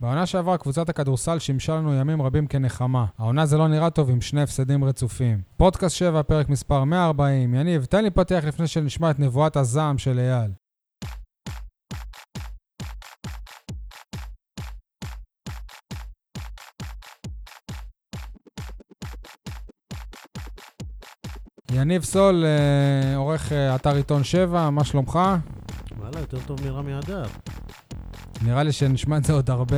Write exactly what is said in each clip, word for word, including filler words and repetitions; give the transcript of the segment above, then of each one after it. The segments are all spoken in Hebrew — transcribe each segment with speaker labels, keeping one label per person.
Speaker 1: בעונה שעברה קבוצת הכדורסל שימשה לנו ימים רבים כנחמה. העונה זה לא נראה טוב עם שני הפסדים רצופים. פודקאסט שבע, פרק מספר מאה וארבעים. יניב, תן לי פתח לפני שנשמע את נבואת הזעם של אייל. יניב סול, עורך אתר עיתון שבע, מה שלומך?
Speaker 2: וואלה, יותר טוב מרמי אדר.
Speaker 1: נראה לי שנשמע את זה עוד הרבה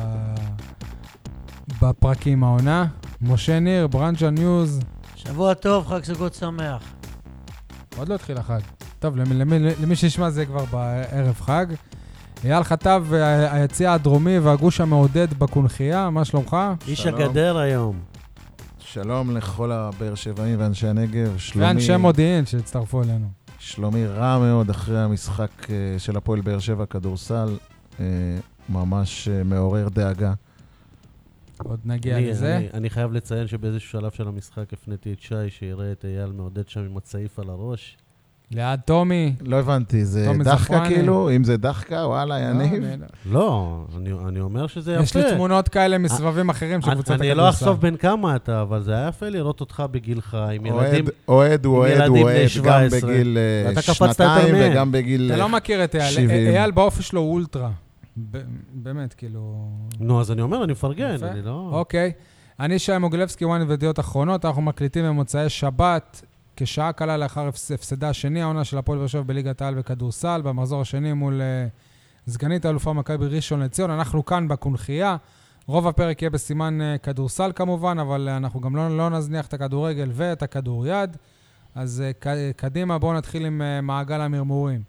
Speaker 1: בפרקים העונה. משה ניר, ברנג'ה ניוז.
Speaker 3: שבוע טוב, חג סוכות שמח.
Speaker 1: עוד לא התחיל החג. טוב, למי, למי, למי שישמע זה כבר בערב חג. אייל חטב, היציע הדרומי והגוש המעודד בקונחייה, מה שלומך?
Speaker 2: איש הגדר היום.
Speaker 4: שלום לכל הבאר שבעים ואנשי הנגב. שלומי...
Speaker 1: ואנשי מודיעין שהצטרפו אלינו.
Speaker 4: שלומי רע מאוד אחרי המשחק של הפועל באר שבע כדורסל. ממש מעורר דאגה.
Speaker 1: עוד נגיע
Speaker 2: אני,
Speaker 1: לזה.
Speaker 2: אני, אני חייב לציין שבאיזשהו שלב של המשחק הפניתי את שי שיראה את אייל מעודד שם עם הצעיף על הראש.
Speaker 1: ליד תומי.
Speaker 4: לא הבנתי, זה דחקה כאילו? אם זה דחקה, וואלה, יניב?
Speaker 2: לא, אני, אני אומר שזה יפה.
Speaker 1: יש לי תמונות כאלה מסבבים אחרים של קבוצת הכדורסל.
Speaker 2: אני לא אחשוף בין כמה אתה, אבל זה היה יפה לראות אותך בגילך עם ילדים.
Speaker 4: אוהד הוא אוהד, הוא אוהד, גם בגיל שנתיים וגם בגיל שבעים.
Speaker 1: אתה לא מכיר את אייל. אייל באופי שלו הוא אולטרה. באמת, כאילו...
Speaker 2: נו, אז אני אומר, אני מפרגן, אני לא...
Speaker 1: אוקיי. אני שי מוגילבסקי, וואני וידיעות אחרונות. אנחנו מקליטים במוצאי שבת, כשעה קלה לאחר הפסדה השני, העונה של הפועל באר שבע בליגת העל בכדורסל, במחזור השני מול uh, סגנית האלופה מכבי ראשון לציון. אנחנו כאן בקונחייה. רוב הפרק יהיה בסימן uh, כדורסל כמובן, אבל uh, אנחנו גם לא, לא נזניח את הכדורגל ואת הכדוריד. אז uh, קדימה, בואו נתחיל עם uh, מעגל המרמורים.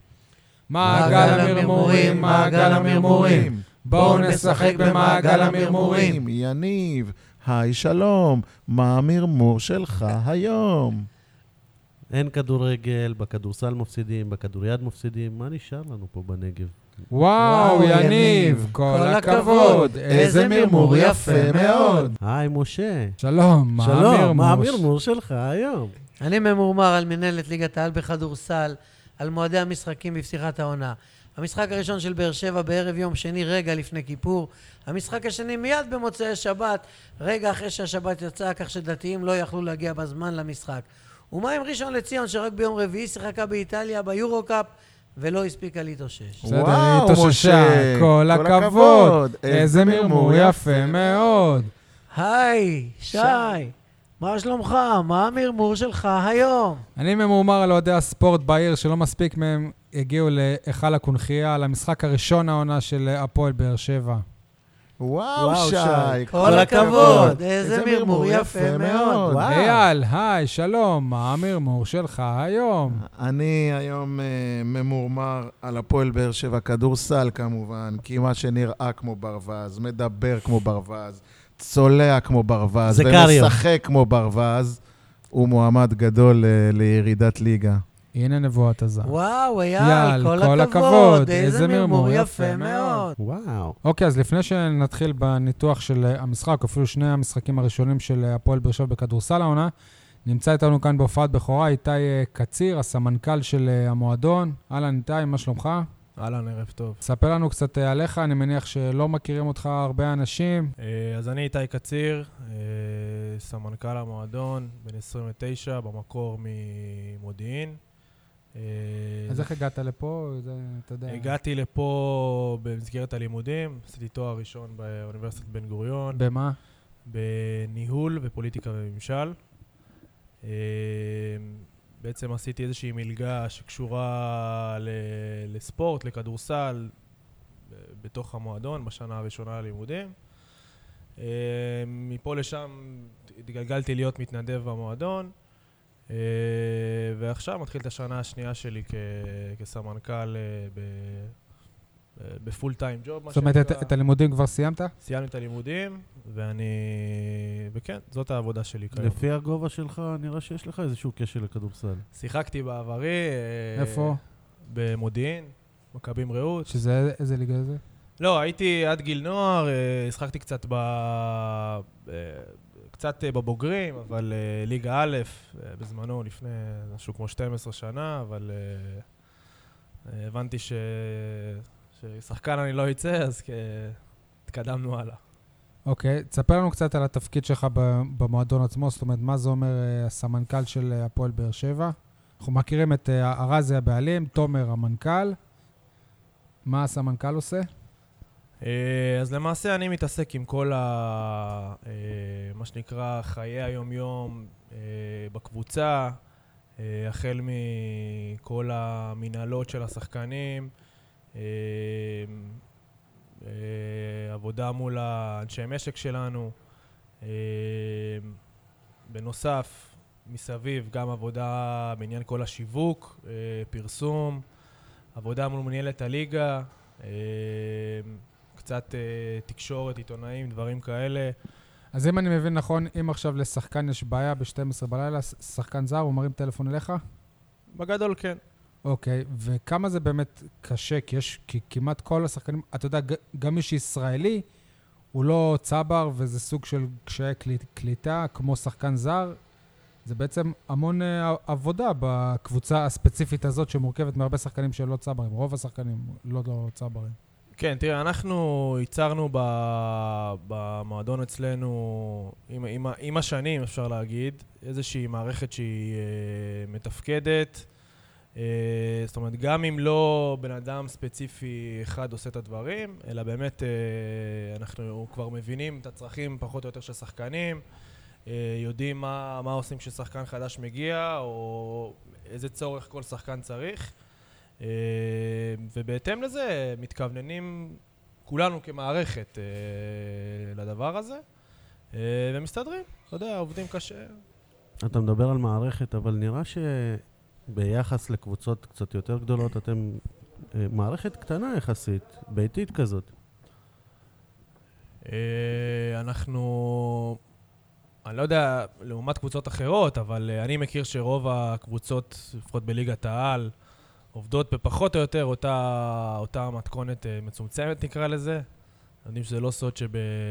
Speaker 1: מעגל המרמורים, מעגל המרמורים. בואו נשחק במעגל המרמורים.
Speaker 4: יניב, היי שלום, מה המרמור שלך היום?
Speaker 2: אין כדורגל, בכדורסל מפסידים, בכדוריד מפסידים. מה נשאר לנו פה בנגב?
Speaker 1: וואו, יניב, כל הכבוד. איזה מרמור יפה מאוד.
Speaker 2: היי, משה.
Speaker 1: שלום, מה המרמור?
Speaker 2: שלום, מה המרמור שלך היום?
Speaker 3: אני ממורמר על מנהלת ליגת העל בכדורסל, על מועדי המשחקים בפתיחת העונה. המשחק הראשון של באר שבע בערב יום שני, רגע לפני כיפור. המשחק השני מיד במוצאי שבת, רגע אחרי שהשבת יצאה, כך שדתיים לא יכלו להגיע בזמן למשחק. ומה עם ראשון לציון שרק ביום רביעי שיחקה באיטליה ביורו-קאפ ולא הספיקה להתאושש?
Speaker 1: בסדר, התאוששה, כל הכבוד, איזה מרמור יפה מאוד.
Speaker 3: היי, שי, מה שלומך? מה המרמור שלך היום?
Speaker 1: אני ממורמר על אוהדי הספורט בעיר שלא מספיק מהם הגיעו להיכל הקונחייה למשחק הראשון העונה של הפועל באר שבע.
Speaker 4: וואו, שי,
Speaker 3: כל הכבוד, איזה מרמור יפה מאוד.
Speaker 1: אייל, היי, שלום, מה המרמור שלך היום?
Speaker 4: אני היום ממורמר על הפועל באר שבע כדורסל כמובן, כי מה שנראה כמו ברווז, מדבר כמו ברווז, צולע כמו ברווז, ומשחק כמו ברווז, הוא מועמד גדול לירידת ליגה.
Speaker 1: הנה נבואת הזעם.
Speaker 3: וואו, אייל, כל, כל הכבוד, איזה מרמור יפה מאוד.
Speaker 2: וואו.
Speaker 1: אוקיי, אז לפני שנתחיל בניתוח של המשחק, אפילו שני המשחקים הראשונים של הפועל באר שבע בכדורסל העונה, נמצא איתנו כאן בהופעת בכורה איתי קציר, הסמנכ"ל של המועדון. אהלן איתי, מה שלומך?
Speaker 5: אהלן, ערב טוב.
Speaker 1: ספר לנו קצת עליך, אני מניח שלא מכירים אותך הרבה אנשים.
Speaker 5: אז אני איתי קציר, סמנכ"ל המועדון, בן עשרים ותשע, במקור ממודיעין.
Speaker 1: אז איך הגעת לפה? זה, אתה יודע.
Speaker 5: הגעתי לפה במסגרת הלימודים, עשיתי תואר ראשון באוניברסיטת בן גוריון.
Speaker 1: במה?
Speaker 5: בניהול ופוליטיקה וממשל. בעצם עשיתי איזושהי מלגה שקשורה לספורט, לכדורסל, בתוך המועדון, בשנה הראשונה ללימודים. מפה לשם התגלגלתי להיות מתנדב במועדון. Uh, ועכשיו מתחיל את השנה השנייה שלי כ- כסמנכ"ל uh, בפול טיים ג'וב.
Speaker 1: זאת אומרת, את, את הלימודים כבר סיימת?
Speaker 5: סיימנו את הלימודים, ואני... וכן, זאת העבודה שלי כיום.
Speaker 2: לפי הגובה שלך, נראה שיש לך איזשהו קשר לכדורסל.
Speaker 5: שיחקתי בעברי.
Speaker 1: איפה?
Speaker 5: במודיעין, מכבים רעות.
Speaker 1: שזה, איזה ליגה זה?
Speaker 5: לא, הייתי עד גיל נוער, שחקתי קצת ב... קצת בבוגרים, אבל uh, ליגה א', uh, בזמנו, לפני משהו כמו שתים עשרה שנה, אבל uh, uh, הבנתי ש... ששחקן אני לא יצא, אז כ... התקדמנו הלאה.
Speaker 1: אוקיי, תספר לנו קצת על התפקיד שלך במועדון עצמו, זאת אומרת, מה זה אומר הסמנכ"ל של הפועל באר שבע? אנחנו מכירים את ארזי הבעלים, תומר המנכ"ל. מה הסמנכ"ל עושה?
Speaker 5: אז למעשה אני מתעסק עם כל ה... מה שנקרא חיי היום-יום בקבוצה, החל מכל המנהלות של השחקנים, עבודה מול האנשי משק שלנו. בנוסף, מסביב גם עבודה בעניין כל השיווק, פרסום, עבודה מול מנהלת הליגה, קצת תקשורת, עיתונאים, דברים כאלה.
Speaker 1: אז אם אני מבין נכון, אם עכשיו לשחקן יש בעיה ב-שתים עשרה בלילה, שחקן זר, הוא מרים טלפון אליך?
Speaker 5: בגדול כן.
Speaker 1: אוקיי, וכמה זה באמת קשה? כי יש כי כמעט כל השחקנים, אתה יודע, גם מי שישראלי, הוא לא צבר, וזה סוג של קשיי קליטה, כמו שחקן זר. זה בעצם המון עבודה בקבוצה הספציפית הזאת, שמורכבת מהרבה שחקנים שלא צברים. רוב השחקנים לא, לא צברים.
Speaker 5: כן, תראה, אנחנו ייצרנו במועדון אצלנו, עם, עם, עם השנים, אפשר להגיד, איזושהי מערכת שהיא uh, מתפקדת. Uh, זאת אומרת, גם אם לא בן אדם ספציפי אחד עושה את הדברים, אלא באמת uh, אנחנו כבר מבינים את הצרכים פחות או יותר של שחקנים, uh, יודעים מה, מה עושים כששחקן חדש מגיע, או איזה צורך כל שחקן צריך. Uh, ובהתאם לזה מתכווננים כולנו כמערכת uh, לדבר הזה, uh, ומסתדרים, אתה יודע, עובדים קשה.
Speaker 2: אתה מדבר על מערכת, אבל נראה שביחס לקבוצות קצת יותר גדולות, אתם uh, מערכת קטנה יחסית, ביתית כזאת.
Speaker 5: Uh, אנחנו, אני לא יודע, לעומת קבוצות אחרות, אבל uh, אני מכיר שרוב הקבוצות, לפחות בליגת העל, עובדות בפחות או יותר אותה, אותה מתכונת מצומצמת, נקרא לזה. יודעים שזה לא סוד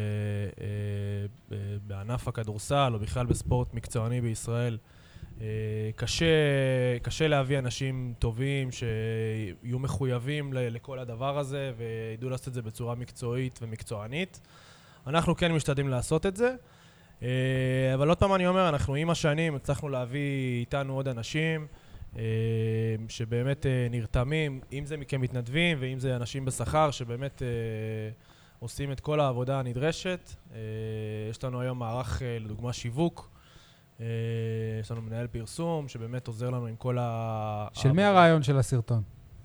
Speaker 5: שבענף הכדורסל, או בכלל בספורט מקצועני בישראל, קשה, קשה להביא אנשים טובים שיהיו מחויבים לכל הדבר הזה, וידעו לעשות את זה בצורה מקצועית ומקצוענית. אנחנו כן משתדלים לעשות את זה. אבל עוד פעם אני אומר, אנחנו עם השנים הצלחנו להביא איתנו עוד אנשים, שבאמת נרתמים, אם זה כמתנדבים ואם זה אנשים בשכר שבאמת עושים את כל העבודה הנדרשת. יש לנו היום מערך לדוגמה שיווק, יש לנו מנהל פרסום שבאמת עוזר לנו עם כל ה...
Speaker 1: של מי הרעיון של הסרטון?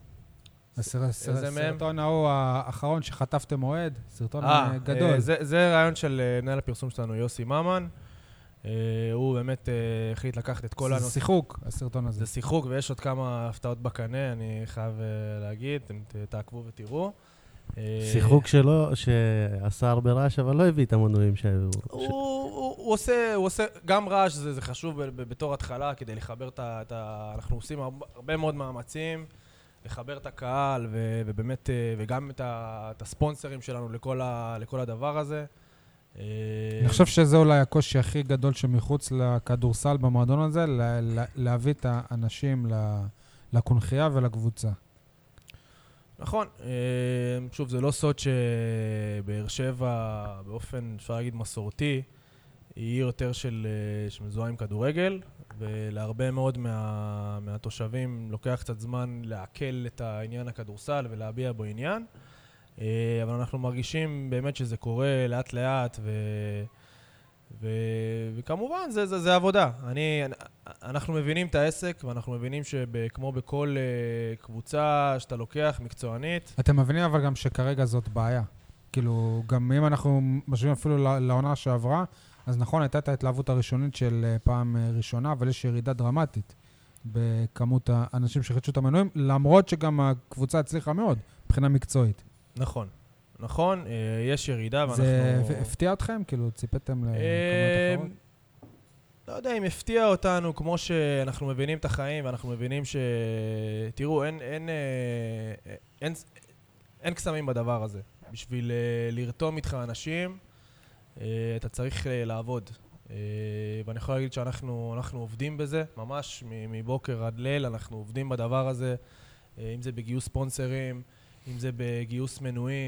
Speaker 1: הסרטון ההוא האחרון שחטפתם מועד, סרטון גדול.
Speaker 5: זה רעיון של מנהל הפרסום שלנו, יוסי ממן. הוא באמת החליט לקחת את כל הנושא.
Speaker 1: זה שיחוק, הסרטון הזה.
Speaker 5: זה שיחוק, ויש עוד כמה הפתעות בקנה, אני חייב להגיד, אתם תעקבו ותראו.
Speaker 2: שיחוק שלו, שעשה הרבה רעש, אבל לא הביא את המנויים שהיו.
Speaker 5: הוא עושה, גם רעש זה חשוב בתור התחלה, כדי לחבר את ה... אנחנו עושים הרבה מאוד מאמצים, לחבר את הקהל, ובאמת, וגם את הספונסרים שלנו לכל הדבר הזה.
Speaker 1: אני חושב שזה אולי הקושי הכי גדול שמחוץ לכדורסל במועדון הזה, להביא את האנשים לקונחייה ולקבוצה.
Speaker 5: נכון. שוב, זה לא סוד שבאר שבע, באופן, אפשר להגיד, מסורתי, היא יותר של שמזוהה עם כדורגל, ולהרבה מאוד מה, מהתושבים לוקח קצת זמן לעכל את העניין הכדורסל ולהביע בו עניין. אבל אנחנו מרגישים באמת שזה קורה לאט לאט, ו... ו... וכמובן זה, זה, זה עבודה. אני, אנחנו מבינים את העסק, ואנחנו מבינים שכמו בכל uh, קבוצה שאתה לוקח מקצוענית.
Speaker 1: אתם מבינים אבל גם שכרגע זאת בעיה. כאילו, גם אם אנחנו משווים אפילו לעונה שעברה, אז נכון, הייתה את ההתלהבות הראשונית של פעם ראשונה, אבל יש ירידה דרמטית בכמות האנשים שחידשו את המנויים, למרות שגם הקבוצה הצליחה מאוד, מבחינה מקצועית.
Speaker 5: נכון, נכון, יש ירידה ואנחנו...
Speaker 1: זה הפתיע אתכם? כאילו, ציפתם לכמות אחרות?
Speaker 5: לא יודע אם הפתיע אותנו, כמו שאנחנו מבינים את החיים, ואנחנו מבינים ש... תראו, אין, אין, אין, אין קסמים בדבר הזה. בשביל לרתום איתך אנשים, אתה צריך לעבוד. ואני יכול להגיד שאנחנו אנחנו עובדים בזה, ממש מבוקר עד ליל, אנחנו עובדים בדבר הזה, אם זה בגיוס ספונסרים, אם זה בגיוס מנויים.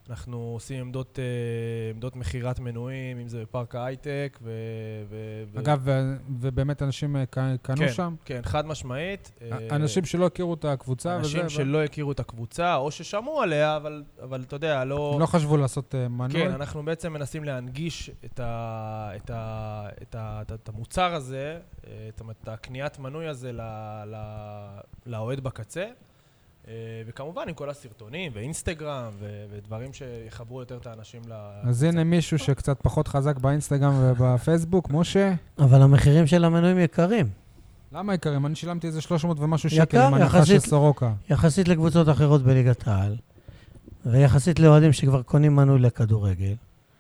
Speaker 5: אנחנו עושים עמדות, עמדות מחירת מנויים, אם זה בפארק ההייטק, ו... ו
Speaker 1: אגב, ו... ובאמת אנשים קנו
Speaker 5: כן,
Speaker 1: שם?
Speaker 5: כן, חד משמעית.
Speaker 1: אנשים שלא הכירו את הקבוצה
Speaker 5: אנשים
Speaker 1: וזה...
Speaker 5: שלא ו... הכירו את הקבוצה, או ששמעו עליה, אבל, אבל אתה יודע, לא...
Speaker 1: לא חשבו לעשות מנוי?
Speaker 5: כן, אנחנו בעצם מנסים להנגיש את, ה... את, ה... את, ה... את המוצר הזה, את, את הקניית מנוי הזה ל... ל... לאוהד בקצה. וכמובן עם כל הסרטונים ואינסטגרם ודברים שיחברו יותר את האנשים ל...
Speaker 1: אז הנה מישהו שקצת פחות חזק באינסטגרם ובפייסבוק, משה.
Speaker 3: אבל המחירים של המנויים יקרים.
Speaker 1: למה יקרים? אני שילמתי איזה שלוש מאות ומשהו שקל עם הנחה של סורוקה.
Speaker 3: יחסית לקבוצות אחרות בליגת העל, ויחסית לאוהדים שכבר קונים מנוי לכדורגל,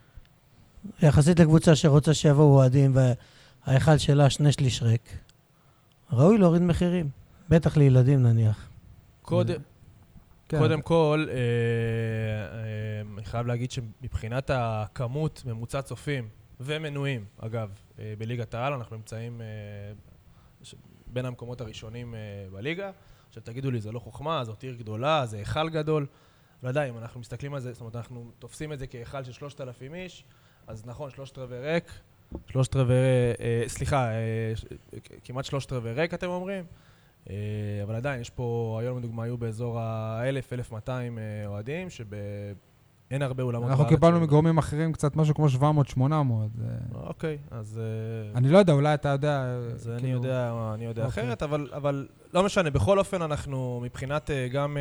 Speaker 3: יחסית לקבוצה שרוצה שיבואו אוהדים וההיכל שלה שני שליש ריק, ראוי להוריד מחירים. בטח לילדים נניח.
Speaker 5: קודם, כן. קודם כל, אה, אה, אני חייב להגיד שמבחינת הכמות ממוצע צופים ומנויים, אגב, אה, בליגת העל, אנחנו נמצאים אה, ש... בין המקומות הראשונים אה, בליגה. עכשיו תגידו לי, זה לא חוכמה, זאת עיר גדולה, זה היכל גדול. לא יודע, אם אנחנו מסתכלים על זה, זאת אומרת, אנחנו תופסים את זה כהיכל של שלושת אלפים איש, אז נכון, שלושת רבעי ריק, שלושת רבעי, אה, סליחה, אה, כמעט שלושת רבעי ריק, אתם אומרים? אבל עדיין, יש פה, היום לדוגמה, היו באזור ה-אלף, אלף מאתיים אוהדים, שאין הרבה אולמות.
Speaker 1: אנחנו קיבלנו מגורמים אחרים קצת משהו כמו שבע מאות שמונה מאות.
Speaker 5: אוקיי, אז...
Speaker 1: אני לא יודע, אולי אתה יודע...
Speaker 5: אז אני יודע, אני יודע אחרת, אבל לא משנה. בכל אופן, אנחנו מבחינת גם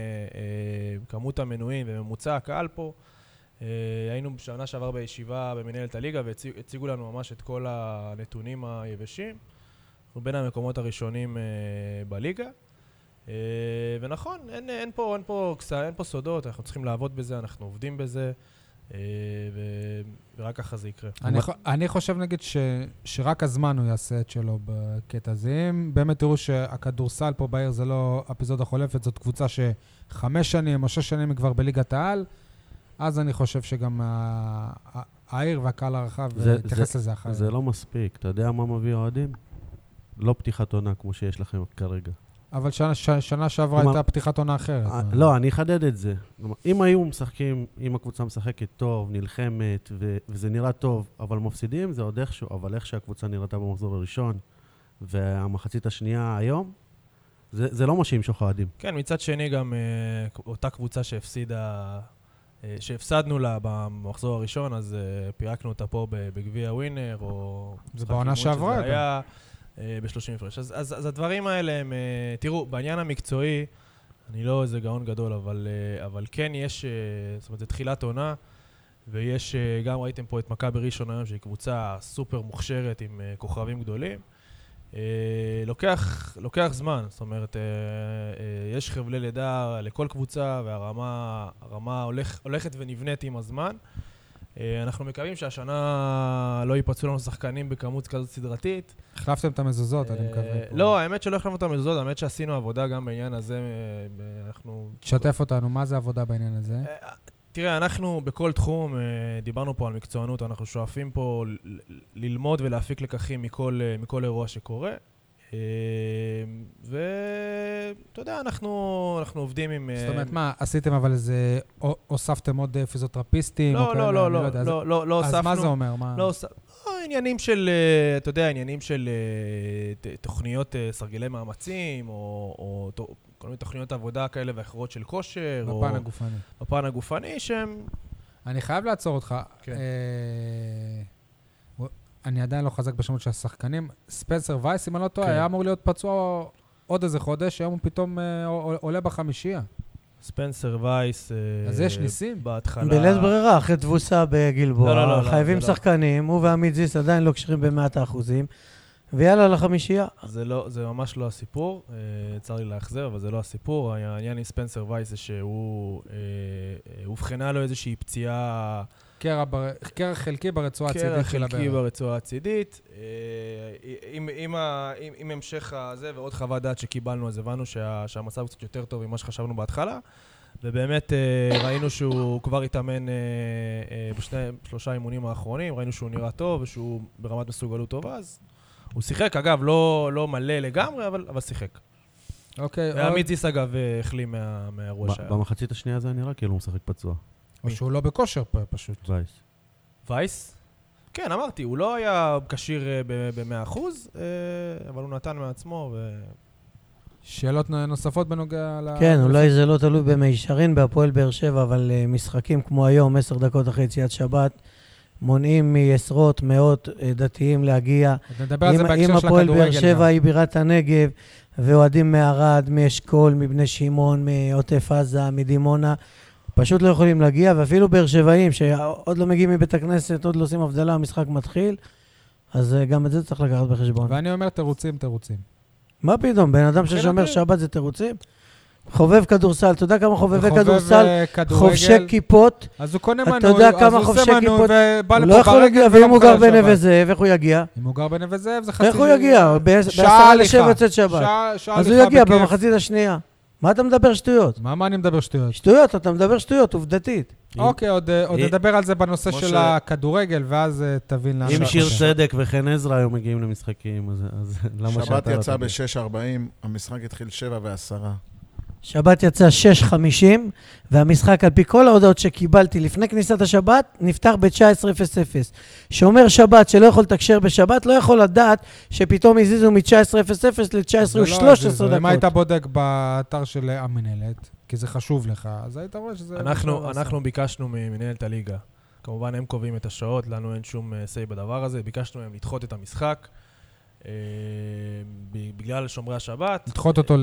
Speaker 5: כמות המנויים וממוצע הקהל פה, היינו בשנה שעבר בישיבה במנהלת הליגה, והציגו לנו ממש את כל הנתונים היבשים. אנחנו בין המקומות הראשונים uh, בליגה. Uh, ונכון, אין, אין, פה, אין, פה, אין פה סודות, אנחנו צריכים לעבוד בזה, אנחנו עובדים בזה, uh, ו, ורק ככה זה יקרה.
Speaker 1: אני, ח, אני חושב נגיד ש, שרק הזמן הוא יעשה את שלו בקטע הזה. אם באמת תראו שהכדורסל פה בעיר זה לא אפיזודה חולפת, זאת קבוצה שחמש שנים או שש שנים היא כבר בליגת העל, אז אני חושב שגם ה, ה, העיר והקהל הרחב יתייחס לזה אחר.
Speaker 2: זה לא מספיק. אתה יודע מה מביא אוהדים? לא פתיחת עונה כמו שיש לכם כרגע.
Speaker 1: אבל שנה, ש, שנה שעברה הייתה פתיחת עונה אחרת.
Speaker 2: לא, אני אחדד את זה. אם היו משחקים, אם הקבוצה משחקת טוב, נלחמת, ו, וזה נראה טוב, אבל מפסידים, זה עוד איכשהו, אבל איך שהקבוצה נראתה במחזור הראשון, והמחצית השנייה היום, זה, זה לא מה שימשוך אוהדים.
Speaker 5: כן, מצד שני גם אותה קבוצה שהפסידה, שהפסדנו לה במחזור הראשון, אז פירקנו אותה פה בגביע ווינר, או...
Speaker 1: זה בעונה שעברה.
Speaker 5: היה ב-שלושים הפרש. אז, אז, אז הדברים האלה הם, תראו, בעניין המקצועי, אני לא איזה גאון גדול, אבל, אבל כן יש, זאת אומרת, זה תחילת עונה, ויש, גם ראיתם פה את מכבי ראשון היום, שהיא קבוצה סופר מוכשרת עם כוכבים גדולים. לוקח, לוקח זמן, זאת אומרת, יש חבלי לידה לכל קבוצה, והרמה, הרמה הולך, הולכת ונבנית עם הזמן. אנחנו מקווים שהשנה לא ייפצעו לנו שחקנים בכמות כזאת סדרתית.
Speaker 1: החלפתם את המזוזות, אני מקווה.
Speaker 5: לא, האמת שלא החלפנו את המזוזות, האמת שעשינו עבודה גם בעניין הזה.
Speaker 1: תשתף אותנו, מה זה עבודה בעניין הזה?
Speaker 5: תראה, אנחנו בכל תחום, דיברנו פה על מקצוענות, אנחנו שואפים פה ללמוד ולהפיק לקחים מכל, מכל אירוע שקורה. ואתה יודע, אנחנו, אנחנו עובדים עם...
Speaker 1: זאת אומרת, מה, עשיתם אבל איזה, הוספתם עוד פיזיותרפיסטים?
Speaker 5: לא, לא, לא, לא, לא, לא הוספנו.
Speaker 1: אז מה זה אומר?
Speaker 5: לא, עניינים של, אתה יודע, עניינים של תוכניות סרגלי מאמצים, או כל מיני תוכניות עבודה כאלה ואחרות של כושר.
Speaker 1: בפן הגופני.
Speaker 5: בפן הגופני, שהם...
Speaker 1: אני חייב לעצור אותך.
Speaker 5: כן.
Speaker 1: אני עדיין לא חזק בשמות של השחקנים. ספנסר וייס, אם אני לא טועה, היה אמור להיות פצוע עוד איזה חודש, היום הוא פתאום עולה בחמישייה.
Speaker 5: ספנסר וייס...
Speaker 1: אז יש ניסים.
Speaker 5: בהתחלה...
Speaker 3: בלית ברירה, אחרי תבוסה בגלבוע, חייבים שחקנים, הוא ועמית זיס עדיין לא קשרים במאת האחוזים, ויאללה לחמישייה.
Speaker 5: זה ממש לא הסיפור, צר לי להחזר, אבל זה לא הסיפור. העניין עם ספנסר וייס זה שהוא... הובחנה לו איזושהי פציעה...
Speaker 1: קרע חלקי ברצועה הצידית.
Speaker 5: קרע חלקי ברצועה הצידית. עם המשך הזה ועוד חוות דעת שקיבלנו, אז הבנו שהמצב הוא קצת יותר טוב ממה שחשבנו בהתחלה, ובאמת ראינו שהוא כבר התאמן בשני, שלושה אימונים האחרונים, ראינו שהוא נראה טוב ושהוא ברמת מסוגלות טובה, אז הוא שיחק, אגב, לא מלא לגמרי, אבל שיחק.
Speaker 1: אוקיי.
Speaker 5: ועמית זיס, אגב, החלים מהאירוע שהיה.
Speaker 2: במחצית השנייה זה נראה כאילו הוא משחק פצוע.
Speaker 1: או שהוא לא בכושר פה, פשוט.
Speaker 2: וייס.
Speaker 5: וייס? כן, אמרתי, הוא לא היה כשיר ב-מאה אחוז, אבל הוא נתן מעצמו ו...
Speaker 1: שאלות נוספות בנוגע ל...
Speaker 3: כן, אולי זה לא תלוי במישרין בהפועל באר שבע, אבל משחקים כמו היום, עשר דקות אחרי יציאת שבת, מונעים מעשרות, מאות דתיים להגיע.
Speaker 1: נדבר על זה בהקשר של הכדורגל.
Speaker 3: אם הפועל באר שבע היא בירת הנגב, ואוהדים מערד, מאשכול, מבני שמעון, מעוטף עזה, מדימונה, פשוט לא יכולים להגיע, ואפילו באר שבעים, שעוד לא מגיעים מבית הכנסת, עוד לא עושים הבדלה, המשחק מתחיל, אז גם את זה צריך לקחת בחשבון.
Speaker 1: ואני אומר תירוצים, תירוצים.
Speaker 3: מה פתאום? בן אדם ששומר שבת זה תירוצים? חובב כדורסל, אתה יודע כמה חובבי כדורסל, חובשי כיפות,
Speaker 1: אז הוא קונה מנוי,
Speaker 3: אתה יודע כמה חובשי כיפות, הוא לא יכול להגיע, ואם הוא גר בנווה זאב, איך הוא יגיע?
Speaker 1: אם הוא גר בנווה זאב, זה חצי...
Speaker 3: איך הוא יגיע? בעשרה לשבע יוצאת שבת. אז הוא יגיע במחצית השנייה. מה אתה מדבר שטויות?
Speaker 1: מה, מה אני מדבר שטויות?
Speaker 3: שטויות, אתה מדבר שטויות, עובדתית.
Speaker 1: אוקיי, עוד נדבר על זה בנושא של הכדורגל, ואז תבין למה...
Speaker 2: אם שיר צדק וחן עזרא היו מגיעים למשחקים, אז למה שאתה...
Speaker 4: שבת יצא ב-שש ארבעים, המשחק התחיל שבע ועשרה.
Speaker 3: שבת יצא שש חמישים, והמשחק על פי כל ההודעות שקיבלתי לפני כניסת השבת, נפתח ב-תשע עשרה אפס אפס. שומר שבת שלא יכול לתקשר בשבת, לא יכול לדעת שפתאום הזיזו מ-תשע עשרה אפס אפס ל-תשע עשרה ושלוש עשרה דקות.
Speaker 1: אם היית בודק באתר של המנהלת, כי זה חשוב לך, אז היית רואה שזה...
Speaker 5: אנחנו, אנחנו ביקשנו ממנהלת הליגה. כמובן, הם קובעים את השעות, לנו אין שום סי בדבר הזה. ביקשנו מהם לדחות את המשחק. בגלל שומרי השבת.
Speaker 1: לדחות אותו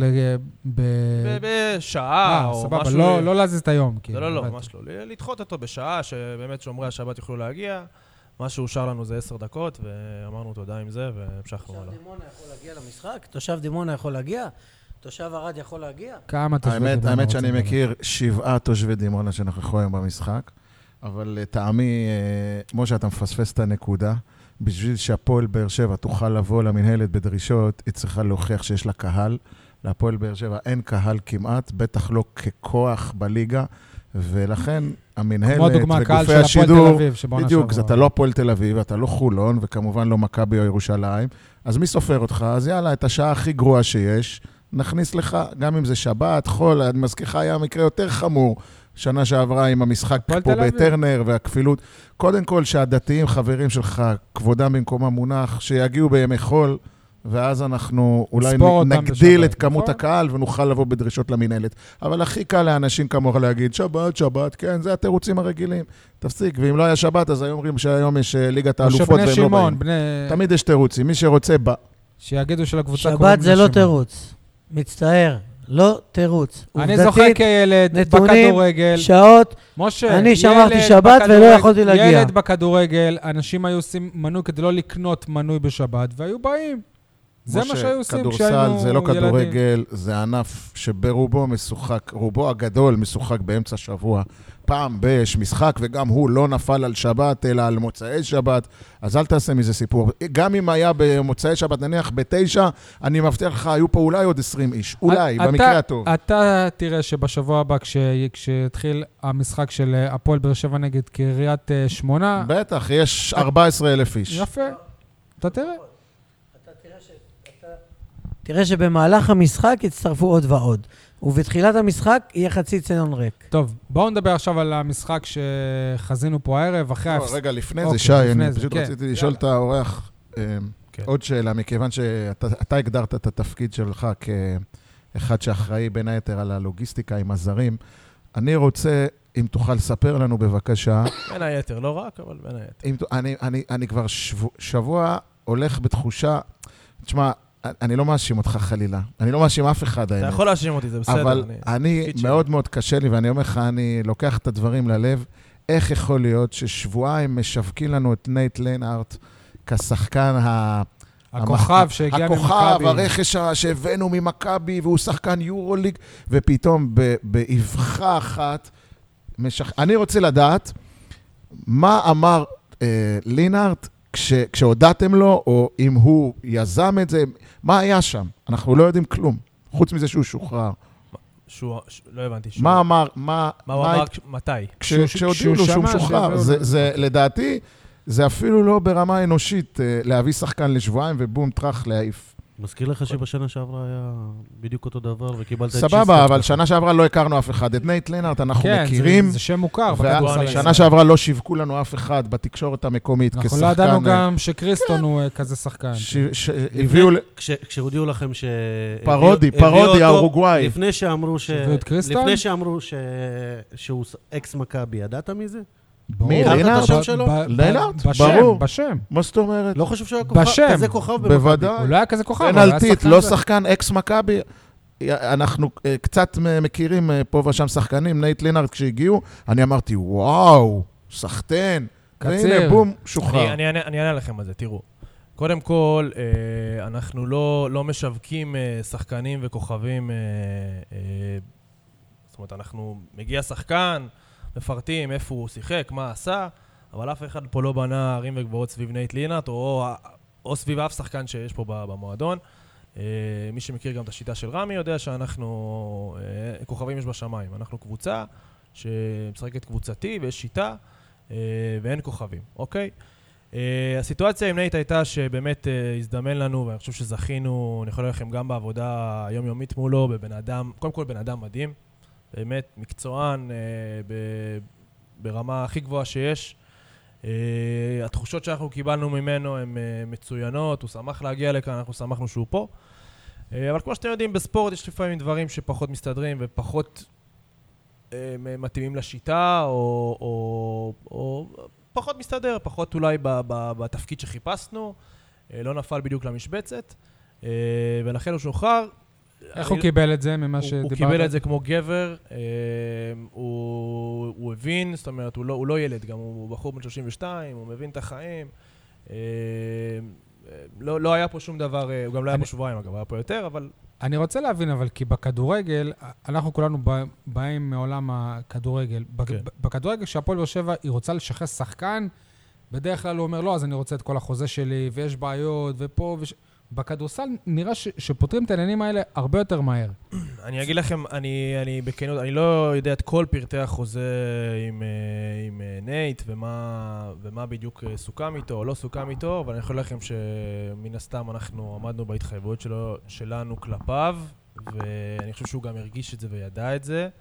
Speaker 5: בשעה או משהו.
Speaker 1: סבבה, לא להזיז את היום.
Speaker 5: לא, לא, לא, ממש לא. לדחות אותו בשעה שבאמת שומרי השבת יוכלו להגיע. מה שאושר לנו זה עשר דקות, ואמרנו תודה עם זה, והמשכנו הלאה.
Speaker 3: תושב דימונה יכול להגיע למשחק? תושב דימונה יכול להגיע? תושב ערד יכול להגיע?
Speaker 1: כמה תושבי דימונה?
Speaker 4: האמת שאני מכיר שבעה תושבי דימונה שנכחו היום במשחק, אבל לטעמי, כמו שאתה מפספס את הנקודה, בשביל שהפועל באר שבע תוכל לבוא למנהלת בדרישות, היא צריכה להוכיח שיש לה קהל. להפועל באר שבע אין קהל כמעט, בטח לא ככוח בליגה, ולכן המנהלת וגופי השידור, בדיוק, אתה לא הפועל תל אביב, אתה לא חולון, וכמובן לא מכבי או ירושלים, אז מי סופר אותך? אז יאללה, את השעה הכי גרועה שיש, נכניס לך, גם אם זה שבת, חול, אני מזכירך היה מקרה יותר חמור, שנה שעברה עם המשחק פה בטרנר והכפילות. קודם כל שהדתיים חברים שלך, כבודם במקום המונח, שיגיעו בימי חול, ואז אנחנו אולי נגדיל את כמות הקהל ונוכל לבוא בדרישות למנהלת. אבל הכי קל לאנשים כמוך להגיד, שבת, שבת, כן, זה התירוצים הרגילים. תפסיק, ואם לא היה שבת, אז היום אומרים שהיום יש ליגת האלופות והם לא באים. תמיד יש תירוצים, מי שרוצה בא.
Speaker 1: שיגידו של הקבוצה
Speaker 3: שבת זה לא תירוץ. מצטער. לא תירוץ.
Speaker 1: אני זוכר כילד בכדורגל.
Speaker 3: שעות.
Speaker 1: משה,
Speaker 3: אני שמרתי שבת ולא יכולתי להגיע.
Speaker 1: ילד בכדורגל, אנשים היו עושים מנוי כדי לא לקנות מנוי בשבת, והיו באים. זה מה שהיו עושים כשהיינו ילדים.
Speaker 4: כדורסל זה לא כדורגל, זה ענף שברובו משוחק, רובו הגדול משוחק באמצע שבוע. פעם ביש משחק, וגם הוא לא נפל על שבת, אלא על מוצאי שבת, אז אל תעשה מזה סיפור. גם אם היה במוצאי שבת, נניח בתשע, אני מבטיח לך, היו פה אולי עוד עשרים איש. אולי, במקרה הטוב.
Speaker 1: אתה תראה שבשבוע הבא, כשיתחיל המשחק של הפועל באר שבע נגד קריית שמונה...
Speaker 4: בטח, יש ארבעה עשר אלף איש.
Speaker 1: יפה. אתה תראה.
Speaker 3: תראה שבמהלך המשחק יצטרפו עוד ועוד. ובתחילת המשחק יהיה חצי צנון ריק.
Speaker 1: טוב, בואו נדבר עכשיו על המשחק שחזינו פה הערב, אחרי...
Speaker 4: רגע, לפני זה, שי, אני פשוט רציתי לשאול את האורח עוד שאלה, מכיוון שאתה הגדרת את התפקיד שלך כאחד שאחראי בין היתר על הלוגיסטיקה עם הזרים. אני רוצה, אם תוכל לספר לנו בבקשה...
Speaker 5: בין היתר, לא רק, אבל בין היתר.
Speaker 4: אני כבר שבוע הולך בתחושה... תשמע, אני לא מאשים אותך חלילה, אני לא מאשים אף אחד.
Speaker 5: אתה יכול להאשים אותי, זה בסדר.
Speaker 4: אבל אני, מאוד מאוד קשה לי, ואני אומר לך, אני לוקח את הדברים ללב, איך יכול להיות ששבועיים משווקים לנו את נייט ליינארט כשחקן
Speaker 1: הכוכב שהגיע ממכבי.
Speaker 4: הכוכב, הרכש שהבאנו ממכבי, והוא שחקן יורוליג, ופתאום באבחה אחת, אני רוצה לדעת, מה אמר ליינארט, כש, כשהודעתם לו, או אם הוא יזם את זה, מה היה שם? אנחנו לא יודעים כלום, חוץ מזה שהוא שוחרר.
Speaker 5: שהוא, לא הבנתי. שהוא...
Speaker 4: מה אמר, מה...
Speaker 5: מה הוא אמר, מתי?
Speaker 4: כש, כשהודיעו לו שהוא משוחרר. זה, זה, לדעתי, זה אפילו לא ברמה אנושית להביא שחקן לשבועיים, ובום, טרח להעיף.
Speaker 2: מזכיר לך שבשנה שעברה היה בדיוק אותו דבר, וקיבלת את
Speaker 4: שיסטוק. סבבה, אבל שנה שעברה לא הכרנו אף אחד. את נייט לינארד אנחנו מכירים.
Speaker 1: כן, זה שם מוכר.
Speaker 4: שנה שעברה לא שיווקו לנו אף אחד בתקשורת המקומית כשחקן.
Speaker 1: אנחנו לא ידענו גם שקריסטון הוא כזה שחקן.
Speaker 2: כשהודיעו לכם ש...
Speaker 4: פרודי, פרודי, האורוגוואי.
Speaker 2: לפני שאמרו שהוא אקס מכבי, ידעת מזה?
Speaker 4: מי? לינארד? לינארד? ברור.
Speaker 1: בשם.
Speaker 4: מה זאת אומרת?
Speaker 2: לא חושב שהוא היה כזה כוכב במכבי.
Speaker 4: בוודאי.
Speaker 1: הוא לא היה כזה כוכב.
Speaker 4: פנלטית, לא שחקן אקס מכבי. אנחנו קצת מכירים פה ושם שחקנים, נייט לינארד כשהגיעו, אני אמרתי, וואו, סחטן. והנה, בום, שוחרר.
Speaker 5: אני אענה לכם על זה, תראו. קודם כל, אנחנו לא משווקים שחקנים וכוכבים, זאת אומרת, אנחנו מגיע שחקן, מפרטים איפה הוא שיחק, מה עשה, אבל אף אחד פה לא בנה ערים וגבורות סביב נייט לינארד, או, או סביב אף שחקן שיש פה במועדון. מי שמכיר גם את השיטה של רמי יודע שאנחנו, כוכבים יש בשמיים. אנחנו קבוצה שמשחקת קבוצתי ויש שיטה, ואין כוכבים, אוקיי? הסיטואציה עם נייט הייתה שבאמת הזדמן לנו, ואני חושב שזכינו, אני יכול לכם גם בעבודה היומיומית מולו, בבן אדם, קודם כל בן אדם מדהים, באמת מקצוען אה, ב- ברמה הכי גבוהה שיש. אה, התחושות שאנחנו קיבלנו ממנו הן אה, מצוינות, הוא שמח להגיע לכאן, אנחנו שמחנו שהוא פה. אה, אבל כמו שאתם יודעים, בספורט יש לפעמים דברים שפחות מסתדרים ופחות אה, מתאימים לשיטה, או, או, או פחות מסתדר, פחות אולי ב- ב- בתפקיד שחיפשנו, אה, לא נפל בדיוק למשבצת, אה, ולכן הוא שוחרר.
Speaker 1: איך הוא קיבל את זה ממה שדיברת?
Speaker 5: הוא קיבל את זה כמו גבר, הוא הבין, זאת אומרת, הוא לא ילד, גם הוא בחור בן שלושים ושתיים, הוא מבין את החיים. לא היה פה שום דבר, הוא גם לא היה פה שבועיים, אגב, היה פה יותר, אבל...
Speaker 1: אני רוצה להבין, אבל כי בכדורגל, אנחנו כולנו באים מעולם הכדורגל. בכדורגל, כשהפועל באר שבע היא רוצה לשחרר שחקן, בדרך כלל הוא אומר, לא, אז אני רוצה את כל החוזה שלי, ויש בעיות, ופה וש... בכדורסל נראה ש, שפותרים את העניינים האלה הרבה יותר מהר.
Speaker 5: אני אגיד לכם, אני, אני בכנות, אני לא יודע את כל פרטי החוזה עם, עם נייט ומה, ומה בדיוק סוכם איתו או לא סוכם איתו, אבל אני יכול לכם שמן הסתם אנחנו עמדנו בהתחייבויות שלו, שלנו כלפיו, ואני חושב שהוא גם הרגיש את זה וידע את זה,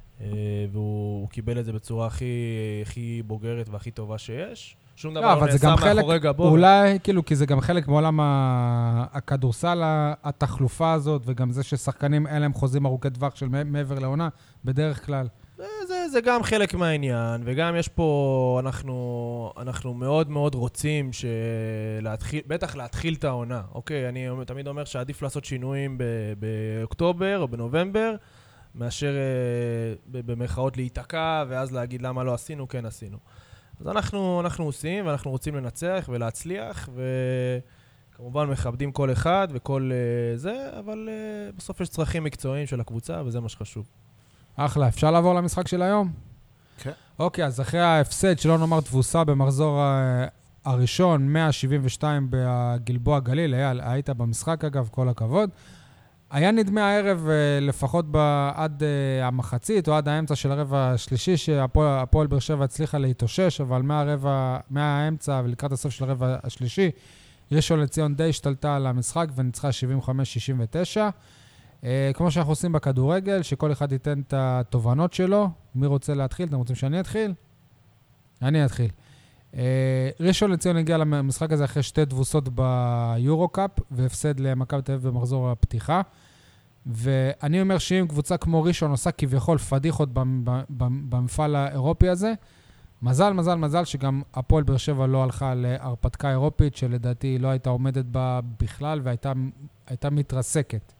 Speaker 5: והוא קיבל את זה בצורה הכי, הכי בוגרת והכי טובה שיש. שום דבר לא נעשה מאחורי גבו.
Speaker 1: אולי, כאילו, כי זה גם חלק מעולם הכדורסל, התחלופה הזאת, וגם זה ששחקנים אין להם חוזים ארוכי טווח של מעבר לעונה, בדרך כלל.
Speaker 5: זה, זה גם חלק מהעניין, וגם יש פה, אנחנו, אנחנו מאוד מאוד רוצים שלהתחיל, בטח להתחיל את העונה, אוקיי? אני תמיד אומר שעדיף לעשות שינויים באוקטובר או בנובמבר, מאשר במרכאות להיתקע, ואז להגיד למה לא עשינו, כן עשינו. אז אנחנו, אנחנו עושים, ואנחנו רוצים לנצח ולהצליח, וכמובן מכבדים כל אחד וכל uh, זה, אבל uh, בסוף יש צרכים מקצועיים של הקבוצה, וזה מה שחשוב.
Speaker 1: אחלה, אפשר לעבור למשחק של היום?
Speaker 4: כן.
Speaker 1: אוקיי, אז אחרי ההפסד, שלא נאמר תבוסה במחזור הראשון, מאה שבעים ושתיים בגלבוע גליל, אייל, היית במשחק אגב, כל הכבוד. היה נדמה הערב, לפחות עד המחצית, או עד האמצע של הרבע השלישי, שהפועל באר שבע הצליחה להתאושש, אבל מהרבע, מהאמצע ולקראת הסוף של הרבע השלישי, ראשון לציון די השתלטה על המשחק וניצחה שבעים וחמש שישים ותשע. כמו שאנחנו עושים בכדורגל, שכל אחד ייתן את התובנות שלו. מי רוצה להתחיל? אתם רוצים שאני אתחיל? אני אתחיל. ראשון לציון הגיע למשחק הזה אחרי שתי תבוסות ביורו-קאפ, והפסד למכבי תל אביב במחזור הפתיחה. ואני אומר שאם קבוצה כמו ראשון עושה כביכול פדיחות במפעל האירופי הזה, מזל, מזל, מזל שגם הפועל באר שבע לא הלכה להרפתקה אירופית, שלדעתי לא הייתה עומדת בה בכלל, והייתה מתרסקת.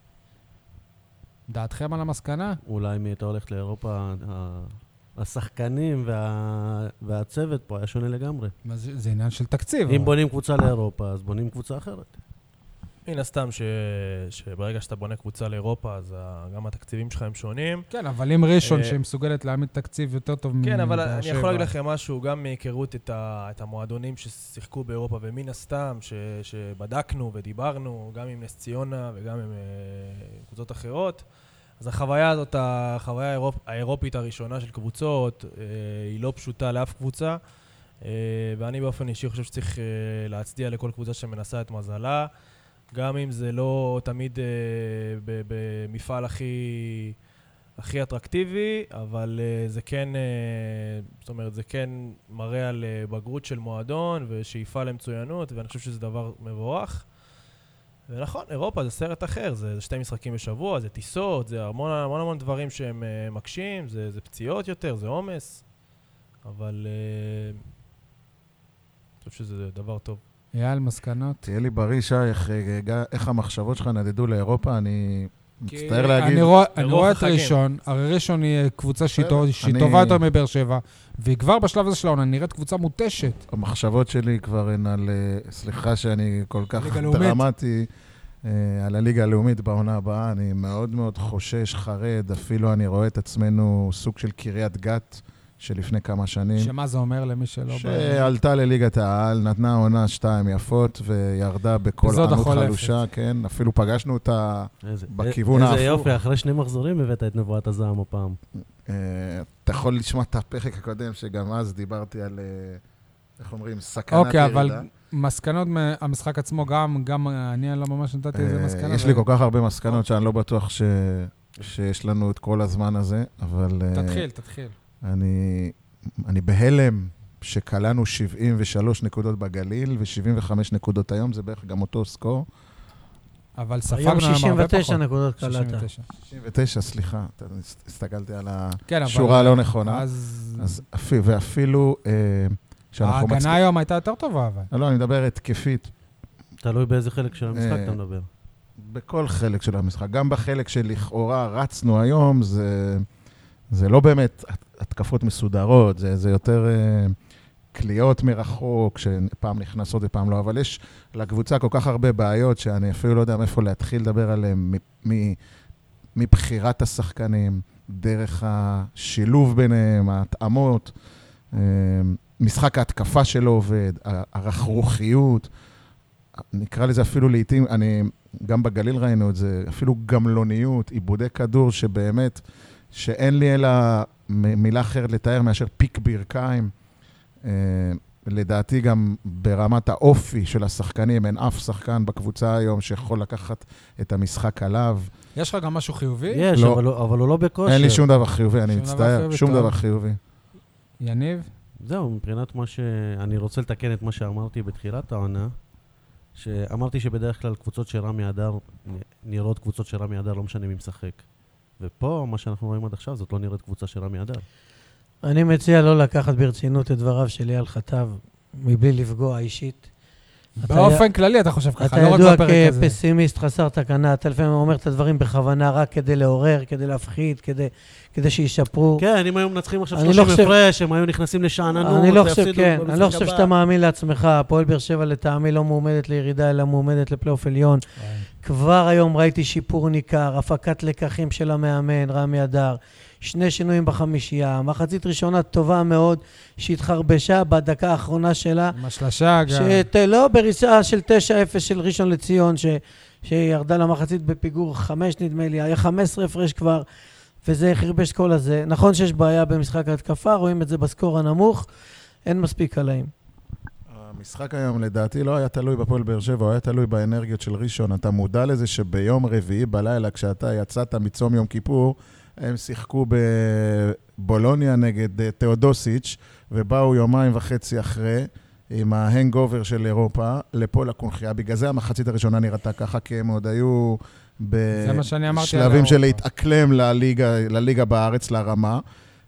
Speaker 1: דעתכם על המסקנה?
Speaker 2: אולי מי הייתה הולכת לאירופה... השחקנים וה... והצוות פה היה שונה לגמרי.
Speaker 1: זה, זה עניין של תקציב.
Speaker 2: אם אבל... בונים קבוצה לאירופה, אז בונים קבוצה אחרת.
Speaker 5: מן הסתם ש... שברגע שאתה בונה קבוצה לאירופה, אז גם התקציבים שלך הם שונים.
Speaker 1: כן, אבל אם ראשון שמסוגלת להעמיד תקציב יותר טוב מבאר שבע.
Speaker 5: כן, אבל אני יכול להגיד לכם משהו, גם מהיכרות את, ה... את המועדונים ששיחקו באירופה, ומן הסתם ש... שבדקנו ודיברנו, גם עם נס ציונה וגם עם קבוצות אחרות, אז החוויה הזאת, החוויה האירופ... האירופית הראשונה של קבוצות, אה, היא לא פשוטה לאף קבוצה, אה, ואני באופן אישי חושב שצריך אה, להצדיע לכל קבוצה שמנסה את מזלה, גם אם זה לא תמיד אה, ב- במפעל הכי, הכי אטרקטיבי, אבל אה, זה כן, אה, זאת אומרת, זה כן מראה על אה, בגרות של מועדון ושאיפה למצוינות, ואני חושב שזה דבר מבורך. ונכון, אירופה זה סרט אחר, זה, זה שתי משחקים בשבוע, זה טיסות, זה המון המון, המון דברים שהם uh, מקשים, זה, זה פציעות יותר, זה עומס, אבל uh, אני חושב שזה דבר טוב.
Speaker 1: אייל, מסקנות?
Speaker 4: תהיה לי בריא, שי, איך, איך המחשבות שלך נדדו לאירופה, אני מצטער להגיד.
Speaker 1: אני רואה, אני רואה את ראשון, הרי ראשון היא קבוצה שהיא טובה יותר מבאר שבע, והיא כבר בשלב הזה של העונה נראית קבוצה מוטשת.
Speaker 4: המחשבות שלי כבר הן על, סליחה שאני כל כך דרמטי, על הליגה הלאומית בעונה הבאה, אני מאוד מאוד חושש, חרד, אפילו אני רואה את עצמנו סוג של קריית גת, שלפני כמה שנים.
Speaker 1: שמה זה אומר למי שלא...
Speaker 4: שעלתה לליגת העל, נתנה עונה שתיים יפות, וירדה בכל ענות חלושה, כן? אפילו פגשנו אותה בכיוון ההפוך.
Speaker 2: איזה יופי, אחרי שני מחזורים הבאת את נבואת הזעם הפעם.
Speaker 4: אתה יכול לשמוע את הפרק הקודם, שגם אז דיברתי על, איך אומרים, סכנת ירידה.
Speaker 1: אוקיי, אבל מסקנות מהמשחק עצמו, גם אני לא ממש נתתי איזה מסקנה.
Speaker 4: יש לי כל כך הרבה מסקנות שאני לא בטוח שיש לנו את כל הזמן הזה, אבל...
Speaker 1: תתחיל, תתחיל.
Speaker 4: אני, אני בהלם שקלענו שבעים ושלוש נקודות בגליל ו-שבעים וחמש נקודות היום, זה בערך גם אותו סקור.
Speaker 1: אבל ספגנו היום הרבה פחות.
Speaker 3: שישים ותשע נקודות קלעת.
Speaker 4: שישים ותשע, סליחה, הסתכלתי על השורה הלא נכונה. אז ואפילו...
Speaker 1: ההגנה היום הייתה יותר טובה, אבל.
Speaker 4: לא, אני מדבר התקפית.
Speaker 2: תלוי באיזה חלק של המשחק אתה מדבר.
Speaker 4: בכל חלק של המשחק. גם בחלק שלכאורה רצנו היום, זה... זה לא באמת התקפות מסודרות, זה, זה יותר uh, קליעות מרחוק, שפעם נכנסות ופעם לא, אבל יש לקבוצה כל כך הרבה בעיות, שאני אפילו לא יודע מאיפה להתחיל לדבר עליהן, מבחירת השחקנים, דרך השילוב ביניהם, ההתאמות, uh, משחק ההתקפה שלו עובד, הרכרוכיות, נקרא לזה אפילו לעתים, אני, גם בגליל ראינו את זה, אפילו גמלוניות, עיבודי כדור שבאמת, שאין לי אלא מילה אחרת לתאר מאשר פיק ברכיים. אה, לדעתי גם ברמת האופי של השחקנים, אין אף שחקן בקבוצה היום שיכול לקחת את המשחק עליו.
Speaker 1: יש לך גם משהו חיובי?
Speaker 2: יש,
Speaker 4: לא.
Speaker 2: אבל, אבל הוא לא בכושר.
Speaker 4: אין לי שום דבר חיובי, אני מצטער. שום דבר חיובי.
Speaker 1: יניב?
Speaker 2: זהו, מבחינת מה ש... אני רוצה לתקן את מה שאמרתי בתחילת העונה, שאמרתי שבדרך כלל קבוצות של רמי אדר, נראות קבוצות של רמי אדר, לא משנה מי משחק. ופה, מה שאנחנו רואים עד עכשיו, זאת לא נראית קבוצה של רמי אדר.
Speaker 3: אני מציע לא לקחת ברצינות את דבריו של אייל חטב, מבלי לפגוע אישית.
Speaker 1: באופן כללי אתה חושב ככה, לא רק
Speaker 3: בפרק הזה.
Speaker 1: אתה
Speaker 3: ידוע כפסימיסט חסר תקנה, אתה לפעמים אומר את הדברים בכוונה רק כדי לעורר, כדי להפחיד, כדי שישפרו.
Speaker 2: כן, אם היו מנצחים עכשיו שלושים הפרש, הם היו נכנסים לשעננות.
Speaker 3: אני לא חושב, כן, אני לא חושב שאתה מאמין לעצמך, הפועל באר שבע לטעמי לא מועמדת לירידה, אלא מועמדת לפלייאוף עליון. כבר היום ראיתי שיפור ניכר, הפקת לקחים של המאמן, רמי אדר, שני שינויים בחמישייה, מחצית ראשונה טובה מאוד, שהתחרבשה בדקה האחרונה שלה.
Speaker 1: עם השלשה גם.
Speaker 3: לא, בריצה של תשע אפס של ראשון לציון, ש, שירדה למחצית בפיגור חמש נדמה לי, היה חמש עשרה הפרש כבר, וזה חרבש כל הזה. נכון שיש בעיה במשחק ההתקפה, רואים את זה בסקור הנמוך, אין מספיק עליהם.
Speaker 4: המשחק היום לדעתי לא היה תלוי בפועל באר שבע, הוא היה תלוי באנרגיות של ראשון. אתה מודע לזה שביום רביעי בלילה, כשאתה יצאת מצום יום כיפור, הם שיחקו בבולוניה נגד תאודוסיץ' ובאו יומיים וחצי אחרי עם ההנגובר של אירופה לפה לקונחייה. בגלל זה המחצית הראשונה נראתה ככה, כי הם עוד היו בשלבים של להתאקלם לליגה, לליגה בארץ, לרמה.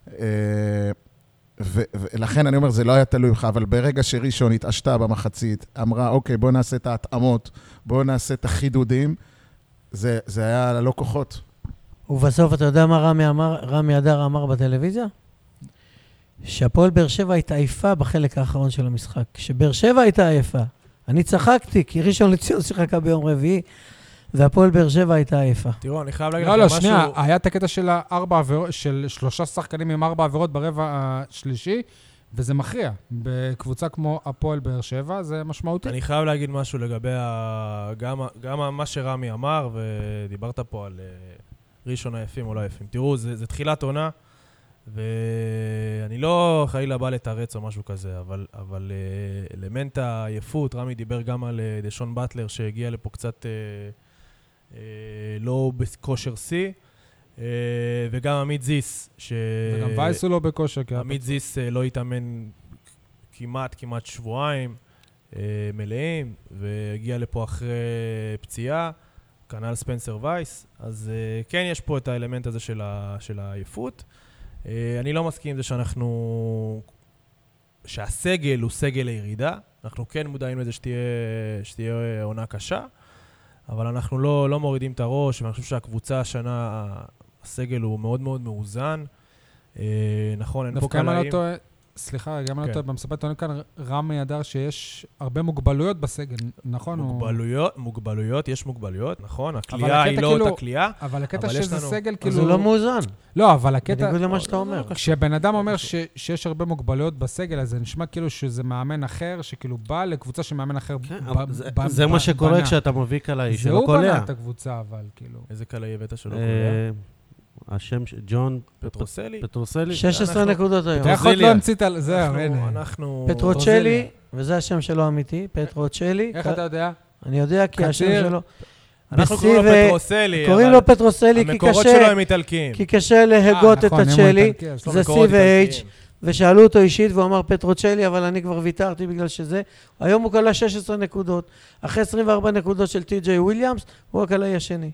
Speaker 4: ולכן אני אומר, זה לא היה תלוי לך, אבל ברגע שראשון התעשתה במחצית, אמרה, אוקיי, בוא נעשה את ההתאמות, בוא נעשה את החידודים, זה, זה היה ללא כוחות.
Speaker 3: ובסוף, אתה יודע מה רמי, אמר, רמי אדר אמר בטלוויזיה? שהפועל באר שבע הייתה עייפה בחלק האחרון של המשחק. שבאר שבע הייתה עייפה. אני צחקתי, כי ראשון לציון שיחקה ביום רביעי, והפועל באר שבע הייתה עייפה.
Speaker 5: תראו, אני חייב להגיד
Speaker 1: לא,
Speaker 5: לך
Speaker 1: לא,
Speaker 5: משהו...
Speaker 1: שנייה, היה את הקטע של, של שלושה שחקנים עם ארבע עבירות ברבע השלישי, וזה מכריע. בקבוצה כמו הפועל באר שבע, זה משמעותי.
Speaker 5: אני חייב להגיד משהו לגבי ה... גם, גם מה שרמי אמר, ודיברת פה על ראשון היפים או לא יפים. תראו, זה, זה תחילת עונה, ואני לא חלילה בא לתרץ או משהו כזה, אבל, אבל uh, אלמנט העייפות, רמי דיבר גם על uh, דשון באטלר שהגיע לפה קצת uh, uh, לא בכושר C, uh, וגם עמית זיס. ש...
Speaker 1: וגם וייס הוא לא בכושר.
Speaker 5: עמית זיס uh, לא התאמן כמעט, כמעט שבועיים uh, מלאים, והגיע לפה אחרי פציעה, כנ"ל ספנסר וייס, אז uh, כן יש פה את האלמנט הזה של, ה... של העייפות. אני לא מסכים עם זה שאנחנו, שהסגל הוא סגל לירידה. אנחנו כן מודעים לזה שתהיה, שתהיה עונה קשה, אבל אנחנו לא, לא מורידים את הראש, ואני חושב שהקבוצה השנה, הסגל הוא מאוד מאוד מאוזן. נכון, אין פה קלעים.
Speaker 1: סליחה, גם אני טועה, במספר טוענים כאן רמי אדר שיש הרבה מוגבלויות בסגל, נכון?
Speaker 5: מוגבלויות, מוגבלויות, יש מוגבלויות, נכון? הקליעה היא לא אותה קליעה.
Speaker 1: אבל הקטע שזה סגל כאילו...
Speaker 3: זה לא מאוזן.
Speaker 1: לא, אבל הקטע...
Speaker 3: בניגוד למה שאתה אומר.
Speaker 1: כשבן אדם אומר שיש הרבה מוגבלויות בסגל, אז זה נשמע כאילו שזה מאמן אחר, שכאילו בא לקבוצה שמאמן אחר בנה.
Speaker 2: זה מה שקורה כשאתה מביא קלעי שלא קולע.
Speaker 1: זה הוא בנה את הקבוצה, אבל כאילו...
Speaker 5: איזה קלעי הבאת שלא קולע?
Speaker 2: השם ג'ון
Speaker 5: פטרוסלי.
Speaker 2: פטרוסלי.
Speaker 3: שש עשרה נקודות היום.
Speaker 1: אתה יכול לא המצית על זה, הנה.
Speaker 5: אנחנו...
Speaker 3: פטרוצ'לי, וזה השם שלו אמיתי, פטרוצ'לי.
Speaker 1: איך אתה יודע?
Speaker 3: אני יודע כי השם שלו...
Speaker 5: אנחנו קוראים לו פטרוסלי.
Speaker 3: קוראים לו פטרוסלי כי קשה...
Speaker 5: המקורות שלו הם איטלקיים.
Speaker 3: כי קשה להגות את הצ'לי. זה C ו-H. ושאלו אותו אישית והוא אמר פטרוצ'לי, אבל אני כבר ויתרתי בגלל שזה. היום הוא קלע שש עשרה נקודות. אחרי עשרים וארבע נקודות של טי.ג'יי וויליאמס, הוא הקלעי השני.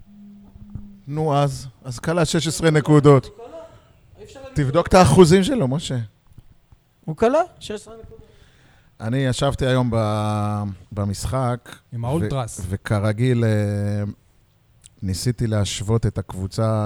Speaker 4: נו אז, אז קלה שש עשרה נקודות. תבדוק את האחוזים שלו, משה.
Speaker 3: הוא קלה, שש עשרה נקודות.
Speaker 4: אני ישבתי היום במשחק.
Speaker 1: עם האולטרס.
Speaker 4: וכרגיל ניסיתי להשוות את הקבוצה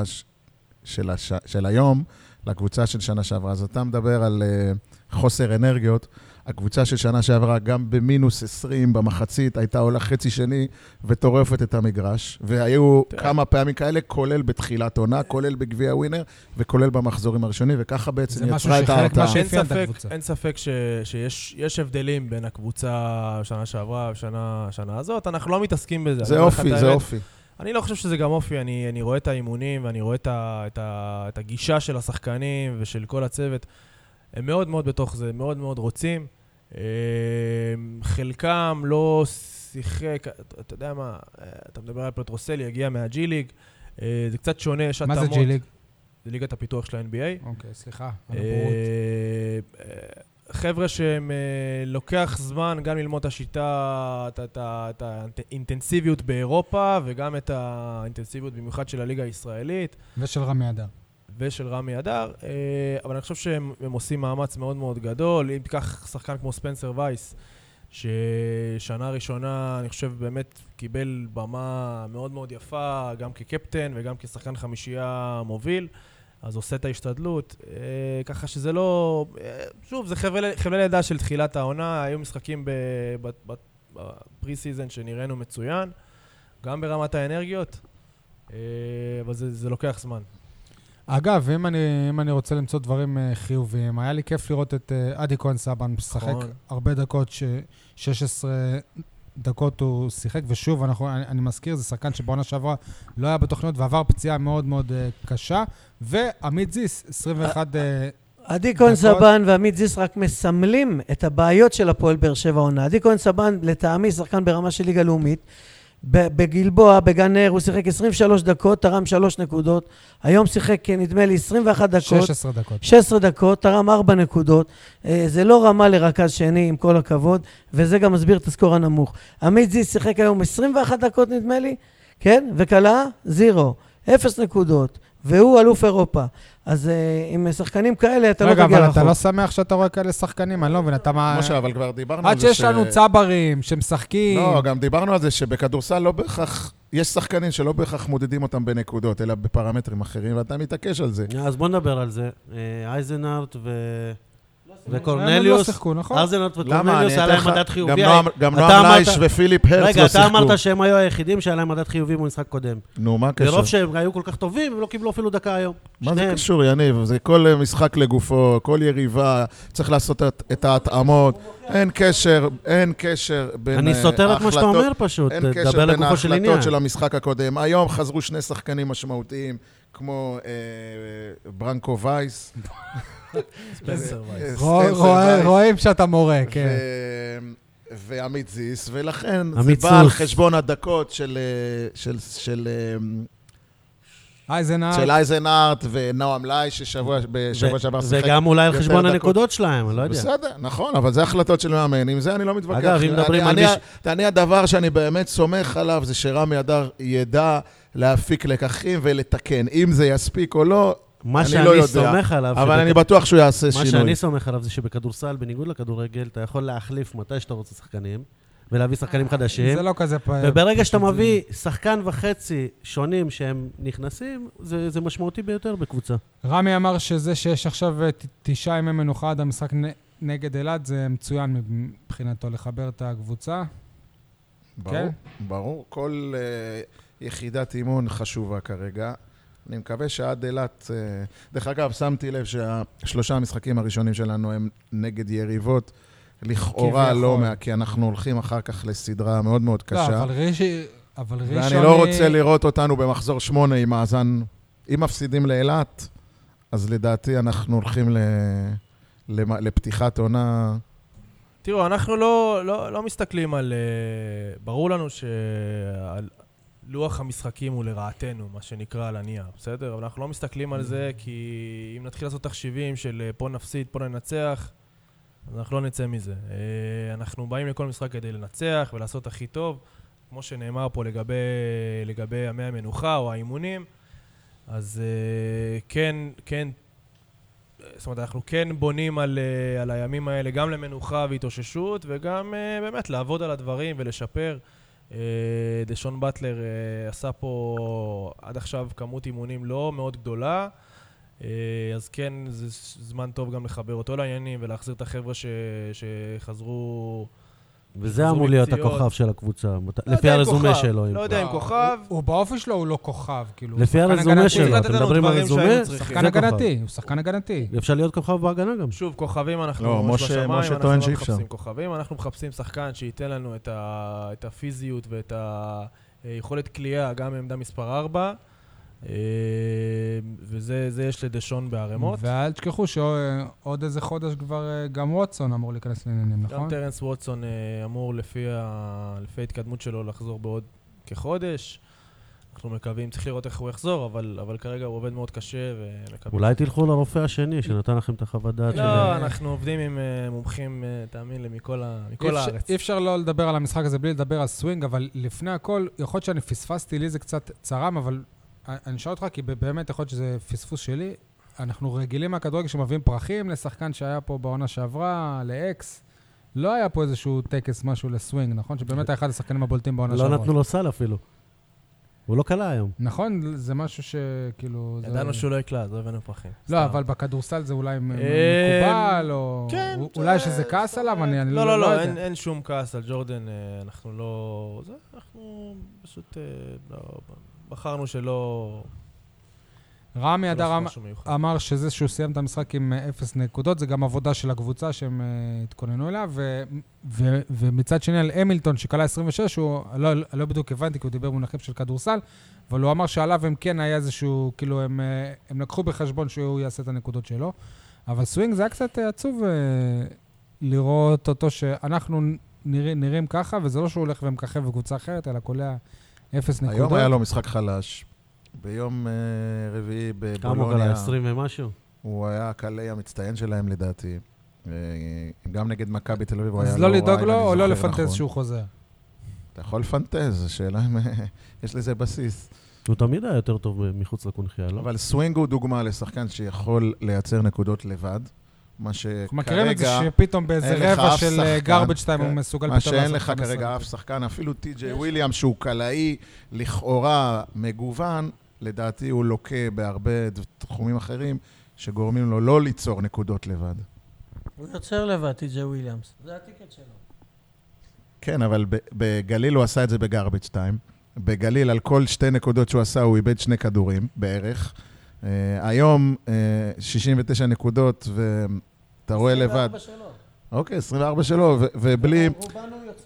Speaker 4: של היום לקבוצה של שנה שעברה. אז אתה מדבר על חוסר אנרגיות. הקבוצה של שנה שעברה גם במינוס עשרים במחצית, הייתה עולה חצי שני וטורפת את המגרש, והיו כמה פעמים כאלה, כולל בתחילת עונה, כולל בגביע ווינר, וכולל במחזורים הראשונים, וככה בעצם יצרה את ההרתעה.
Speaker 5: אין ספק שיש הבדלים בין הקבוצה שנה שעברה ושנה הזאת, אנחנו לא מתעסקים בזה.
Speaker 4: זה אופי, זה אופי.
Speaker 5: אני לא חושב שזה גם אופי, אני, אני רואה את האימונים ואני רואה את, ה, את, ה, את הגישה של השחקנים ושל כל הצוות. הם מאוד מאוד בתוך זה, מאוד מאוד רוצים. חלקם לא שיחק, אתה יודע מה, אתה מדבר על פטרוסלי, הגיע מהג'י ליג, זה קצת שונה, יש התאמות.
Speaker 1: מה זה ג'י ליג?
Speaker 5: זה ליגת הפיתוח של ה-אן בי איי.
Speaker 1: אוקיי, סליחה, על הבורות.
Speaker 5: חבר'ה שהם לוקח זמן גם ללמוד את השיטה, את האינטנסיביות באירופה, וגם את האינטנסיביות במיוחד של הליגה הישראלית.
Speaker 1: ושל רמי אדר.
Speaker 5: ושל רמי אדר, אבל אני חושב שהם עושים מאמץ מאוד מאוד גדול. אם תיקח שחקן כמו ספנסר וייס, ששנה ראשונה, אני חושב, באמת קיבל במה מאוד מאוד יפה, גם כקפטן וגם כשחקן חמישייה מוביל, אז עושה את ההשתדלות. ככה שזה לא... שוב, זה חבלי לידה של תחילת העונה. היו משחקים בפרי סיזן שנראינו מצוין, גם ברמת האנרגיות, אבל זה, זה לוקח זמן.
Speaker 1: אגב, אם אני, אם אני רוצה למצוא דברים uh, חיוביים, היה לי כיף לראות את uh, עדי כהן סבן משחק נכון. הרבה דקות, ש- שש עשרה דקות הוא שיחק, ושוב, אנחנו, אני, אני מזכיר, זה שחקן שבעונה שעברה לא היה בתוכניות, ועבר פציעה מאוד מאוד uh, קשה, ועמית זיס, עשרים ואחת uh,
Speaker 3: עדי כהן סבן ועמית זיס רק מסמלים את הבעיות של הפועל באר שבע עונה. עדי כהן סבן, לטעמי, שחקן ברמה של ליגה לאומית, בגלבוע, בגנר, הוא שיחק עשרים ושלוש דקות, תרם שלוש נקודות. היום שיחק, נדמה לי, עשרים ואחת דקות.
Speaker 1: שש עשרה דקות.
Speaker 3: שש עשרה דקות, תרם ארבע נקודות. זה לא רמה לרכז שני, עם כל הכבוד, וזה גם מסביר את הסקור הנמוך. עמית זיס שיחק היום עשרים ואחת דקות, נדמה לי, כן? וקלה, זירו, אפס נקודות. והוא אלוף אירופה. אז עם שחקנים כאלה אתה לא תגיע רחוק.
Speaker 1: רגע, אבל אתה לא שמח שאתה רואה כאלה שחקנים, אני לא מבין, אתה מה...
Speaker 4: משה, אבל כבר דיברנו על
Speaker 1: זה ש... עד שיש לנו צברים שמשחקים...
Speaker 4: לא, גם דיברנו על זה שבכדורסל לא בהכרח... יש שחקנים שלא בהכרח מודדים אותם בנקודות, אלא בפרמטרים אחרים, ואתה מתעקש על זה.
Speaker 2: אז בוא נדבר על זה. אייזנארט ו... וקורנליוס, ארזנארט וקורנליוס, היה להם מדד חיובי.
Speaker 4: גם נועם לייש ופיליפ הרץ לא שיחקו.
Speaker 2: רגע, אתה אמרת שהם היו היחידים שהיה להם מדד חיובי במשחק קודם.
Speaker 4: נו, מה קשור?
Speaker 2: ברוב שהם היו כל כך טובים, הם לא קיבלו אפילו דקה היום.
Speaker 4: מה זה קשור, יניב? זה כל משחק לגופו, כל יריבה, צריך לעשות את ההתאמות. אין קשר, אין קשר בין...
Speaker 2: אני סותר את מה שאתה אומר פשוט, דבר לגופו של עניין.
Speaker 4: אין קשר בין ההחלטות של המשחק הקודם. היום חזרו שני שחקנים משמעותיים, כמו ברנקו וייס.
Speaker 5: ספנסר וייס.
Speaker 1: רואים שאתה מורה, כן.
Speaker 4: ועמית זיס, ולכן זה בא על חשבון הדקות של... של
Speaker 1: אייזנארט.
Speaker 4: של אייזנארט ונועם לי, ששבוע שעבר שיחק.
Speaker 2: וגם אולי על חשבון הנקודות שלהם, אני לא יודע.
Speaker 4: בסדר, נכון, אבל זה החלטות של מאמן. עם זה אני לא מתווכח.
Speaker 2: אגב, אם מדברים על מישהו...
Speaker 4: אני הדבר שאני באמת סומך עליו, זה שרמי אדר ידע להפיק לקחים ולתקן. אם זה יספיק או לא, אני לא יודע. אבל אני בטוח שהוא יעשה שינוי.
Speaker 2: מה שאני סומך עליו זה שבכדורסל, בניגוד לכדורגל, אתה יכול להחליף מתי שאתה רוצה שחקנים. ולהביא שחקנים חדשים.
Speaker 1: זה לא כזה פעם.
Speaker 2: וברגע שאתה מביא שחקן וחצי שונים שהם נכנסים, זה, זה משמעותי ביותר בקבוצה.
Speaker 1: רמי אמר שזה שיש עכשיו תשעה ימי מנוחה עד המשחק נגד אלעד, זה מצוין מבחינתו לחבר את הקבוצה.
Speaker 4: ברור, כן? ברור. כל uh, יחידת אימון חשובה כרגע. אני מקווה שעד אלעד... Uh, דרך אגב, שמתי לב שהשלושה המשחקים הראשונים שלנו הם נגד יריבות, לכאורה לא, מה, כי אנחנו הולכים אחר כך לסדרה מאוד מאוד קשה.
Speaker 1: לא, אבל ראשי... אבל ראשון...
Speaker 4: ואני לא רוצה לראות אותנו במחזור שמונה עם מאזן... אם מפסידים לאילת, אז לדעתי אנחנו הולכים ל... לפתיחת עונה...
Speaker 5: תראו, אנחנו לא, לא, לא מסתכלים על... ברור לנו שלוח המשחקים הוא לרעתנו, מה שנקרא על הנייר, בסדר? אבל אנחנו לא מסתכלים על זה, כי אם נתחיל לעשות תחשיבים של פה נפסיד, פה ננצח, אז אנחנו לא נצא מזה. אנחנו באים לכל משחק כדי לנצח ולעשות הכי טוב, כמו שנאמר פה לגבי, לגבי ימי המנוחה או האימונים, אז כן, כן, זאת אומרת, אנחנו כן בונים על, על הימים האלה, גם למנוחה והתאוששות, וגם באמת לעבוד על הדברים ולשפר. דשון בטלר עשה פה עד עכשיו כמות אימונים לא מאוד גדולה, אז כן, זה זמן טוב גם לחבר אותו לעניינים ולהחזיר את החבר'ה ש... שחזרו...
Speaker 2: וזה אמור להיות הכוכב של הקבוצה, לפי הרזומה שלו.
Speaker 5: לא יודע אם כוכב.
Speaker 1: הוא באופי שלו הוא לא כוכב, כאילו.
Speaker 2: לפי הרזומה שלו, אתם מדברים על רזומה,
Speaker 1: שחקן הגנתי, הוא שחקן הגנתי.
Speaker 2: אפשר להיות כוכב בהגנה גם.
Speaker 5: שוב, כוכבים אנחנו...
Speaker 4: לא, משה טוען שאי אפשר.
Speaker 5: כוכבים, אנחנו מחפשים שחקן שייתן לנו את הפיזיות ואת היכולת קליעה, גם מעמדה מספר ארבע. וזה יש לדשון בערימות.
Speaker 1: ואל תשכחו שעוד איזה חודש כבר גם ווטסון אמור להיכנס לעניינים, נכון?
Speaker 5: גם טרנס ווטסון אמור לפי ההתקדמות שלו לחזור בעוד כחודש. אנחנו מקווים, צריך לראות איך הוא יחזור, אבל כרגע הוא עובד מאוד קשה ומקווים.
Speaker 2: אולי תלכו לרופא השני שנתן לכם את החוות דעת.
Speaker 5: לא, אנחנו עובדים עם מומחים, תאמין לי, מכל הארץ.
Speaker 1: אי אפשר לא לדבר על המשחק הזה בלי לדבר על סווינג, אבל לפני הכל, יכול להיות שאני פספסתי, לי זה קצת צרם, אבל אני שואל אותך, כי באמת יכול להיות שזה פספוס שלי. אנחנו רגילים מהכדורגל שמביאים פרחים לשחקן שהיה פה בעונה שעברה, לאקס. לא היה פה איזשהו טקס, משהו לסווינג, נכון? שבאמת היה אחד השחקנים הבולטים בעונה שעברה.
Speaker 2: לא נתנו לו סל אפילו. הוא לא קלה היום.
Speaker 1: נכון, זה משהו שכאילו...
Speaker 5: ידענו שהוא לא יקלה, אז לא הבאנו פרחים.
Speaker 1: לא, אבל בכדורסל זה אולי מקובל, או... אולי שזה כעס עליו, אני לא יודע.
Speaker 5: לא, לא, לא, אין שום כעס על ג'ורדן, אנחנו לא... אנחנו פשוט... בחרנו שלא...
Speaker 1: רמי אדר אמר שזה שהוא סיים את המשחק עם אפס נקודות, זה גם עבודה של הקבוצה שהם התכוננו אליה, ומצד שני על המילטון שקלה עשרים ושש, הוא לא בדיוק הבנתי, כי הוא דיבר מונחים של כדורסל, אבל הוא אמר שעליו הם כן היה איזשהו, כאילו הם לקחו בחשבון שהוא יעשה את הנקודות שלו, אבל סווינג זה היה קצת עצוב לראות אותו שאנחנו נראים ככה, וזה לא שהוא הולך ומככב בקבוצה אחרת, אלא קולע אפס נקודות.
Speaker 4: היום היה לו משחק חלש. ביום uh, רביעי בבולוניה.
Speaker 2: כמה הוא קלה? עשרים ומשהו?
Speaker 4: הוא היה הקלעי המצטיין שלהם לדעתי. גם נגד מכבי תל אביב הוא היה
Speaker 1: אז לא לדאוג לו או לא לפנטז שהוא חוזר?
Speaker 4: אתה יכול לפנטז, השאלה אם יש לזה בסיס.
Speaker 2: הוא תמיד היה יותר טוב מחוץ לקונחייה, לא?
Speaker 4: אבל סווינג הוא דוגמה לשחקן שיכול לייצר נקודות לבד. מה שכרגע...
Speaker 1: אנחנו מכירים את זה שפתאום באיזה רבע של גרבג' טיים הוא מסוגל פתאום לעשות
Speaker 4: מה שאין לך כרגע אף שחקן, אפילו טי.ג'יי וויליאמס שהוא קלעי לכאורה מגוון, לדעתי הוא לוקה בהרבה תחומים אחרים שגורמים לו לא ליצור נקודות לבד.
Speaker 3: הוא יוצר לבד, טי.ג'יי וויליאמס. זה הטיקט שלו.
Speaker 4: כן, אבל בגליל הוא עשה את זה בגרבג' טיים. בגליל על כל שתי נקודות שהוא עשה הוא איבד שני כדורים בערך. Uh, היום uh, שישים ותשע נקודות, ואתה רואה לבד.
Speaker 3: עשרים וארבע שלו.
Speaker 4: אוקיי, עשרים וארבע שלו, ו- ובלי...
Speaker 3: רובנו יוצר.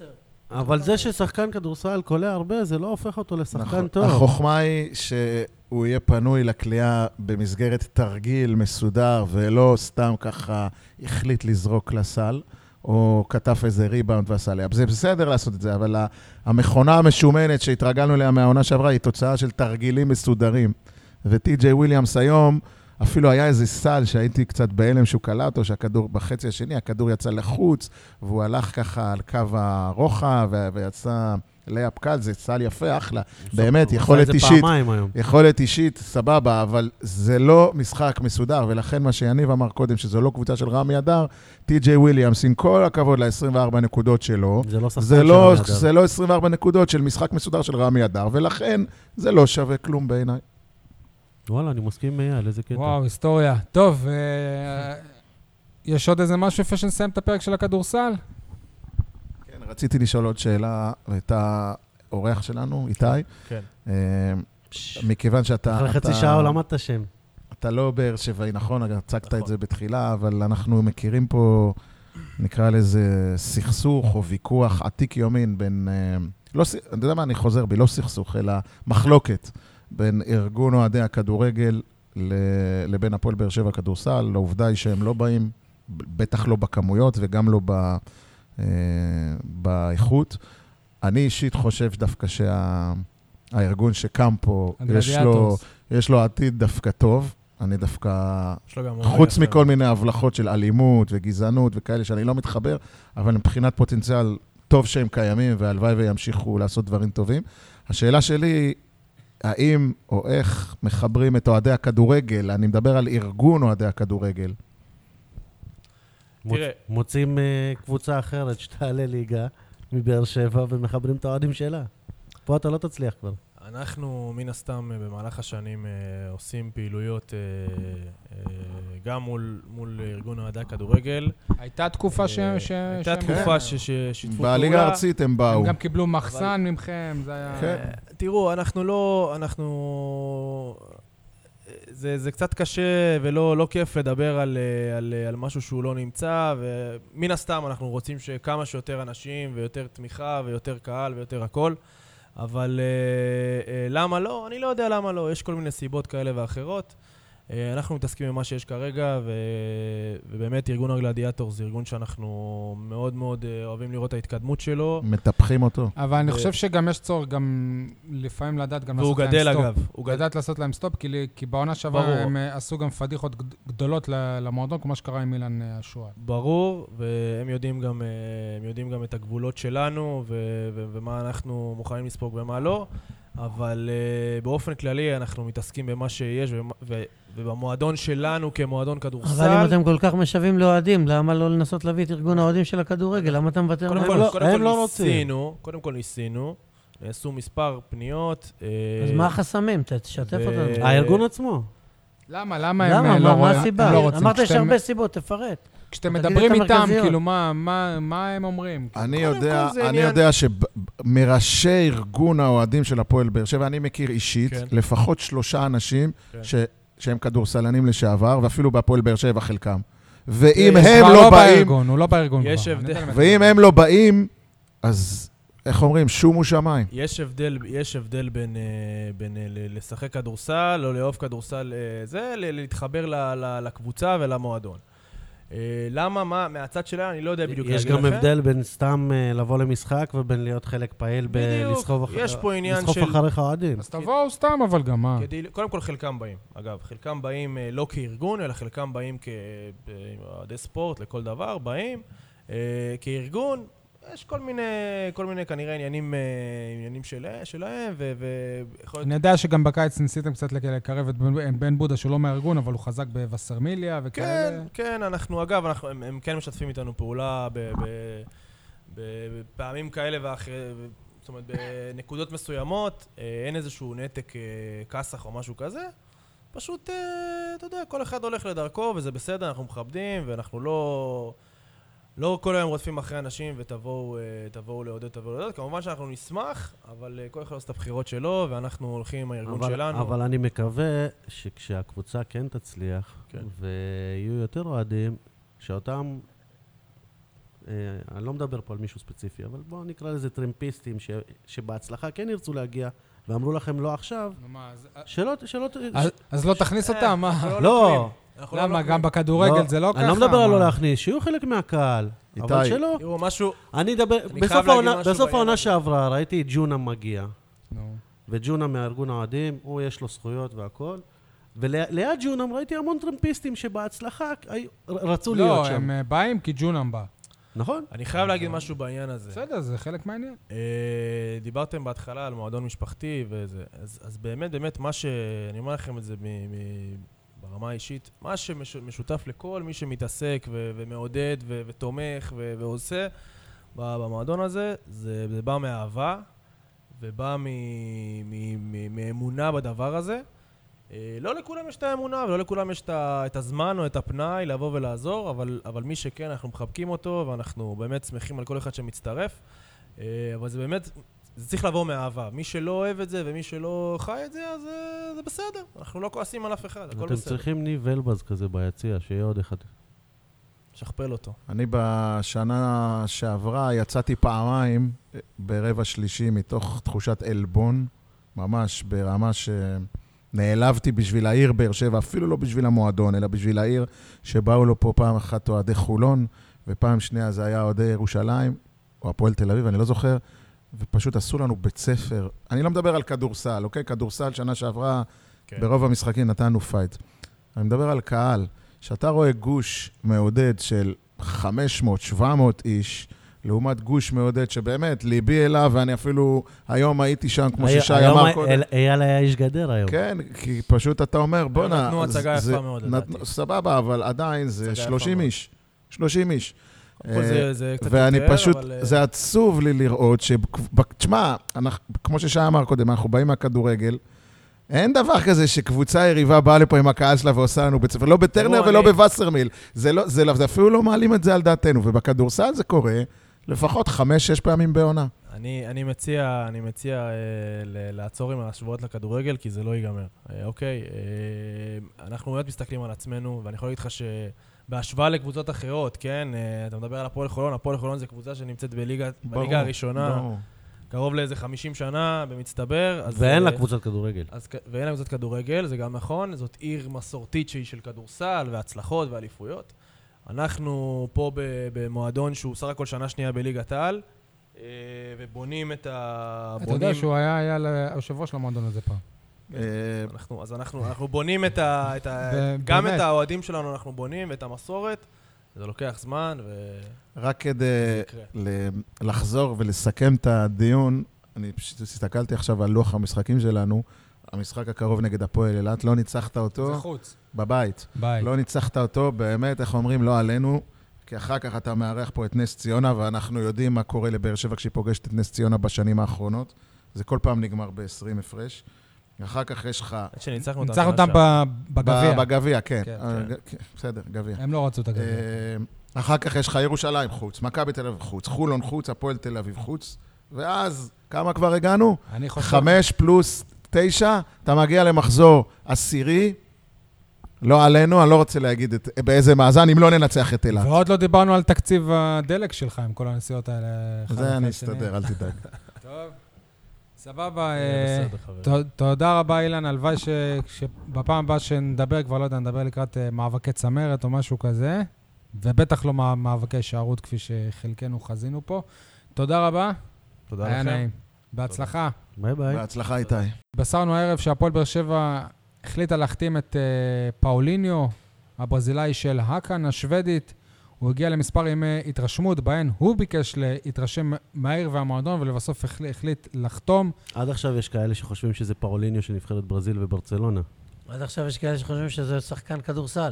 Speaker 2: אבל זה ששחקן כדורסל קולע הרבה, זה לא הופך אותו לשחקן טוב.
Speaker 4: החוכמה היא שהוא יהיה פנוי לקליעה במסגרת תרגיל מסודר, ולא סתם ככה החליט לזרוק לסל, או כתב איזה ריבאונד ועשה לי. זה בסדר לעשות את זה, אבל המכונה המשומנת שהתרגלנו אליה מהעונה שעברה, היא תוצאה של תרגילים מסודרים. וטי-ג'יי וויליאמס היום, אפילו היה איזה סל שהייתי קצת בהלם שהוא קלע אותו, שהכדור בחצי השני, הכדור יצא לחוץ, והוא הלך ככה על קו הרוחב, ויצא לייפ קל, זה סל יפה, אחלה. באמת, יכולת אישית, יכולת אישית, סבבה, אבל זה לא משחק מסודר, ולכן מה שיניב אמר קודם, שזו לא קבוצה של רמי אדר, טי-ג'יי וויליאמס, עם כל הכבוד ל-עשרים וארבע נקודות שלו, זה לא, זה לא עשרים וארבע נקודות של משחק מסודר של רמי אדר, ולכן זה לא שווה כלום בעיניי.
Speaker 2: וואלה, אני מסכים מייל, איזה קטע.
Speaker 1: וואו, היסטוריה. טוב, יש עוד איזה משהו יפה שנסיים את הפרק של הכדורסל?
Speaker 4: כן, רציתי לשאול עוד שאלה, את האורח שלנו, איתי.
Speaker 5: כן.
Speaker 4: מכיוון שאתה...
Speaker 2: אחרי חצי שעה או למדת השם.
Speaker 4: אתה לא באר שבעי, נכון? הצגת את זה בתחילה, אבל אנחנו מכירים פה, נקרא לזה סכסוך או ויכוח עתיק יומין בין... לא, אני יודע מה, אני חוזר בי, לא סכסוך, אלא מחלוקת. בין ארגון אוהדי הכדורגל לבין הפועל באר שבע כדורסל. לעובדה היא שהם לא באים, בטח לא בכמויות וגם לא באיכות. אני אישית חושב דווקא שהארגון שקם פה, יש לו עתיד דווקא טוב. אני דווקא, חוץ מכל מיני הבלחות של אלימות וגזענות וכאלה שאני לא מתחבר, אבל מבחינת פוטנציאל טוב שהם קיימים, והלוואי וימשיכו לעשות דברים טובים. השאלה שלי, האם או איך מחברים את אוהדי הכדורגל, אני מדבר על ארגון אוהדי הכדורגל.
Speaker 2: תראה. מוצאים קבוצה אחרת שתעלה ליגה מבאר שבע ומחברים את האוהדים שלה. פה אתה לא תצליח כבר.
Speaker 5: אנחנו מן הסתם במהלך השנים עושים פעילויות גם מול, מול ארגון אוהדי הכדורגל.
Speaker 1: הייתה תקופה ש...
Speaker 5: הייתה תקופה ששיתפו פעולה.
Speaker 4: בליגה הארצית הם באו.
Speaker 1: הם גם קיבלו מחסן ממכם, זה היה...
Speaker 5: תראו, אנחנו לא... אנחנו... זה, זה קצת קשה ולא לא כיף לדבר על, על, על משהו שהוא לא נמצא, ומן הסתם אנחנו רוצים שכמה שיותר אנשים ויותר תמיכה ויותר קהל ויותר הכל. אבל uh, uh, למה לא? אני לא יודע למה לא. יש כל מיני סיבות כאלה ואחרות. Uh, אנחנו מתעסקים במה שיש כרגע, ו... ובאמת ארגון הגלדיאטור זה ארגון שאנחנו מאוד מאוד uh, אוהבים לראות את ההתקדמות שלו.
Speaker 4: מטפחים אותו.
Speaker 1: אבל ו... אני חושב שגם יש צורך גם לפעמים לדעת גם
Speaker 5: לעשות להם
Speaker 1: סטופ.
Speaker 5: והוא גדל אגב. הוא
Speaker 1: גדל לעשות להם סטופ, כי, כי בעונה שעברה הם עשו גם פדיחות גדולות למועדון, כמו שקרה עם אילן השועל.
Speaker 5: ברור, והם יודעים גם, הם יודעים גם את הגבולות שלנו, ו... ו... ומה אנחנו מוכנים לספוג ומה לא. אבל uh, באופן כללי אנחנו מתעסקים במה שיש, ו- ו- ובמועדון שלנו כמועדון כדורסל.
Speaker 3: אבל אם אתם כל כך משווים לאוהדים, למה לא לנסות להביא את ארגון האוהדים של הכדורגל? למה אתה מוותר להם?
Speaker 5: קודם כל, הם לא ניסינו, קודם כל ניסינו, נעשו מספר פניות.
Speaker 3: אז מה החסמים? תשתף אותנו.
Speaker 2: הארגון עצמו.
Speaker 1: למה? למה הם לא רוצים?
Speaker 3: מה הסיבה? אמרת יש הרבה סיבות, תפרט.
Speaker 1: כשאתם מדברים איתם, כאילו, מה, מה, מה הם אומרים?
Speaker 4: אני יודע, אני יודע שמראשי ארגון האוהדים של הפועל באר שבע, אני מכיר אישית, לפחות שלושה אנשים שהם כדורסלנים לשעבר, ואפילו בהפועל באר שבע חלקם. ואם הם לא באים...
Speaker 1: הוא לא בארגון.
Speaker 5: יש הבדל.
Speaker 4: ואם הם לא באים, אז... איך אומרים? שומו שמיים.
Speaker 5: יש הבדל, יש הבדל בין, בין לשחק כדורסל או לאהוב כדורסל, זה להתחבר לקבוצה ולמועדון. למה? מה? מהצד שלה אני לא יודע בדיוק.
Speaker 2: יש גם הבדל בין סתם לבוא למשחק ובין להיות חלק פעיל בלסחוב אחריך אוהדים.
Speaker 1: אז תבואו סתם אבל גם מה?
Speaker 5: קודם כל חלקם באים. אגב, חלקם באים לא כארגון, אלא חלקם באים כאוהדי ספורט לכל דבר, באים כארגון. יש כל מיני, כל מיני כנראה עניינים, עניינים שלהם, ו...
Speaker 1: אני יודע שגם בקיץ ניסיתם קצת לקרב את בן בודה, שהוא לא מהארגון, אבל הוא חזק בווסרמיליה וכאלה.
Speaker 5: כן, כן, אנחנו, אגב, אנחנו, הם, הם כן משתפים איתנו פעולה בפעמים כאלה ואחרי, זאת אומרת, בנקודות מסוימות, אין איזשהו נתק כסח או משהו כזה, פשוט, אתה יודע, כל אחד הולך לדרכו, וזה בסדר, אנחנו מכבדים, ואנחנו לא... לא כל היום רודפים אחרי אנשים ותבואו תבואו לעודד, תבואו לעודד. כמובן שאנחנו נשמח, אבל כל אחד עושה את הבחירות שלו, ואנחנו הולכים עם הארגון
Speaker 2: אבל,
Speaker 5: שלנו.
Speaker 2: אבל אני מקווה שכשהקבוצה כן תצליח, כן. ויהיו יותר אוהדים, שאותם אני לא מדבר פה על מישהו ספציפי, אבל בואו נקרא לזה טרמפיסטים ש, שבהצלחה כן ירצו להגיע, ואמרו לכם לא עכשיו, שלא... שלא
Speaker 1: אז לא תכניס אותם, מה?
Speaker 2: לא.
Speaker 1: למה? גם בכדורגל זה לא ככה?
Speaker 2: אני לא מדבר על לא להכניס, שיהיו חלק מהקהל, אבל שלא.
Speaker 5: תראו, משהו...
Speaker 2: אני אדבר... בסוף העונה שעברה, ראיתי את ג'ונה מגיע, וג'ונה מהארגון האוהדים, הוא יש לו זכויות והכל, וליד ג'ונם ראיתי המון טרמפיסטים שבהצלחה רצו להיות שם.
Speaker 1: לא, הם באים כי ג'ונם בא.
Speaker 2: נכון.
Speaker 5: אני חייב להגיד משהו בעניין הזה.
Speaker 1: בסדר, זה חלק מעניין.
Speaker 5: דיברתם בהתחלה על מועדון משפחתי וזה, אז באמת, באמת, מה ש... אני אומר לכם את זה ברמה האישית, מה שמשותף לכל מי שמתעסק ומעודד ותומך ועושה במועדון הזה, זה בא מאהבה ובא מאמונה בדבר הזה. לא לכולם יש את האמונה, ולא לכולם יש את הזמן או את הפנאי לבוא ולעזור, אבל, אבל מי שכן, אנחנו מחבקים אותו, ואנחנו באמת שמחים על כל אחד שמצטרף. אבל זה באמת, זה צריך לבוא מאהבה. מי שלא אוהב את זה, ומי שלא חי את זה, אז זה בסדר. אנחנו לא כועסים על אף אחד, הכל בסדר.
Speaker 2: אתם צריכים ניב אלבז כזה ביציע, שיהיה עוד אחד.
Speaker 5: שכפל אותו.
Speaker 4: אני בשנה שעברה יצאתי פעמיים ברבע שלישי מתוך תחושת אלבון, ממש ברמה ש... נעלבתי בשביל העיר באר שבע, אפילו לא בשביל המועדון, אלא בשביל העיר שבאו לו פה פעם אחת אוהדי חולון, ופעם שנייה זה היה אוהדי ירושלים, או הפועל תל אביב, אני לא זוכר, ופשוט עשו לנו בית ספר. אני לא מדבר על כדורסל, אוקיי? כדורסל שנה שעברה, כן. ברוב המשחקים נתנו פייט. אני מדבר על קהל, שאתה רואה גוש מעודד של חמש מאות שבע מאות איש, לעומת גוש מעודד שבאמת, ליבי אליו, ואני אפילו היום הייתי שם, כמו ששי אמר קודם.
Speaker 2: היום אייל היה איש גדר היום.
Speaker 4: כן, כי פשוט אתה אומר, בוא נע...
Speaker 5: נתנו הצגה יפה מאוד, לדעתי.
Speaker 4: סבבה, אבל עדיין זה שלושים איש. שלושים איש.
Speaker 5: זה קצת
Speaker 4: ואני
Speaker 5: יותר,
Speaker 4: פשוט,
Speaker 5: אבל...
Speaker 4: זה עצוב לי לראות ש... תשמע, כמו ששי אמר קודם, אנחנו באים מהכדורגל, אין דבר כזה שקבוצה יריבה באה לפה עם הקהל שלה ועושה לנו בית ספר, לא בטרנר ולא בווסרמיל. זה אפילו לא מעלים את זה על דעתנו, ובכדורסל זה קורה לפחות חמש, שש פעמים בעונה.
Speaker 5: אני, אני מציע, אני מציע אה, לעצור עם השבועות לכדורגל, כי זה לא ייגמר. אה, אוקיי, אה, אנחנו באמת מסתכלים על עצמנו, ואני יכול להגיד לך שבהשוואה לקבוצות אחרות, כן, אה, אתה מדבר על הפועל חולון, הפועל חולון זה קבוצה שנמצאת בליגה, ברור, בליגה הראשונה, ברור. קרוב לאיזה חמישים שנה במצטבר. אז,
Speaker 2: ואין לה קבוצת כדורגל.
Speaker 5: אז, ואין לה קבוצת כדורגל, זה גם נכון, זאת עיר מסורתית שהיא של כדורסל והצלחות ואליפויות. אנחנו פה במועדון שהוא סך הכל שנה שנייה בליגת העל, ובונים את ה...
Speaker 1: אתה יודע שהוא היה היושב ראש למועדון הזה פעם.
Speaker 5: אז אנחנו בונים את ה... גם את האוהדים שלנו אנחנו בונים, ואת המסורת. זה לוקח זמן ו...
Speaker 4: רק כדי לחזור ולסכם את הדיון, אני פשוט הסתכלתי עכשיו על לוח המשחקים שלנו, המשחק הקרוב נגד הפועל אילת, לא ניצחת אותו.
Speaker 1: זה חוץ.
Speaker 4: בבית.
Speaker 1: בית.
Speaker 4: לא ניצחת אותו, באמת, איך אומרים, לא עלינו, כי אחר כך אתה מארח פה את נס ציונה, ואנחנו יודעים מה קורה לבאר שבע כשהיא פוגשת את נס ציונה בשנים האחרונות. זה כל פעם נגמר ב-עשרים הפרש. אחר כך יש לך...
Speaker 5: שניצחנו
Speaker 1: אותם. ניצחנו אותם בגביע.
Speaker 4: בגביע, כן. בסדר, גביע.
Speaker 1: הם לא רצו את הגביע.
Speaker 4: אחר כך יש לך ירושלים חוץ, מכבי תל אביב חוץ, חולון חוץ, הפועל תל אביב חוץ, ואז כמה כבר הגענו?
Speaker 1: אני חושב...
Speaker 4: חמש פלוס תשע, אתה מגיע למחזור עשירי, לא עלינו, אני לא רוצה להגיד את, באיזה מאזן, אם לא ננצח את אילת.
Speaker 1: ועוד לא דיברנו על תקציב הדלק שלך עם כל הנסיעות האלה.
Speaker 4: זה אני אסתדר, אל תדאג.
Speaker 1: טוב, סבבה. תודה רבה אילן, הלוואי שבפעם הבאה שנדבר, כבר לא יודע, נדבר לקראת מאבקי צמרת או משהו כזה, ובטח לא מאבקי שערות כפי שחלקנו חזינו פה. תודה רבה.
Speaker 5: תודה לכם.
Speaker 1: היה נעים. בהצלחה.
Speaker 2: ביי ביי.
Speaker 4: בהצלחה איתי.
Speaker 1: בסרנו הערב שהפועל באר שבע החליטה להחתים את uh, פאוליניו, הברזילאי של הקן, השוודית. הוא הגיע למספר ימי התרשמות, בהן הוא ביקש להתרשם מהעיר והמועדון, ולבסוף החליט לחתום.
Speaker 2: עד עכשיו יש כאלה שחושבים שזה פאוליניו של נבחרת ברזיל וברצלונה.
Speaker 3: עד עכשיו יש כאלה שחושבים שזה שחקן כדורסל.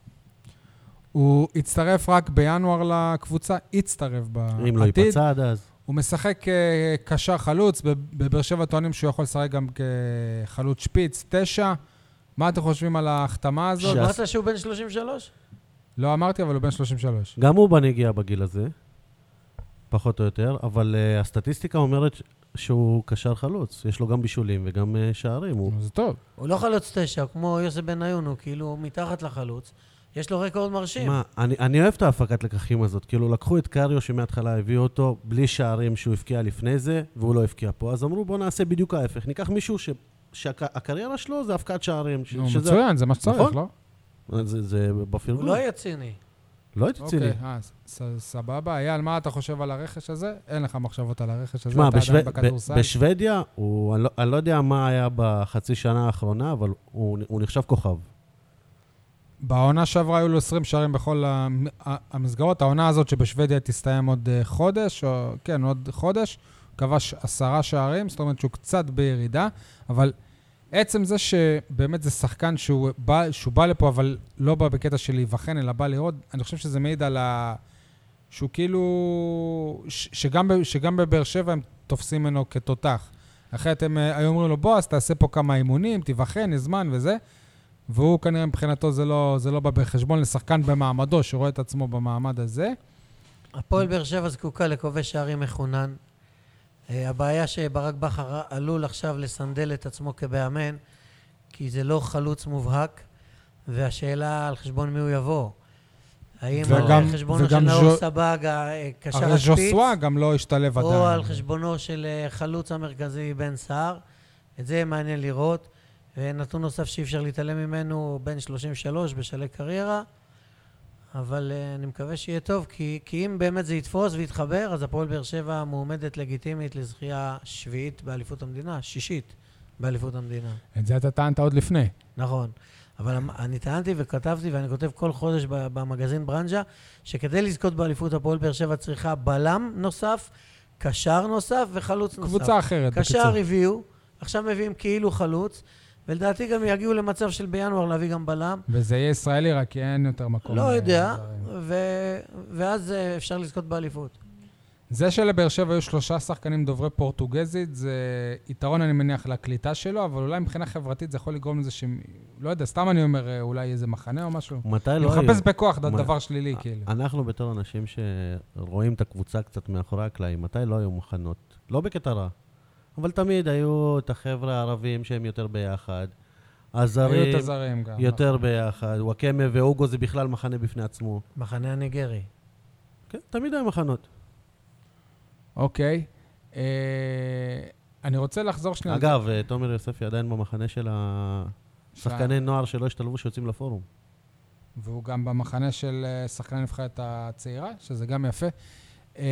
Speaker 1: הוא הצטרף רק בינואר לקבוצה, הצטרף בעתיד.
Speaker 2: אם לא ייפצע עד אז.
Speaker 1: הוא משחק קשר חלוץ, בבאר שבע טוענים שהוא יכול לשחק גם כחלוץ שפיץ, תשע. מה אתם חושבים על ההחתמה הזאת?
Speaker 3: אמרת שהוא בן שלושים ושלוש?
Speaker 1: לא אמרתי, אבל הוא בן שלושים ושלוש.
Speaker 2: גם הוא בנגיע בגיל הזה, פחות או יותר, אבל uh, הסטטיסטיקה אומרת שהוא קשר חלוץ. יש לו גם בישולים וגם uh, שערים. הוא...
Speaker 1: זה טוב.
Speaker 3: הוא לא חלוץ תשע, כמו יוסף בן עיון, הוא כאילו מתחת לחלוץ, יש לו רקורד מרשים.
Speaker 2: מה, אני, אני אוהב את ההפקת לקחים הזאת. כאילו, לקחו את קריו שמההתחלה הביאו אותו, בלי שערים שהוא הפקיע לפני זה, והוא לא הפקיע פה. אז אמרו, בוא נעשה בדיוק ההפך. ניקח מישהו ש... שהקריירה שלו זה הפקת שערים. ש...
Speaker 1: נו,
Speaker 2: שזה...
Speaker 1: מצוין, זה מה שצריך,
Speaker 2: נכון?
Speaker 1: לא?
Speaker 2: זה, זה בפרגון.
Speaker 3: לא היה ציני.
Speaker 2: לא הייתי ציני.
Speaker 1: אוקיי, אה, ס- סבבה. אייל, מה אתה חושב על הרכש הזה? אין לך מחשבות על הרכש הזה?
Speaker 2: תשמע,
Speaker 1: אתה
Speaker 2: בשו...
Speaker 1: עדיין בכדורסל?
Speaker 2: ב- בשוודיה, הוא... אני, לא... אני לא יודע מה היה בחצי שנה האחרונה, אבל הוא, הוא נחשב כוכב.
Speaker 1: בעונה שעברה היו לו עשרים שערים בכל המ- המסגרות. העונה הזאת שבשוודיה תסתיים עוד אה, חודש, או כן, עוד חודש, הוא כבש עשרה שערים, זאת אומרת שהוא קצת בירידה, אבל עצם זה שבאמת זה שחקן שהוא בא, שהוא בא לפה, אבל לא בא בקטע של להיבחן, אלא בא לראות, אני חושב שזה מעיד על ה... שהוא כאילו... ש- שגם, ב- שגם בבאר שבע הם תופסים ממנו כתותח. אחרת הם אה, היו אומרים לו, בוא, אז תעשה פה כמה אימונים, תיבחן, יש זמן וזה. והוא כנראה מבחינתו זה לא, זה לא בא בחשבון לשחקן במעמדו, שרואה את עצמו במעמד הזה.
Speaker 3: הפועל באר שבע זקוקה לכובש שערים מחונן. אה, הבעיה שברק בכר עלול עכשיו לסנדל את עצמו כבאמן, כי זה לא חלוץ מובהק, והשאלה על חשבון מי הוא יבוא. האם
Speaker 1: וגם-
Speaker 3: על חשבונו של
Speaker 1: וגם
Speaker 3: נאור
Speaker 1: ז'ו-
Speaker 3: סבגה, אה, קשר
Speaker 1: הרי
Speaker 3: השפיץ,
Speaker 1: ז'וסווה גם לא השתלב עדיין.
Speaker 3: או על חשבונו של אה, חלוץ המרכזי בן סער. את זה מעניין לראות. ונתון נוסף שאי אפשר להתעלם ממנו, בן שלושים ושלוש בשלהי קריירה, אבל uh, אני מקווה שיהיה טוב, כי, כי אם באמת זה יתפוס ויתחבר, אז הפועל באר שבע מועמדת לגיטימית לזכייה שביעית באליפות המדינה, שישית באליפות המדינה.
Speaker 1: את זה אתה טענת עוד לפני.
Speaker 3: נכון. אבל המ- אני טענתי וכתבתי, ואני כותב כל חודש ב- במגזין ברנז'ה, שכדי לזכות באליפות הפועל באר שבע צריכה בלם נוסף, קשר נוסף וחלוץ נוסף.
Speaker 1: קבוצה אחרת,
Speaker 3: קשר הביאו, עכשיו מביאים כאילו חלוץ, ולדעתי גם יגיעו למצב של בינואר להביא גם בלם.
Speaker 1: וזה יהיה ישראלי, רק כי אין יותר מקום.
Speaker 3: לא
Speaker 1: אה,
Speaker 3: יודע,
Speaker 1: זרים.
Speaker 3: ו- ואז אה, אפשר לזכות באליפות.
Speaker 1: זה שלבאר שבע היו שלושה שחקנים דוברי פורטוגזית, זה יתרון, אני מניח, לקליטה שלו, אבל אולי מבחינה חברתית זה יכול לגרום לזה ש... לא יודע, סתם אני אומר, אולי איזה מחנה או משהו.
Speaker 2: מתי
Speaker 1: אני
Speaker 2: לא היו?
Speaker 1: מחפש בכוח
Speaker 2: מה-
Speaker 1: דבר שלילי, כאילו.
Speaker 2: אנחנו בתור אנשים שרואים את הקבוצה קצת מאחורי הקלעים, מתי לא היו מוכנות? לא בקטע רע, אבל תמיד היו את החבר'ה הערבים שהם יותר ביחד.
Speaker 1: היו
Speaker 2: הזרים
Speaker 1: את הזרים גם.
Speaker 2: יותר
Speaker 1: נכון.
Speaker 2: ביחד. וואקמה ואוגו זה בכלל מחנה בפני עצמו.
Speaker 3: מחנה הניגרי.
Speaker 2: כן, תמיד היו מחנות.
Speaker 1: אוקיי. אה, אני רוצה לחזור שנייה. על זה.
Speaker 2: אגב, אה, תומר יוספי עדיין במחנה של השחקני נוער שלא השתלבו שיוצאים לפורום.
Speaker 1: והוא גם במחנה של אה, שחקני הנבחרת הצעירה, שזה גם יפה. אה,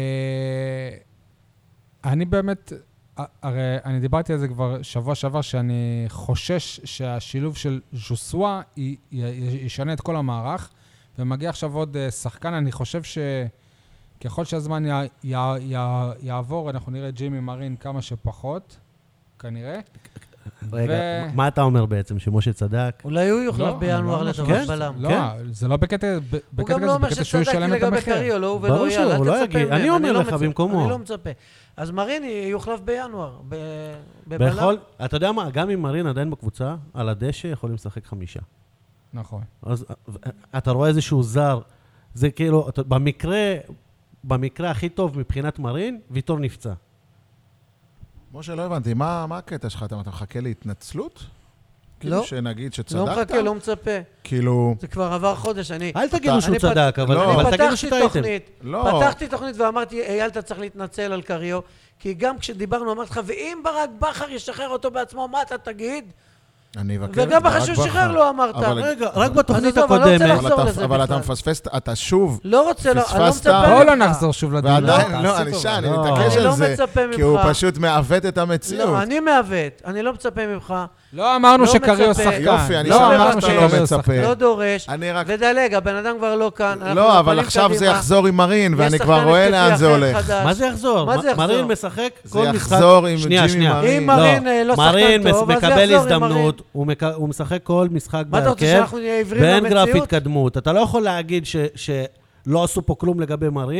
Speaker 1: אני באמת, ה- הרי אני דיברתי על זה כבר שבוע שעבר, שאני חושש שהשילוב של ז'וסווה י- י- ישנה את כל המערך, ומגיע עכשיו עוד אה, שחקן, אני חושב שככל שהזמן י- י- י- יעבור, אנחנו נראה ג'ימי מרין כמה שפחות, כנראה.
Speaker 2: רגע,
Speaker 1: ו-
Speaker 2: מה אתה אומר בעצם? שמשה צדק?
Speaker 3: אולי הוא יוחלף
Speaker 1: לא,
Speaker 3: בינואר
Speaker 1: אני לא
Speaker 3: לטובת
Speaker 2: כן?
Speaker 3: בלם.
Speaker 1: לא,
Speaker 2: כן?
Speaker 1: זה לא בקטע, ב-
Speaker 3: הוא
Speaker 1: בקטע
Speaker 3: גם
Speaker 1: כזה,
Speaker 3: לא אומר
Speaker 1: בקטע שהוא
Speaker 3: שצדקתי
Speaker 1: ישלם את
Speaker 3: לגבי
Speaker 1: המחיר.
Speaker 3: קריו, לא הוא
Speaker 2: ברור
Speaker 3: ולא אייל,
Speaker 2: שהוא
Speaker 3: אל
Speaker 2: לא
Speaker 3: תצפה
Speaker 2: יגיד.
Speaker 3: מהם.
Speaker 2: אני אומר
Speaker 3: לא
Speaker 2: לך
Speaker 3: מצפה-
Speaker 2: במקומו.
Speaker 3: אני לא מצפה. אז מרין יוחלף בינואר, ב- בבלם.
Speaker 2: בכל, אתה יודע מה, גם אם מרין עדיין בקבוצה, על הדשא יכולים לשחק חמישה.
Speaker 1: נכון.
Speaker 2: אז אה, אתה רואה איזשהו זר, זה כאילו, אתה- במקרה, במקרה הכי טוב מבחינת מרין, ויטור נפצע.
Speaker 4: משה, לא הבנתי, מה מה הקטע שלך? אתה אתה מחכה להתנצלות? כאילו
Speaker 3: לא.
Speaker 4: שנגיד שצדקת?
Speaker 3: לא מחכה, לא מצפה.
Speaker 4: כאילו...
Speaker 3: זה כבר עבר חודש, אני...
Speaker 2: אל תגידו שהוא
Speaker 3: אני פת-
Speaker 2: צדק, אבל
Speaker 4: לא.
Speaker 2: אבל
Speaker 3: אני
Speaker 2: תגידו
Speaker 3: פתחתי
Speaker 2: שטעיתם.
Speaker 3: תוכנית,
Speaker 4: לא.
Speaker 3: פתחתי תוכנית ואמרתי, אייל, אתה צריך להתנצל על קריו, כי גם כשדיברנו, אמרתי לך, ואם ברק בכר ישחרר אותו בעצמו, מה אתה תגיד?
Speaker 4: אני אבקר.
Speaker 3: וגם אחרי
Speaker 4: ברק
Speaker 3: שהוא
Speaker 4: בכר.
Speaker 3: שחרר לא אמרת.
Speaker 4: אבל-
Speaker 2: רגע, רק בתוכנית
Speaker 3: עזוב, אני לא רוצה
Speaker 2: הקודמת,
Speaker 3: לחזור
Speaker 4: אבל אתה-
Speaker 3: לזה
Speaker 4: אבל אתה
Speaker 3: בכלל.
Speaker 4: מפספס, אתה שוב,
Speaker 3: לא רוצה, לא, אני לא
Speaker 4: פספסת.
Speaker 3: מצפה ממך.
Speaker 1: בואו לא נחזור שוב לדיון.
Speaker 4: ועדיין,
Speaker 1: תעשי
Speaker 4: לא, אני
Speaker 1: טובה.
Speaker 4: שם, אני
Speaker 2: לא.
Speaker 4: מתעקש
Speaker 3: אני
Speaker 4: על
Speaker 3: לא
Speaker 4: זה,
Speaker 3: מצפה
Speaker 4: כי הוא
Speaker 3: ממך.
Speaker 4: פשוט מעוות את המציאות.
Speaker 3: לא, אני מעוות, אני לא מצפה ממך,
Speaker 1: לא אמרנו
Speaker 3: לא
Speaker 1: שקריו
Speaker 3: מצפה.
Speaker 1: שחקן.
Speaker 4: יופי, אני
Speaker 1: לא
Speaker 3: שמח
Speaker 1: אמרנו
Speaker 3: שאתה
Speaker 1: שקריו
Speaker 4: לא מצפה.
Speaker 1: שחקן.
Speaker 3: לא דורש,
Speaker 4: אני רק...
Speaker 3: ודלג, הבן אדם כבר לא כאן. אנחנו
Speaker 4: לא, אבל
Speaker 3: פונים
Speaker 4: עכשיו זה
Speaker 3: קדימה.
Speaker 4: יחזור עם מרין,
Speaker 3: יש
Speaker 4: ואני
Speaker 3: שחקן
Speaker 4: כבר רואה
Speaker 3: התקפי
Speaker 4: לאן זה
Speaker 3: אחר
Speaker 4: הולך.
Speaker 3: חדש.
Speaker 2: מה זה יחזור?
Speaker 3: מה זה יחזור?
Speaker 2: מרין משחק
Speaker 4: זה
Speaker 2: כל משחק.
Speaker 4: יחזור עם
Speaker 2: שנייה,
Speaker 4: ג'ימי
Speaker 2: שנייה.
Speaker 4: מרין.
Speaker 3: אם מרין אה, לא
Speaker 2: מרין
Speaker 3: שחקן טוב, אז זה
Speaker 2: מקבל
Speaker 3: יחזור עם
Speaker 2: הזדמנות, הוא מק- הוא משחק כל משחק
Speaker 3: מה אתה רוצה,
Speaker 2: בהרכב,
Speaker 3: שאנחנו נהיה עיוורים
Speaker 2: ואין גרף
Speaker 3: למציאות?
Speaker 2: התקדמות. אתה לא יכול להגיד ש- שלא עשו פה כלום לגבי מרין,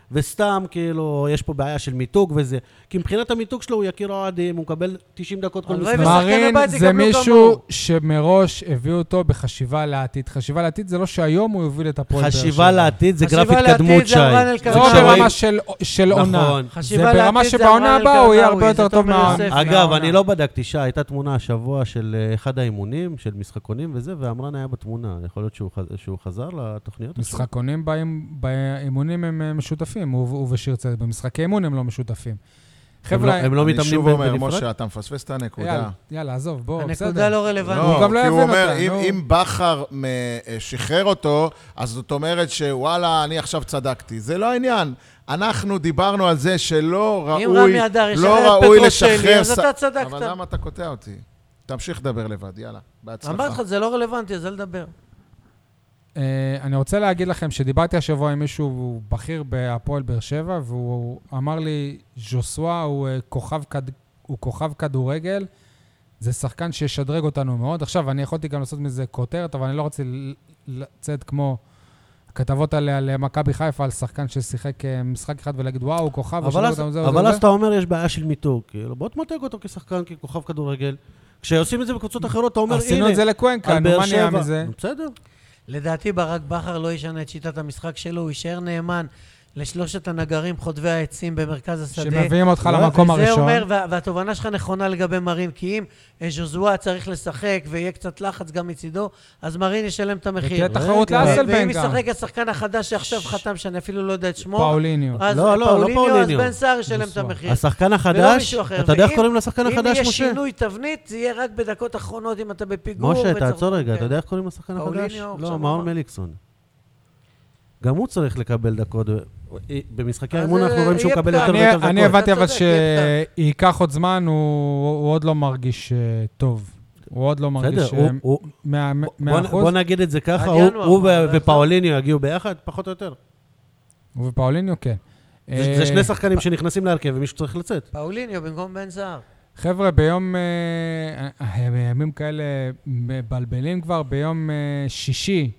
Speaker 2: וסתם, כאילו, יש פה בעיה של מיתוג וזה. כי מבחינת המיתוג שלו, הוא יכיר אוהדים, הוא מקבל תשעים דקות כל משחק.
Speaker 1: מרין זה מישהו שמראש הביאו אותו בחשיבה לעתיד. חשיבה לעתיד זה לא שהיום הוא יוביל את הפועל באר שבע.
Speaker 2: חשיבה לעתיד זה גרפית קדמות שי.
Speaker 1: לא ברמה של עונה. זה ברמה שבעונה הבאה הוא יהיה הרבה יותר טוב מהעונה.
Speaker 2: אגב, אני לא בדקתי, שי, הייתה תמונה השבוע של אחד האימונים, של משחקונים וזה, ואמרן היה בתמונה. יכול להיות שהוא חזר לתוכניות?
Speaker 1: משחקונים באימונים הם משותפים, הוא ושיר צדק. במשחקי אימון הם לא משותפים.
Speaker 2: חבר'ה, הם לא מתאמנים
Speaker 4: בנפרד? אני שוב אומר, משה, אתה מפספס את הנקודה.
Speaker 1: יאללה, עזוב, בוא, בסדר.
Speaker 3: הנקודה לא רלוונטית.
Speaker 1: הוא גם לא יבין אותה.
Speaker 4: אם בכר שחרר אותו, אז זאת אומרת שוואלה, אני עכשיו צדקתי. זה לא העניין. אנחנו דיברנו על זה שלא ראוי,
Speaker 3: אם רמי אדר
Speaker 4: לא ראוי לשחרר...
Speaker 3: אז אתה צדקת.
Speaker 4: אבל למה אתה קוטע אותי? תמשיך לדבר לבד, יאללה, בהצלחה.
Speaker 3: אמרתי לך, זה לא רלוונטי, אז זה לדבר.
Speaker 1: אני רוצה להגיד לכם שדיברתי השבוע עם מישהו בכיר בהפועל באר שבע, והוא אמר לי, ז'וסווה הוא כוכב, הוא כוכב כדורגל, זה שחקן שישדרג אותנו מאוד. עכשיו, אני יכולתי גם לעשות מזה כותרת, אבל אני לא רוצה לצאת כמו כתבות עליה למכבי חיפה, על שחקן ששיחק משחק אחד ולהגיד, וואו, הוא כוכב.
Speaker 2: אבל אז, אותנו, אבל אז אתה אומר, יש בעיה של מיתוג. בוא תמותג אותו כשחקן, ככוכב כדורגל. כשעושים את זה בקבוצות אחרות, אתה אומר, הנה,
Speaker 1: עשינו את זה לקוונקה, מה נהיה מזה?
Speaker 2: בסדר.
Speaker 3: לדעתי ברק בכר לא ישנה את שיטת המשחק שלו, הוא יישאר נאמן לשלושת הנגרים חוטבי העצים במרכז השדה.
Speaker 1: שמביאים אותך למקום הראשון.
Speaker 3: וזה אומר, והתובנה שלך נכונה לגבי מרין, כי אם ז'וזואה צריך לשחק ויהיה קצת לחץ גם מצידו, אז מרין ישלם את המחיר.
Speaker 1: ותהיה תחרות לאסלבנק.
Speaker 3: ואם ישחק השחקן החדש שעכשיו חתם, שאני אפילו לא יודע את שמו,
Speaker 1: פאוליניו.
Speaker 3: אז פאוליניו, אז בן סער ישלם את המחיר.
Speaker 2: השחקן החדש, אתה יודע איך קוראים לשחקן החדש, משה?
Speaker 3: אם יהיה שינוי תבנית, זה יהיה רק בדקות אחרונות אם אתה בפיגור.
Speaker 2: משה, תעצור רגע, אתה יודע איך קוראים לשחקן החדש? לא, מאור מליקסון. גם הוא צריך לקבל דקות. במשחקי האימון אנחנו רואים שהוא מקבל יותר ויותר דקות.
Speaker 1: אני הבנתי אבל שייקח עוד זמן, הוא עוד לא מרגיש טוב. הוא עוד לא מרגיש מאה אחוז.
Speaker 2: בוא נגיד את זה ככה, הוא ופאוליניו יגיעו ביחד, פחות או יותר.
Speaker 1: הוא ופאוליניו, כן.
Speaker 2: זה שני שחקנים שנכנסים להרכב ומישהו צריך לצאת.
Speaker 3: פאוליניו במקום בן סער.
Speaker 1: חבר'ה, ביום, הימים כאלה מבלבלים כבר, ביום שישי,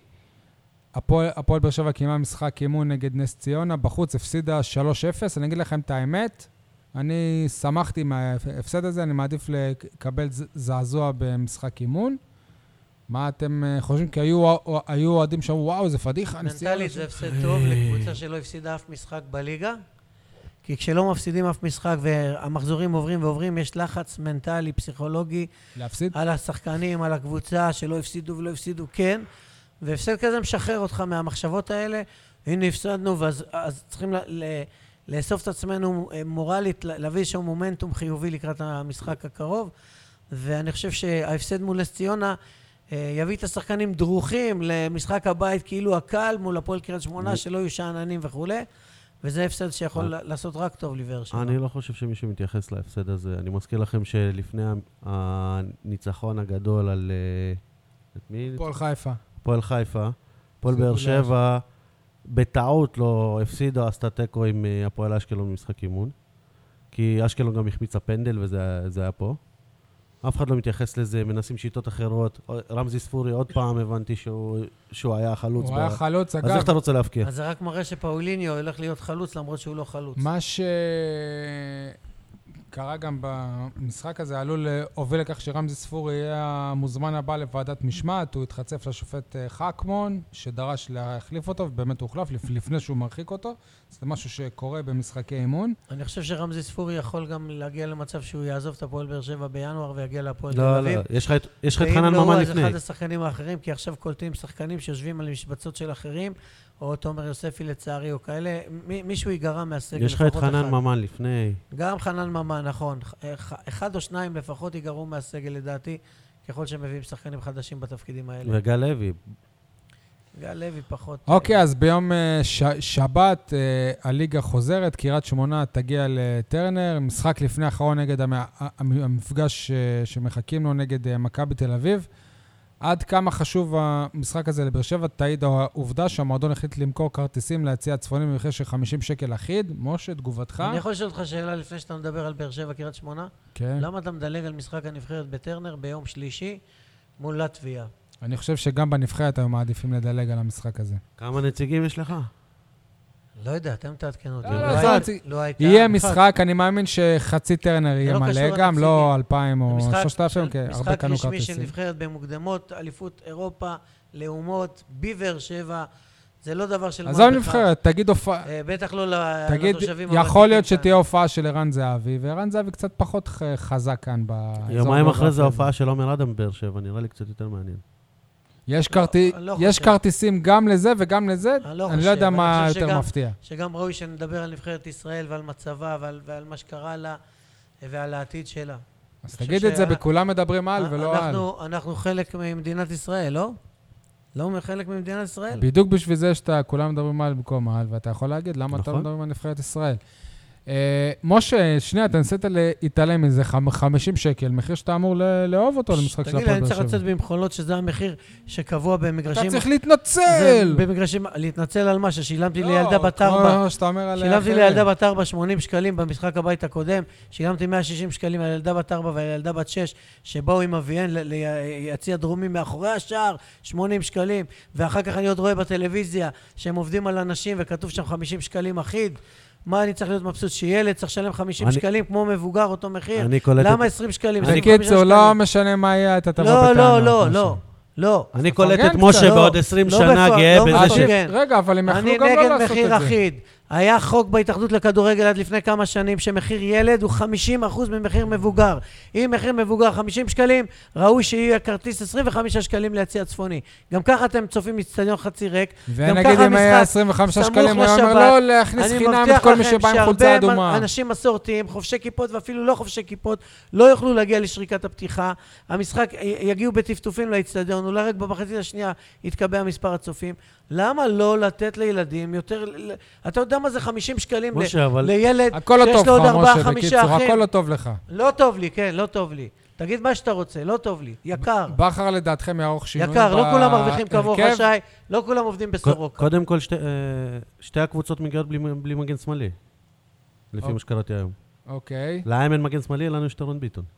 Speaker 1: הפועל באר שבע קיימה משחק אימון נגד נס ציונה, בחוץ הפסידה שלוש אפס. אני אגיד לכם את האמת, אני שמחתי מההפסד הזה, אני מעדיף לקבל זעזוע במשחק אימון. מה אתם חושבים? כי היו, היו אוהדים שאמרו, וואו, זה פדיחה.
Speaker 3: מנטלית זה הפסד טוב לקבוצה שלא הפסידה אף משחק בליגה, כי כשלא מפסידים אף משחק והמחזורים עוברים ועוברים, יש לחץ מנטלי, פסיכולוגי,
Speaker 1: להפסיד?
Speaker 3: על השחקנים, על הקבוצה שלא הפסידו ולא הפסידו, כן. והפסד כזה משחרר אותך מהמחשבות האלה, הנה הפסדנו, ואז אז צריכים ל, ל, לאסוף את עצמנו מורלית, להביא איזשהו מומנטום חיובי לקראת המשחק הקרוב, ואני חושב שההפסד מול נס ציונה יביא את השחקנים דרוכים למשחק הבית כאילו הקל מול הפועל קריית שמונה, שלא יהיו שאננים וכו', וזה הפסד שיכול לעשות רק טוב לבאר שבע.
Speaker 2: אני לא חושב שמישהו מתייחס להפסד הזה. אני מזכיר לכם שלפני הניצחון הגדול על...
Speaker 1: פועל חיפה.
Speaker 2: פועל חיפה, פועל באר שבע, בטעות לא הפסידו, עשתה תיקו עם הפועל אשקלון במשחק אימון, כי אשקלון גם החמיצה פנדל וזה היה פה. אף אחד לא מתייחס לזה, מנסים שיטות אחרות. רמזי ספורי, עוד פעם הבנתי שהוא, שהוא היה חלוץ.
Speaker 1: הוא ב... היה חלוץ, אגב.
Speaker 2: אז איך אתה רוצה להפקיע?
Speaker 3: אז זה רק מראה שפאוליניו הולך להיות חלוץ, למרות שהוא לא חלוץ.
Speaker 1: מה שקרה גם במשחק הזה, עלול להוביל לכך שרמזי ספורי יהיה המוזמן הבא לוועדת משמעת, הוא התחצף לשופט חכמון, שדרש להחליף אותו, ובאמת הוא הוחלף לפני שהוא מרחיק אותו. זה משהו שקורה במשחקי אימון.
Speaker 3: אני חושב שרמזי ספורי יכול גם להגיע למצב שהוא יעזוב את הפועל באר שבע בינואר ויגיע להפועל תל אביב.
Speaker 2: לא, לא, יש לך את חנן ממן לפני.
Speaker 3: ואם לא, אז אחד השחקנים האחרים, כי עכשיו קולטים שחקנים שיושבים על משבצות של אחרים, או תומר יוספי לצערי או כאלה, מישהו ייגרע מהסגל.
Speaker 2: יש לך את חנן ממן לפני.
Speaker 3: גם חנן ממן, נכון. אחד או שניים לפחות ייגרעו מהסגל לדעתי, ככל שמביאים שחקנים חדשים בתפקידים האלה.
Speaker 2: וגל לוי.
Speaker 3: גל לוי פחות.
Speaker 1: אוקיי, אז ביום שבת הליגה חוזרת, קריית שמונה תגיע לטרנר, משחק לפני האחרון נגד המפגש שמחכים לו נגד מכבי תל אביב. עד כמה חשוב המשחק הזה לבאר שבע, תעיד העובדה שהמועדון החליט למכור כרטיסים להציע הצפונים במחיר של חמישים שקל אחיד. משה, תגובתך?
Speaker 3: אני יכול לשאול אותך שאלה לפני שאתה מדבר על באר שבע קריית שמונה?
Speaker 1: כן.
Speaker 3: למה אתה מדלג על משחק הנבחרת בטרנר ביום שלישי מול לטביה?
Speaker 1: אני חושב שגם בנבחרת היו מעדיפים לדלג על המשחק הזה.
Speaker 2: כמה נציגים יש לך?
Speaker 3: לא יודע, אתם תעדכנו אותי.
Speaker 1: לא,
Speaker 3: לא
Speaker 1: לא,
Speaker 3: הייתה-
Speaker 1: זה-
Speaker 3: לא הייתה...
Speaker 1: יהיה משחק, אני מאמין שחצי טרנר יהיה
Speaker 3: לא
Speaker 1: מלא
Speaker 3: קשור
Speaker 1: גם, לא
Speaker 3: לנציגים.
Speaker 1: אלפיים או
Speaker 3: משחק
Speaker 1: שלושת אלפים,
Speaker 3: של-
Speaker 1: כן, הרבה
Speaker 3: משחק
Speaker 1: קנו
Speaker 3: רשמי של
Speaker 1: כרטיסים.
Speaker 3: נבחרת במוקדמות, אליפות אירופה, לאומות, בבאר שבע, זה לא דבר של...
Speaker 1: עזוב
Speaker 3: מה בכך.
Speaker 1: נבחרת, תגיד הופעה,
Speaker 3: אה, בטח לא ל-
Speaker 1: תגיד,
Speaker 3: לתושבים
Speaker 1: יכול להיות
Speaker 3: הוותיקים
Speaker 1: שתהיה הופעה של ערן זהבי, וערן זהבי קצת פחות ח- חזק כאן באזור.
Speaker 2: יומיים אחרי זה
Speaker 1: הגיאוגרפי
Speaker 2: ההופעה של עומר אדם בבאר שבע, נראה לי קצת יותר מעניין.
Speaker 1: יש כרטי-
Speaker 3: אני לא
Speaker 1: יש
Speaker 3: חושב.
Speaker 1: כרטיסים גם לזה וגם לזה,
Speaker 3: אני לא
Speaker 1: אני
Speaker 3: חושב,
Speaker 1: לא יודע
Speaker 3: אני
Speaker 1: מה
Speaker 3: חושב
Speaker 1: יותר
Speaker 3: שגם-
Speaker 1: מפתיע.
Speaker 3: שגם ראוי שנדבר על נבחרת ישראל ועל מצבה ועל, ועל מה שקרה לה ועל העתיד שלה.
Speaker 1: אז
Speaker 3: חושב
Speaker 1: תגיד את זה
Speaker 3: שה-
Speaker 1: בכולם מדברים על ולא על.
Speaker 3: אנחנו, אנחנו חלק ממדינת ישראל, לא? לא חלק ממדינת ישראל?
Speaker 1: בדיוק בשביל זה שאתה, כולם מדברים על במקום על, ואתה יכול להגיד למה אתה לא
Speaker 2: נכון.
Speaker 1: מדברים על נבחרת ישראל. אה, משה, שנייה, אתה ניסית להתעלם מזה, חמ- חמישים שקל, מחיר שאתה אמור ל- לאהוב אותו למשחק של
Speaker 3: תגיד לי,
Speaker 1: הפועל
Speaker 3: אני
Speaker 1: באר
Speaker 3: צריך
Speaker 1: שבע.
Speaker 3: לצאת במחולות שזה המחיר שקבוע במגרשים...
Speaker 1: אתה צריך
Speaker 3: זה
Speaker 1: להתנצל!
Speaker 3: במגרשים... להתנצל על מה? ששילמתי
Speaker 1: לא,
Speaker 3: לילדה בת ארבע...
Speaker 1: כמו שאתה אומר על
Speaker 3: שילמתי
Speaker 1: אחרים.
Speaker 3: לילדה בת ארבע שמונים שקלים במשחק הבית הקודם, שילמתי מאה ושישים שקלים על ילדה בת ארבע ולילדה בת שש, שבאו עם אביהן ל- ליציע דרומי מאחורי השער, שמונים שקלים, ואחר כך אני עוד רואה בטלוויזיה שהם עובדים על אנשים וכתוב שם חמישים שקלים אחיד. מה אני צריך להיות מבסוט? שילד צריך לשלם חמישים
Speaker 2: אני-
Speaker 3: שקלים כמו מבוגר אותו מחיר?
Speaker 2: אני קולט
Speaker 3: למה
Speaker 2: את-
Speaker 3: עשרים שקלים? עשרים וחמישה
Speaker 1: בקיצור,
Speaker 3: שקלים?
Speaker 1: לא משנה מה יהיה, אתה תבוא
Speaker 3: לא,
Speaker 1: בטענות.
Speaker 3: לא, לא,
Speaker 1: משה.
Speaker 3: לא, לא.
Speaker 2: אני
Speaker 1: תפרגן
Speaker 2: קולט את
Speaker 1: קצת.
Speaker 2: משה
Speaker 3: לא,
Speaker 2: בעוד עשרים
Speaker 3: לא
Speaker 2: שנה
Speaker 3: בפ-
Speaker 2: גאה
Speaker 3: לא
Speaker 2: בזה
Speaker 3: מפרגן.
Speaker 2: ש...
Speaker 3: כן.
Speaker 1: רגע, אבל הם יכלו
Speaker 3: אני
Speaker 1: גם לא
Speaker 3: נגד
Speaker 1: לעשות
Speaker 3: מחיר
Speaker 1: את זה.
Speaker 3: אחיד. היה חוק בהתאחדות לכדורגל עד לפני כמה שנים שמחיר ילד הוא חמישים אחוז ממחיר מבוגר. אם מחיר מבוגר חמישים שקלים, ראוי שיהיה כרטיס עשרים וחמישה שקלים ליציע הצפוני. גם ככה אתם צופים אצטדיון חצי ריק. גם
Speaker 1: ונגיד
Speaker 3: ככה
Speaker 1: אם היה
Speaker 3: המשחק
Speaker 1: עשרים וחמישה
Speaker 3: סמוך
Speaker 1: שקלים, הוא היה אומר
Speaker 3: לשבת.
Speaker 1: לא להכניס
Speaker 3: אני
Speaker 1: חינם את
Speaker 3: מבטיח
Speaker 1: כל מי
Speaker 3: לכם
Speaker 1: שבא עם חולצה
Speaker 3: שהרבה
Speaker 1: אדומה.
Speaker 3: אנשים מסורתיים, חובשי כיפות ואפילו לא חובשי כיפות, לא יוכלו להגיע לשריקת הפתיחה. המשחק י- יגיעו בטפטופים לאצטדיון, אולי רק במחצית השנייה יתקבע מספר הצופים. למה לא לתת לילדים יותר... ל- אתה יודע מה זה חמישים שקלים ל-
Speaker 2: משה, אבל...
Speaker 3: לילד
Speaker 1: הכל לא
Speaker 3: שיש
Speaker 1: טוב
Speaker 3: לו עוד
Speaker 1: לך,
Speaker 3: ארבעה,
Speaker 1: משה,
Speaker 3: חמישה
Speaker 1: בקיצור,
Speaker 3: אחים?
Speaker 1: הכל לא טוב לך.
Speaker 3: לא טוב לי, כן, לא טוב לי. תגיד מה שאתה רוצה, לא טוב לי. יקר.
Speaker 1: בכר לדעתכם יערוך שינוי
Speaker 3: יקר, לא כולם מרוויחים כמוך,
Speaker 1: בהרכב?
Speaker 3: שי. לא כולם עובדים בסורוקה.
Speaker 2: קודם כל, שתי, אה, שתי הקבוצות מגיעות בלי, בלי מגן שמאלי, לפי
Speaker 1: אוקיי.
Speaker 2: מה שקראתי היום.
Speaker 1: אוקיי,
Speaker 2: להם אין מגן שמאלי, לנו יש את רון ביטון.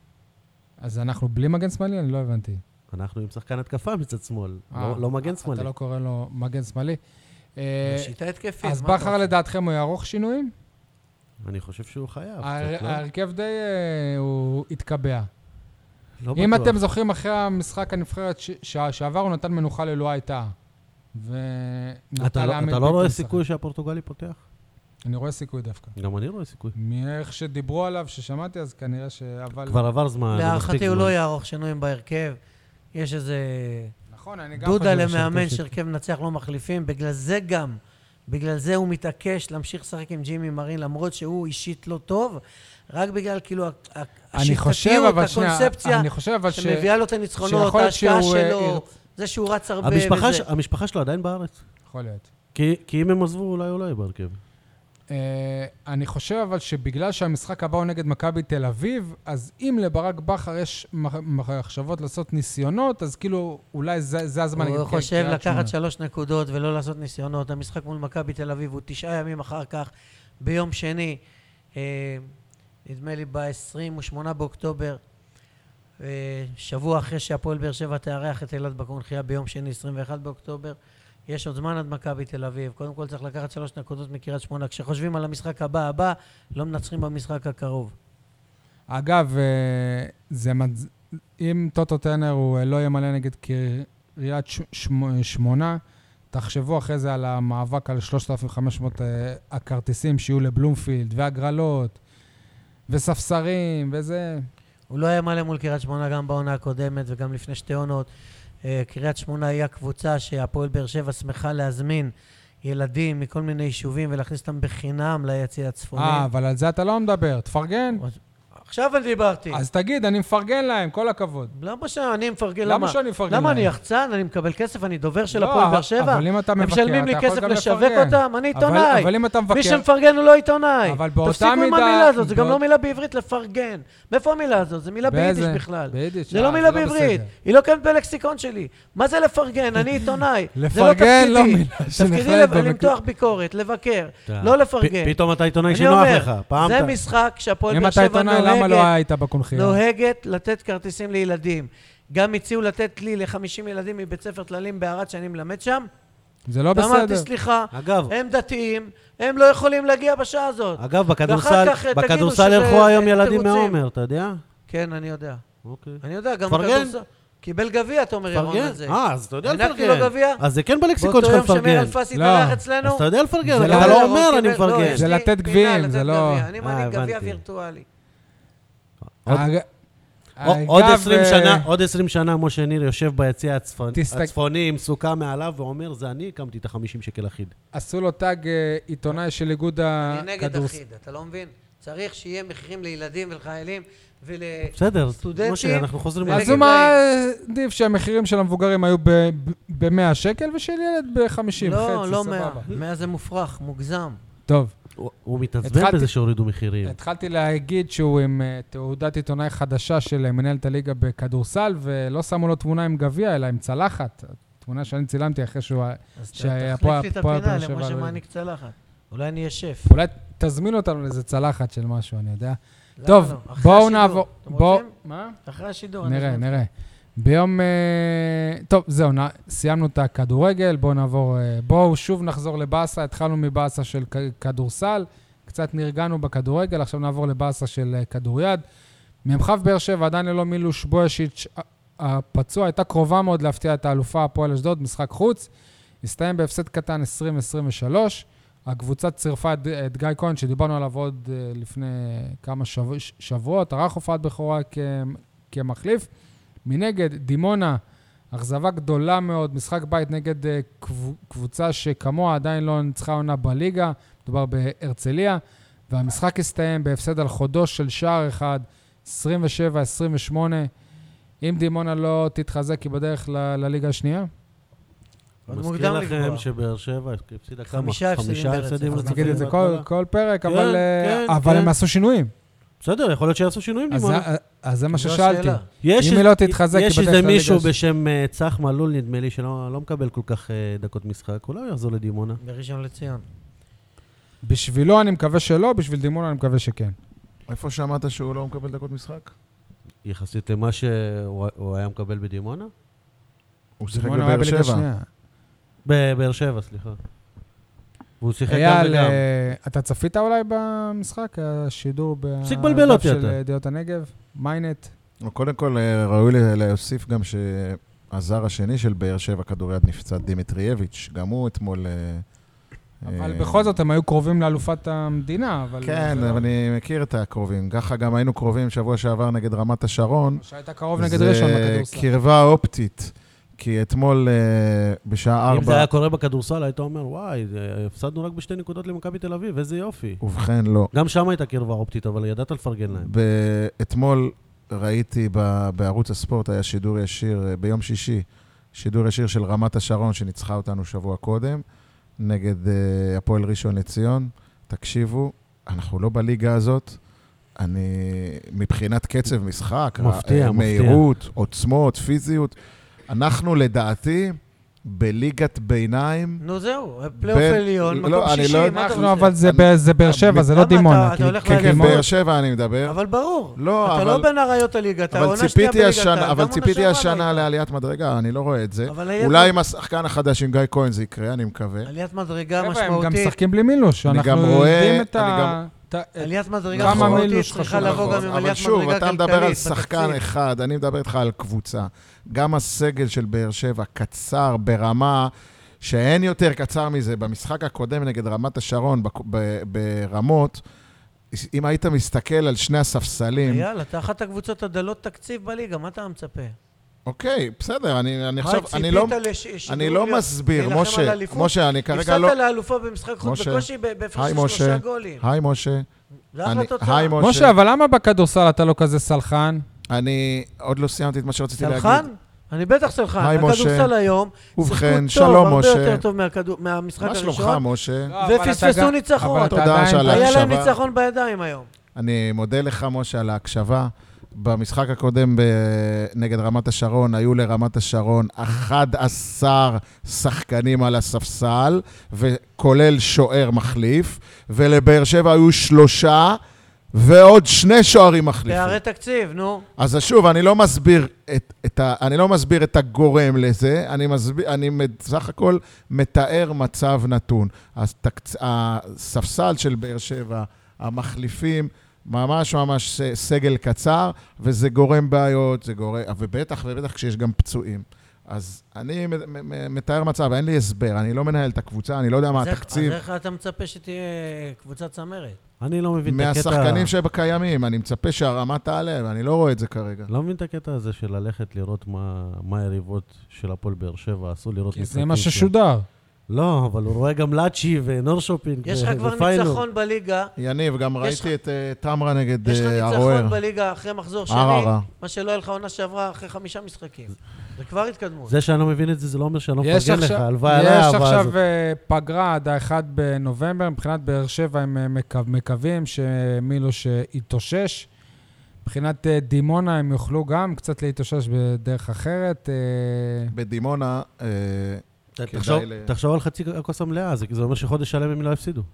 Speaker 1: אז אנחנו בלי מגן שמאלי? אני לא הבנתי.
Speaker 2: אנחנו עם שחקן התקפה מצד שמאל,
Speaker 1: אה,
Speaker 2: לא, לא מגן שמאלי.
Speaker 1: אתה לא קורא לו מגן שמאלי. אה,
Speaker 3: שיטה התקפית.
Speaker 1: אז
Speaker 3: מה אתה
Speaker 1: בכר
Speaker 3: רוצה?
Speaker 1: לדעתכם הוא יערוך שינויים?
Speaker 2: אני חושב שהוא חייב.
Speaker 1: ההר-
Speaker 2: קצת, לא?
Speaker 1: ההרכב די אה, הוא התקבע.
Speaker 2: לא
Speaker 1: אם
Speaker 2: בטוח.
Speaker 1: אתם זוכרים אחרי המשחק הנבחרת ש- ש- שעבר, הוא נתן מנוחה ללא הייתה.
Speaker 2: אתה
Speaker 1: ונתן
Speaker 2: לא,
Speaker 1: לעמית
Speaker 2: אתה לא רואה
Speaker 1: ביטון לשחק.
Speaker 2: סיכוי שהפורטוגלי פותח?
Speaker 1: אני רואה סיכוי דווקא.
Speaker 2: גם אני רואה סיכוי.
Speaker 1: מאיך שדיברו עליו, ששמעתי, אז כנראה ש... אבל...
Speaker 2: כבר עבר זמן, זה מספיק
Speaker 3: להערכתי הוא
Speaker 2: זמן.
Speaker 3: לא יערוך שינויים בהרכב. יש איזה
Speaker 1: נכון, אני גם
Speaker 3: דודה
Speaker 1: חושב
Speaker 3: למאמן
Speaker 1: שהרכב-
Speaker 3: שהרכב מנצח לא מחליפים. בגלל זה גם, בגלל זה הוא מתעקש להמשיך לשחק עם ג'ימי מרין, למרות שהוא אישית לא טוב, רק בגלל כאילו ה- ה-
Speaker 1: אני חושב,
Speaker 3: השיטתיות,
Speaker 1: אבל שנייה,
Speaker 3: הקונספציה
Speaker 1: אני חושב, אבל ש...
Speaker 3: שמביאה לו את הניצחונות,
Speaker 1: שיכול להיות
Speaker 3: ההשקעה
Speaker 1: שהוא, אה,
Speaker 3: שלו,
Speaker 1: ירצ-
Speaker 3: זה שהוא רץ הרבה
Speaker 2: המשפחה,
Speaker 3: וזה.
Speaker 2: ש... המשפחה שלו עדיין בארץ.
Speaker 1: יכול להיות.
Speaker 2: כי, כי אם הם עזבו, אולי הוא לא יהיה בהרכב.
Speaker 1: Uh, אני חושב אבל שבגלל שהמשחק הבא הוא נגד מכבי תל אביב, אז אם לברק בכר יש מח- מחשבות לעשות ניסיונות, אז כאילו אולי זה, זה הזמן נגד
Speaker 3: הוא
Speaker 1: קריית
Speaker 3: חושב
Speaker 1: שמונה.
Speaker 3: לקחת שלוש נקודות ולא לעשות ניסיונות. המשחק מול מכבי תל אביב הוא תשעה ימים אחר כך, ביום שני, אה, נדמה לי ב-עשרים ושמונה באוקטובר, אה, שבוע אחרי שהפועל באר שבע תארח את אילת בקונחייה ביום שני, עשרים ואחד באוקטובר. יש עוד זמן עד מכבי תל אביב. קודם כל צריך לקחת שלוש נקודות מקריית שמונה. כשחושבים על המשחק הבא הבא, לא מנצחים במשחק הקרוב.
Speaker 1: אגב, uh, זה מדז... אם טוטו טרנר הוא uh, לא ימלא נגד קריית ש... שמ... שמונה, תחשבו אחרי זה על המאבק על שלושת אלפים וחמש מאות uh, הכרטיסים שיהיו לבלומפילד, והגרלות, וספסרים, וזה...
Speaker 3: הוא לא היה מלא מול קריית שמונה גם בעונה הקודמת וגם לפני שתי עונות. אה, קריית שמונה היא הקבוצה שהפועל באר שבע שמחה להזמין ילדים מכל מיני יישובים ולהכניס אותם בחינם ליציע הצפוני.
Speaker 1: אה, אבל על זה אתה לא מדבר, תפרגן.
Speaker 3: עכשיו אני דיברתי.
Speaker 1: אז תגיד, אני מפרגן להם, כל הכבוד.
Speaker 3: למה שאני מפרגן?
Speaker 1: למה שאני מפרגן
Speaker 3: למה
Speaker 1: להם?
Speaker 3: אני יחצן? אני מקבל כסף, אני דובר של
Speaker 1: לא,
Speaker 3: הפועל
Speaker 1: אבל-
Speaker 3: באר שבע?
Speaker 1: אבל אם אתה
Speaker 3: הם
Speaker 1: מבקר,
Speaker 3: משלמים לי
Speaker 1: אתה יכול
Speaker 3: כסף
Speaker 1: גם
Speaker 3: לשווק
Speaker 1: לפרגן.
Speaker 3: אותם? אני
Speaker 1: אבל-
Speaker 3: עיתונאי.
Speaker 1: אבל אם אתה מבקר...
Speaker 3: מי שמפרגן הוא לא עיתונאי.
Speaker 1: אבל באותה
Speaker 3: תפסיקו עם
Speaker 1: מידה-
Speaker 3: המילה הזאת, זה גם
Speaker 1: באות-
Speaker 3: לא מילה בעברית לפרגן. מאיפה המילה הזאת? זה מילה ביידיש
Speaker 1: באיזה?
Speaker 3: בכלל.
Speaker 1: ביידיש,
Speaker 3: זה
Speaker 1: אה,
Speaker 3: לא מילה
Speaker 1: בסדר.
Speaker 3: בעברית. היא לא קיימת בלקסיקון שלי. מה זה לפרגן? אני עיתונאי. זה לא
Speaker 1: לפרגן לא
Speaker 3: תפקידי.
Speaker 1: מילה
Speaker 3: תפקידי
Speaker 1: שנכללת
Speaker 3: לב-
Speaker 1: במק-
Speaker 3: למתוח ביקורת, לבקר,
Speaker 2: אתה-
Speaker 3: לא לפרגן.
Speaker 2: פ- פתאום אתה עיתונאי
Speaker 3: אני
Speaker 2: שנוח
Speaker 3: אומר,
Speaker 2: לך. פעם
Speaker 3: זה
Speaker 2: אתה...
Speaker 3: משחק שהפועל
Speaker 1: אם
Speaker 3: באר
Speaker 1: אתה
Speaker 3: שבע
Speaker 1: עיתונאי, למה לא
Speaker 3: נוהגת,
Speaker 1: היית בקונחייה?
Speaker 3: נוהגת לתת כרטיסים לילדים. גם הציעו לתת לי ל-חמישים ילדים מבית ספר טללים בערד שאני מלמד שם,
Speaker 1: זה לא בסדר.
Speaker 3: ואמרתי, סליחה,
Speaker 2: אגב,
Speaker 3: הם דתיים, הם לא יכולים להגיע בשעה הזאת.
Speaker 2: אגב, בכדורסל,
Speaker 3: ואחר כך תגידו
Speaker 2: בכדורסל
Speaker 3: שזה
Speaker 2: ילכו היום ילדים
Speaker 3: תירוצים.
Speaker 2: מעומר, אתה יודע?
Speaker 3: כן, אני יודע.
Speaker 2: אוקיי.
Speaker 3: אני יודע, גם
Speaker 2: תפרגן.
Speaker 3: בכדורסל. קיבל גביע, אתה אומר ירון על זה.
Speaker 2: אה, אז אתה יודע
Speaker 3: הענקתי לו
Speaker 2: לפרגן.
Speaker 3: גביע.
Speaker 2: אז זה כן בלקסיקון
Speaker 3: באותו
Speaker 2: שלך
Speaker 3: יום שמיר
Speaker 2: לפרגן.
Speaker 3: אלפס
Speaker 1: לא.
Speaker 3: התארח אצלנו.
Speaker 2: אז אתה יודע לפרגן,
Speaker 1: זה
Speaker 2: אתה
Speaker 1: לא-
Speaker 2: לא
Speaker 3: הוא
Speaker 2: אומר, אני
Speaker 3: קיבל- לא,
Speaker 2: מפרגן.
Speaker 3: יש
Speaker 1: זה
Speaker 3: לי
Speaker 1: לתת
Speaker 3: פינה
Speaker 1: גביעים,
Speaker 3: לתת
Speaker 1: זה לא-
Speaker 3: גביע. אני
Speaker 2: אה,
Speaker 3: מעניק גביע
Speaker 2: הבנתי.
Speaker 3: וירטואלי.
Speaker 2: עוד-
Speaker 1: האג-
Speaker 2: או- עוד
Speaker 1: אגב,
Speaker 2: עשרים
Speaker 1: אה,
Speaker 2: שנה, עוד עשרים שנה, משה ניר יושב ביציע הצפון-
Speaker 1: תסתכל-
Speaker 2: הצפוני עם סוכה מעליו ואומר, זה אני הקמתי את החמישים שקל אחיד.
Speaker 1: עשו לו טאג אה, עיתונאי של איגוד
Speaker 3: אני נגד
Speaker 1: הכדורסל.
Speaker 3: אחיד, אתה לא מבין? צריך שיהיה מחירים לילדים ולחיילים
Speaker 2: בסדר,
Speaker 3: ולסטודנטים.
Speaker 2: משה, אנחנו חוזרים
Speaker 3: ונגד
Speaker 1: אז
Speaker 2: לזה.
Speaker 1: הוא מעדיף שהמחירים של המבוגרים היו ב-מאה שקל ושל ילד ב-חמישים,
Speaker 3: לא,
Speaker 1: חצי,
Speaker 3: לא מאה.
Speaker 1: סבבה.
Speaker 3: מאה זה מופרך, מוגזם.
Speaker 1: טוב,
Speaker 2: הוא- הוא מתעצבן
Speaker 1: התחלתי-
Speaker 2: בזה שהורידו מחירים.
Speaker 1: התחלתי להגיד שהוא עם אה, תעודת עיתונאי חדשה של אה, מנהלת הליגה בכדורסל, ולא שמו לו תמונה עם גביע, אלא עם צלחת. תמונה שאני צילמתי אחרי שהוא...
Speaker 3: אז ת-
Speaker 1: שהיה
Speaker 3: תחליף
Speaker 1: פה-
Speaker 3: לי את
Speaker 1: פה
Speaker 3: הפינה
Speaker 1: באר שבע
Speaker 3: למשה
Speaker 1: לא
Speaker 3: מעניק צלחת. אולי אני אהיה שף.
Speaker 1: אולי תזמין אותנו לאיזה צלחת של משהו, אני יודע.
Speaker 3: למה
Speaker 1: טוב,
Speaker 3: לא? אחרי
Speaker 1: בואו
Speaker 3: השידור.
Speaker 1: נעבור...
Speaker 3: אתם
Speaker 1: בואו...
Speaker 3: רוצים?
Speaker 1: מה?
Speaker 3: אחרי השידור. אני
Speaker 1: נראה,
Speaker 3: אזמין.
Speaker 1: נראה. ביום... אה, טוב, זהו, נ- סיימנו את הכדורגל, בואו נעבור... אה, בואו שוב נחזור לבאסה, התחלנו מבאסה של כ- כדורסל, קצת נרגענו בכדורגל, עכשיו נעבור לבאסה של אה, כדוריד. ממחב באר שבע, עדיין ללא מילוש בוישיץ' הפצוע, הייתה קרובה מאוד להפתיע את האלופה הפועל אשדוד, משחק חוץ, הסתיים בהפסד קטן עשרים עשרים ושלוש, הקבוצה צירפה את, את גיא כהן, שדיברנו עליו עוד uh, לפני כמה שבוע, שבועות, ערך הופעת בכורה כ, כמחליף. מנגד, דימונה, אכזבה גדולה מאוד, משחק בית נגד uh, קב, קבוצה שכמוה עדיין לא ניצחה עונה בליגה, מדובר בהרצליה, והמשחק הסתיים בהפסד על חודו של שער אחד, עשרים ושבע עשרים ושמונה. אם דימונה לא תתחזק, היא בדרך ל, לליגה השנייה?
Speaker 3: עוד
Speaker 2: מזכיר
Speaker 3: מוקדם
Speaker 2: לכם
Speaker 3: לקבוע.
Speaker 2: שבאר שבע הפסידה כמה?
Speaker 3: חמישה הפסדים ברצף.
Speaker 2: הפסדים
Speaker 3: אז
Speaker 1: אז
Speaker 2: רצופים
Speaker 1: נגיד את זה כל,
Speaker 2: בהתחלה.
Speaker 1: כל פרק,
Speaker 2: כן,
Speaker 1: אבל, אה,
Speaker 2: כן,
Speaker 1: אבל
Speaker 2: כן.
Speaker 1: הם עשו שינויים.
Speaker 2: בסדר, יכול להיות שיעשו שינויים
Speaker 1: אז,
Speaker 2: דימונה.
Speaker 1: זה- אז זה מה
Speaker 3: זו
Speaker 1: ששאלתי.
Speaker 3: השאלה.
Speaker 2: יש
Speaker 1: אם
Speaker 2: איזה-
Speaker 1: היא לא תתחזק,
Speaker 2: יש
Speaker 1: היא בדרך
Speaker 2: איזה
Speaker 1: לליגה
Speaker 2: מישהו
Speaker 1: ש-
Speaker 2: בשם אה, צח מלול, נדמה לי, שלא לא מקבל כל כך אה, דקות משחק. אולי הוא יחזור לדימונה.
Speaker 3: בראשון לציון.
Speaker 1: בשבילו אני מקווה שלא, בשביל דימונה אני מקווה שכן.
Speaker 4: איפה שמעת שהוא לא מקבל דקות משחק?
Speaker 2: יחסית למה שהוא הוא היה מקבל בדימונה?
Speaker 4: הוא שיחק
Speaker 1: דימונה היה
Speaker 4: בבאר
Speaker 1: בליגה
Speaker 4: שבע.
Speaker 1: שנייה.
Speaker 2: בבאר שבע, סליחה. והוא שיחק גם
Speaker 1: אייל,
Speaker 2: וגם.
Speaker 1: אה, אתה צפית אולי במשחק? השידור
Speaker 2: תפסיק לבלבל אותי,
Speaker 1: של
Speaker 2: אתה.
Speaker 1: ידיעות הנגב? מיינט?
Speaker 4: קודם כל, אה, ראוי לה- להוסיף גם שהזר השני של באר שבע כדוריד נפצע, דימיטרייביץ', גם הוא אתמול... אה,
Speaker 1: אבל
Speaker 4: אה,
Speaker 1: בכל זאת הם היו קרובים לאלופת המדינה, אבל...
Speaker 4: כן,
Speaker 1: זה לא-
Speaker 4: אבל אני מכיר את הקרובים. ככה גם היינו קרובים שבוע שעבר נגד רמת השרון.
Speaker 1: שהייתה קרוב נגד ראשון
Speaker 4: זה
Speaker 1: בכדורסל.
Speaker 4: קרבה אופטית, כי אתמול אה, בשעה
Speaker 2: אם זה
Speaker 4: ארבע,
Speaker 2: היה קורה בכדורסל, היית אומר, וואי, זה- הפסדנו רק בשתי נקודות למכבי תל אביב, איזה יופי.
Speaker 4: ובכן לא.
Speaker 2: גם שם הייתה קרבה אופטית, אבל ידעת לפרגן להם.
Speaker 4: ב- אתמול ראיתי ב- בערוץ הספורט, היה שידור ישיר, אה, ביום שישי, שידור ישיר של רמת השרון, שניצחה אותנו שבוע קודם, נגד אה, הפועל ראשון לציון. תקשיבו, אנחנו לא בליגה הזאת. אני, מבחינת קצב משחק,
Speaker 2: מפתיע,
Speaker 4: אה,
Speaker 2: מפתיע.
Speaker 4: מהירות, עוצמות, פיזיות, אנחנו לדעתי בליגת ביניים.
Speaker 3: נו זהו, פלייאוף
Speaker 4: בין-
Speaker 3: עליון,
Speaker 4: לא,
Speaker 3: מקום
Speaker 4: אני
Speaker 3: שישי,
Speaker 4: לא-
Speaker 3: מה אתה
Speaker 1: אנחנו,
Speaker 3: רוצה?
Speaker 1: אבל זה
Speaker 4: אני-
Speaker 1: ב- זה באר שבע, זה לא
Speaker 3: למה אתה-
Speaker 1: דימונה.
Speaker 3: אתה
Speaker 1: כי-
Speaker 3: הולך
Speaker 1: כי
Speaker 4: כן, כן,
Speaker 1: דימונה-
Speaker 4: באר שבע אני מדבר.
Speaker 3: אבל ברור.
Speaker 4: לא,
Speaker 3: אתה
Speaker 4: אבל...
Speaker 3: לא בין אריות הליגה, אתה
Speaker 4: אבל
Speaker 3: עונה שנייה
Speaker 4: ציפיתי
Speaker 3: בליגת
Speaker 4: השנה,
Speaker 3: העל,
Speaker 4: אבל
Speaker 3: גם
Speaker 4: ציפיתי
Speaker 3: עונה שעברה
Speaker 4: השנה
Speaker 3: לא
Speaker 4: לעליית מדרגה, אני לא רואה את זה.
Speaker 3: אבל עליית
Speaker 4: אולי
Speaker 3: מד-
Speaker 4: עם השחקן החדש, עם גיא כהן, זה יקרה, אני מקווה.
Speaker 3: עליית מדרגה
Speaker 1: חבר'ה, הם גם
Speaker 3: משמעותית.
Speaker 1: משחקים בלי מילוש.
Speaker 4: אני
Speaker 1: אנחנו
Speaker 4: גם רואה-
Speaker 1: יודעים את
Speaker 4: אני
Speaker 1: ה...
Speaker 4: גם-
Speaker 1: את ה-
Speaker 3: עליית מדרגה
Speaker 1: כמה
Speaker 3: משמעותית
Speaker 1: מילוש
Speaker 3: צריכה
Speaker 1: חשוב.
Speaker 3: לבוא גם עם
Speaker 4: אבל
Speaker 3: עליית
Speaker 4: שוב,
Speaker 3: מדרגה
Speaker 4: אתה
Speaker 3: כלכלית.
Speaker 4: מדבר על שחקן
Speaker 3: בתקציב.
Speaker 4: אחד, אני מדבר איתך על קבוצה. גם הסגל של באר שבע קצר ברמה שאין יותר קצר מזה. במשחק הקודם נגד רמת השרון, בק- ב- ברמות, אם היית מסתכל על שני הספסלים,
Speaker 3: יאללה, אתה אחת הקבוצות הדלות תקציב בליגה, מה אתה מצפה?
Speaker 4: אוקיי, בסדר, אני אני
Speaker 3: מה,
Speaker 4: עכשיו, אני לא...
Speaker 3: ציפית לש- שידור
Speaker 4: אני לא
Speaker 3: להיות-
Speaker 4: מסביר,
Speaker 3: להילחם על
Speaker 4: משה,
Speaker 3: אליפות?
Speaker 4: משה, אני כרגע לא...
Speaker 3: הפסדת לאלופה במשחק חוץ
Speaker 4: משה,
Speaker 3: בקושי ב- בהפרש
Speaker 4: היי,
Speaker 3: של
Speaker 4: משה.
Speaker 3: שלושה גולים.
Speaker 4: היי, משה.
Speaker 3: זה אחלה
Speaker 4: אני-
Speaker 3: תוצאה.
Speaker 4: היי, משה.
Speaker 1: משה, אבל למה בכדורסל אתה לא כזה סלחן?
Speaker 4: אני עוד לא סיימתי את מה שרציתי להגיד.
Speaker 3: סלחן? אני בטח סלחן.
Speaker 4: היי, משה.
Speaker 3: הכדורסל היום,
Speaker 4: ובכן,
Speaker 3: שיחקו
Speaker 4: שלום,
Speaker 3: טוב, הרבה
Speaker 4: משה.
Speaker 3: יותר טוב מהכדור- מהמשחק
Speaker 4: מה שלומך,
Speaker 3: הראשון,
Speaker 4: משה?
Speaker 1: לא, אבל אתה
Speaker 3: ופספסו
Speaker 1: גם-
Speaker 3: ניצחון.
Speaker 1: אבל אתה
Speaker 4: תודה
Speaker 1: עדיין-
Speaker 4: שעל
Speaker 3: היה להם
Speaker 4: ההקשבה.
Speaker 3: ניצחון בידיים היום.
Speaker 4: אני מודה לך, משה, על ההקשבה. במשחק הקודם ב- נגד רמת השרון, היו לרמת השרון אחד עשר שחקנים על הספסל, וכולל שוער מחליף, ולבאר שבע היו שלושה, ועוד שני שוערים מחליפים.
Speaker 3: פערי תקציב, נו.
Speaker 4: אז שוב, אני לא מסביר את, את, ה, אני לא מסביר את הגורם לזה, אני, מסביר, אני סך הכל מתאר מצב נתון. אז תקצ... הספסל של באר שבע, המחליפים, ממש ממש סגל קצר, וזה גורם בעיות, זה גורם, ובטח ובטח כשיש גם פצועים. אז אני מתאר מצב, אין לי הסבר, אני לא מנהל את הקבוצה, אני לא יודע מה התקציב.
Speaker 3: אז איך אתה מצפה שתהיה קבוצה צמרת?
Speaker 2: אני לא מבין את הקטע...
Speaker 4: מהשחקנים שבקיימים, אני מצפה שהרמה תעלה, ואני לא רואה את זה כרגע.
Speaker 2: לא מבין את הקטע הזה של ללכת לראות מה היריבות של הפועל באר שבע, אסור לראות
Speaker 1: משחקים. זה מה ששודר.
Speaker 2: לא, אבל הוא רואה גם לאצ'י ונורשופינג ופיינור.
Speaker 3: יש לך כבר ניצחון בליגה.
Speaker 4: יניב, גם ראיתי את תמרה נגד
Speaker 3: יש לך
Speaker 4: הרוער.
Speaker 3: ניצחון בליגה אחרי מחזור שני, מה שלא היה לך עונה שעברה אחרי חמישה משחקים. זה כבר התקדמות.
Speaker 2: זה שאני לא מבין את זה, זה לא אומר שאני לא מפרגן לך. הלוואי עליי,
Speaker 1: יש עכשיו פגרה עד ה-אחד בנובמבר, מבחינת באר שבע הם מקווים שמילוש יתאושש. מבחינת דימונה הם יוכלו גם קצת להתאושש בדרך אחרת.
Speaker 4: בדימונה...
Speaker 2: תחשוב על חצי הכוס המלאה, זה אומר שחודש שלם הם לא הפסידו.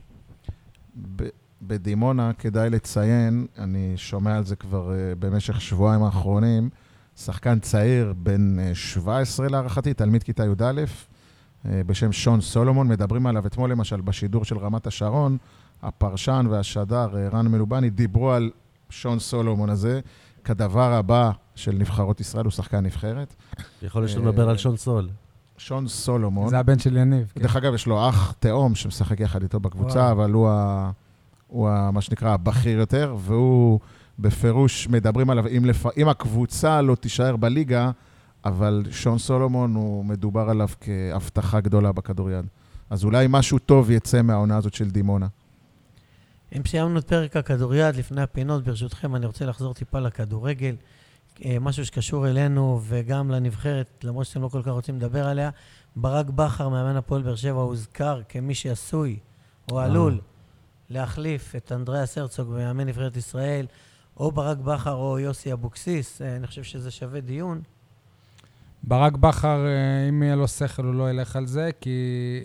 Speaker 4: בדימונה כדאי לציין, אני שומע על זה כבר במשך שבועיים האחרונים, שחקן צעיר בין שבע עשרה להערכתי, תלמיד כיתה י"א, בשם שון סולומון, מדברים עליו אתמול למשל בשידור של רמת השרון, הפרשן והשדר רן מלובני דיברו על שון סולומון הזה, כדבר הבא של נבחרות ישראל, הוא שחקן נבחרת.
Speaker 2: יכול להיות לדבר על שון סול.
Speaker 4: שון סולומון.
Speaker 1: זה הבן של יניב.
Speaker 4: דרך אגב, יש לו אח תאום שמשחק יחד איתו בקבוצה, אבל הוא, ה, הוא ה, מה שנקרא, הבכיר יותר, והוא בפירוש מדברים עליו, אם, לפ... אם הקבוצה לא תישאר בליגה, אבל שון סולומון הוא מדובר עליו כהבטחה גדולה בכדוריד. אז אולי משהו טוב יצא מהעונה הזאת של דימונה.
Speaker 3: אם סיימנו את פרק הכדוריד, לפני הפינות, ברשותכם, אני רוצה לחזור טיפה לכדורגל. משהו שקשור אלינו וגם לנבחרת, למרות שאתם לא כל כך רוצים לדבר עליה. ברק בכר, מאמן הפועל באר שבע, הוזכר כמי שעשוי או עלול להחליף את אנדריאס הרצוג במאמן נבחרת ישראל, או ברק בכר או יוסי אבוקסיס. אני חושב שזה שווה דיון.
Speaker 1: ברק בכר, אם יהיה לו שכל, הוא לא ילך על זה, כי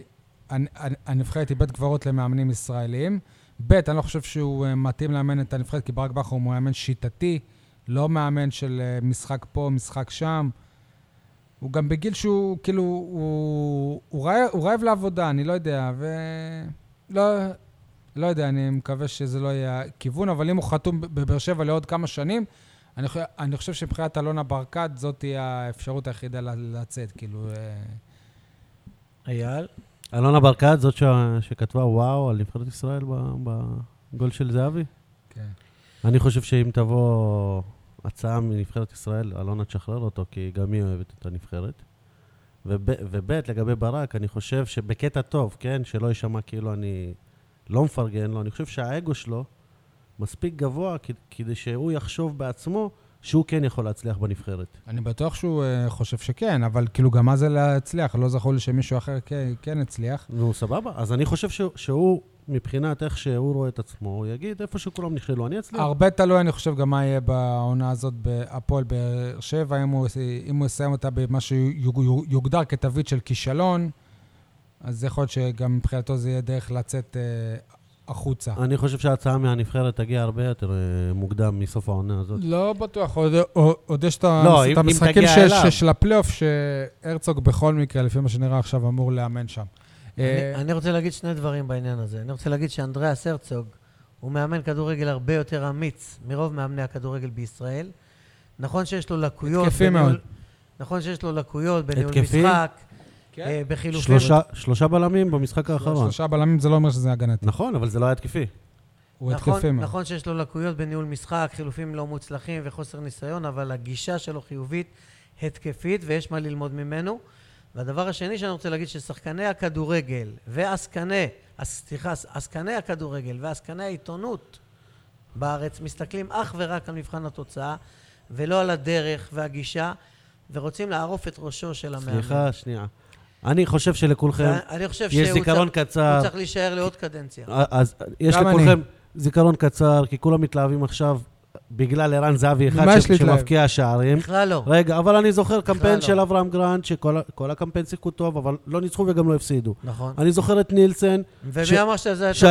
Speaker 1: הנבחרת היא בית גברות למאמנים ישראלים. ב', אני לא חושב שהוא מתאים לאמן את הנבחרת, כי ברק בכר הוא מאמן שיטתי, לא מאמן של משחק פה, משחק שם. הוא גם בגיל שהוא, כאילו, הוא, הוא, רעב, הוא רעב לעבודה, אני לא יודע, ולא, לא יודע, אני מקווה שזה לא יהיה כיוון, אבל אם הוא חתום בבאר שבע לעוד כמה שנים, אני, אני חושב שבחיית אלונה ברקת, זאת תהיה האפשרות היחידה לצאת, כאילו...
Speaker 3: אייל?
Speaker 2: אלונה ברקת, זאת ש... שכתבה וואו על נבחרת ישראל בגול של זהבי?
Speaker 1: כן.
Speaker 2: אני חושב שאם תבוא הצעה מנבחרת ישראל, אלונה תשחרר אותו, כי גם היא אוהבת את הנבחרת. וב' לגבי ברק, אני חושב שבקטע טוב, כן, שלא יישמע כאילו אני לא מפרגן לו, אני חושב שהאגו שלו מספיק גבוה כדי שהוא יחשוב בעצמו שהוא כן יכול להצליח בנבחרת.
Speaker 1: אני בטוח שהוא uh, חושב שכן, אבל כאילו גם מה זה להצליח? לא זכור לי שמישהו אחר כן, כן הצליח.
Speaker 2: נו, סבבה. אז אני חושב שהוא, שהוא מבחינת איך שהוא רואה את עצמו, הוא יגיד איפה שכולם נכשלו, אני אצליח.
Speaker 1: הרבה תלוי, אני חושב גם מה יהיה בעונה הזאת בהפועל באר שבע, אם הוא, אם הוא יסיים אותה במה שיוגדר כתווית של כישלון, אז יכול להיות שגם מבחינתו זה יהיה דרך לצאת uh, החוצה.
Speaker 2: אני חושב שההצעה מהנבחרת תגיע הרבה יותר מוקדם מסוף העונה הזאת.
Speaker 1: לא בטוח, עוד, עוד יש את המשחקים של הפלייאוף, שהרצוג בכל מקרה, לפי מה שנראה עכשיו, אמור לאמן שם.
Speaker 3: אני, אני רוצה להגיד שני דברים בעניין הזה. אני רוצה להגיד שאנדריאס הרצוג הוא מאמן כדורגל הרבה יותר אמיץ מרוב מאמני הכדורגל בישראל. נכון שיש לו לקויות...
Speaker 1: התקפי מאוד.
Speaker 3: נכון שיש לו לקויות בניהול משחק.
Speaker 1: כן?
Speaker 3: בחילופים.
Speaker 2: שלושה, שלושה בלמים במשחק האחרון.
Speaker 1: שלושה בלמים זה לא אומר שזה הגנתי.
Speaker 2: נכון, אבל זה לא היה התקפי.
Speaker 1: הוא
Speaker 3: נכון,
Speaker 1: התקפי מאוד.
Speaker 3: נכון שיש לו לקויות בניהול משחק, חילופים לא מוצלחים וחוסר ניסיון, אבל הגישה שלו חיובית, התקפית, ויש מה ללמוד ממנו. והדבר השני שאני רוצה להגיד ששחקני הכדורגל ועסקני, סליחה, עסקני הכדורגל ועסקני העיתונות בארץ מסתכלים אך ורק על מבחן התוצאה, ולא על הדרך והגישה, ורוצים לערוף את ראשו של המאמן.
Speaker 2: סליחה, שנייה. אני חושב שלכולכם יש זיכרון קצר.
Speaker 3: הוא צריך להישאר לעוד קדנציה.
Speaker 2: אז יש לכולכם זיכרון קצר, כי כולם מתלהבים עכשיו בגלל ערן זהבי אחד שמפקיע שערים.
Speaker 3: בכלל לא.
Speaker 2: רגע, אבל אני זוכר קמפיין של אברהם גרנט, שכל הקמפיין שיחקו טוב, אבל לא ניצחו וגם לא הפסידו.
Speaker 3: נכון.
Speaker 2: אני זוכר את נילסן.
Speaker 3: ומי אמר שזה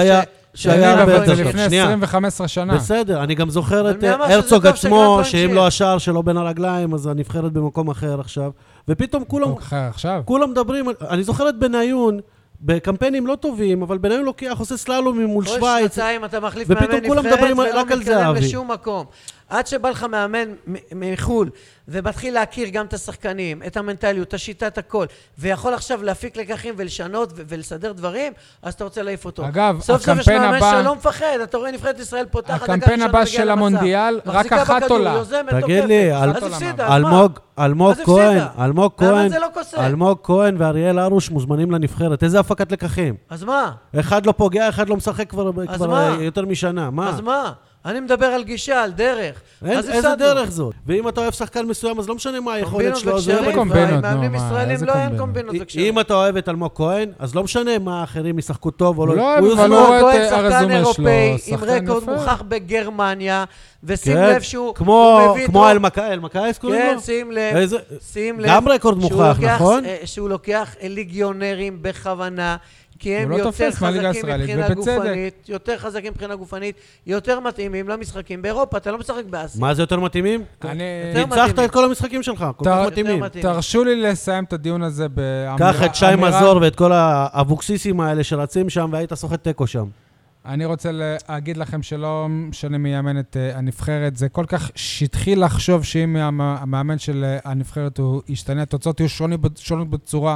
Speaker 2: שהיה הרבה יותר טוב.
Speaker 1: לפני עשרים וחמש עשרה שנה.
Speaker 2: בסדר, אני גם זוכר את הרצוג עצמו, שאם לא השער שלו בין הרגליים, אז הנבחרת במקום אחר עכשיו. ופתאום כולם... כולם מדברים... אני זוכר את בניון, בקמפיינים לא טובים, אבל בניון לוקח, עושה סללומים מול שוויץ.
Speaker 3: כל שנתיים אתה מחליף מאמן נבחרת ולא מתקדם לשום מקום. עד שבא לך מאמן מחול, ומתחיל להכיר גם את השחקנים, את המנטליות, את השיטת הכל, ויכול עכשיו להפיק לקחים ולשנות ולסדר דברים, אז אתה רוצה להעיף אותו.
Speaker 1: אגב,
Speaker 3: סוף סוף יש מאמן שלא מפחד, אתה רואה נבחרת ישראל פותחת,
Speaker 1: הקמפיין הבא של המונדיאל, רק אחת עולה.
Speaker 2: תגיד לי, אלמוג כהן, אלמוג כהן, אלמוג כהן ואריאל ארוש מוזמנים לנבחרת. איזה הפקת לקחים?
Speaker 3: אז מה?
Speaker 2: אחד לא פוגע, אחד לא משחק כבר יותר משנה. מה?
Speaker 3: אז מה? אני מדבר על גישה, על דרך.
Speaker 2: איזה דרך זאת? ואם אתה אוהב שחקן מסוים, אז לא משנה מה היכולת שלו.
Speaker 1: זה קומבינות,
Speaker 3: מאמנים ישראלים לא אין קומבינות.
Speaker 2: אם אתה אוהב את אלמוג כהן, אז לא משנה מה האחרים ישחקו טוב או לא.
Speaker 1: לא, אבל לא רואה את הרזומה שלו.
Speaker 3: עם רקורד מוכח בגרמניה, ושים לב שהוא מביא...
Speaker 2: כמו אלמקאי, קוראים לו?
Speaker 3: כן, שים לב. שים לב.
Speaker 2: גם רקורד מוכח, נכון?
Speaker 3: שהוא לוקח ליגיונרים בכוונה. כי הם יותר חזקים מבחינה גופנית, יותר חזקים מבחינה גופנית, יותר מתאימים למשחקים באירופה, אתה לא משחק באסיה.
Speaker 2: מה זה יותר מתאימים? ניצחת את כל המשחקים שלך, כל כך מתאימים.
Speaker 1: תרשו לי לסיים את הדיון הזה באמירה...
Speaker 2: קח את שי מזור ואת כל האבוקסיסים האלה שרצים שם, והיית סוחט טקו שם.
Speaker 1: אני רוצה להגיד לכם שלא משנה מי יאמן את הנבחרת, זה כל כך שטחי לחשוב שאם המאמן של הנבחרת הוא ישתנה, התוצאות יהיו שונות בצורה...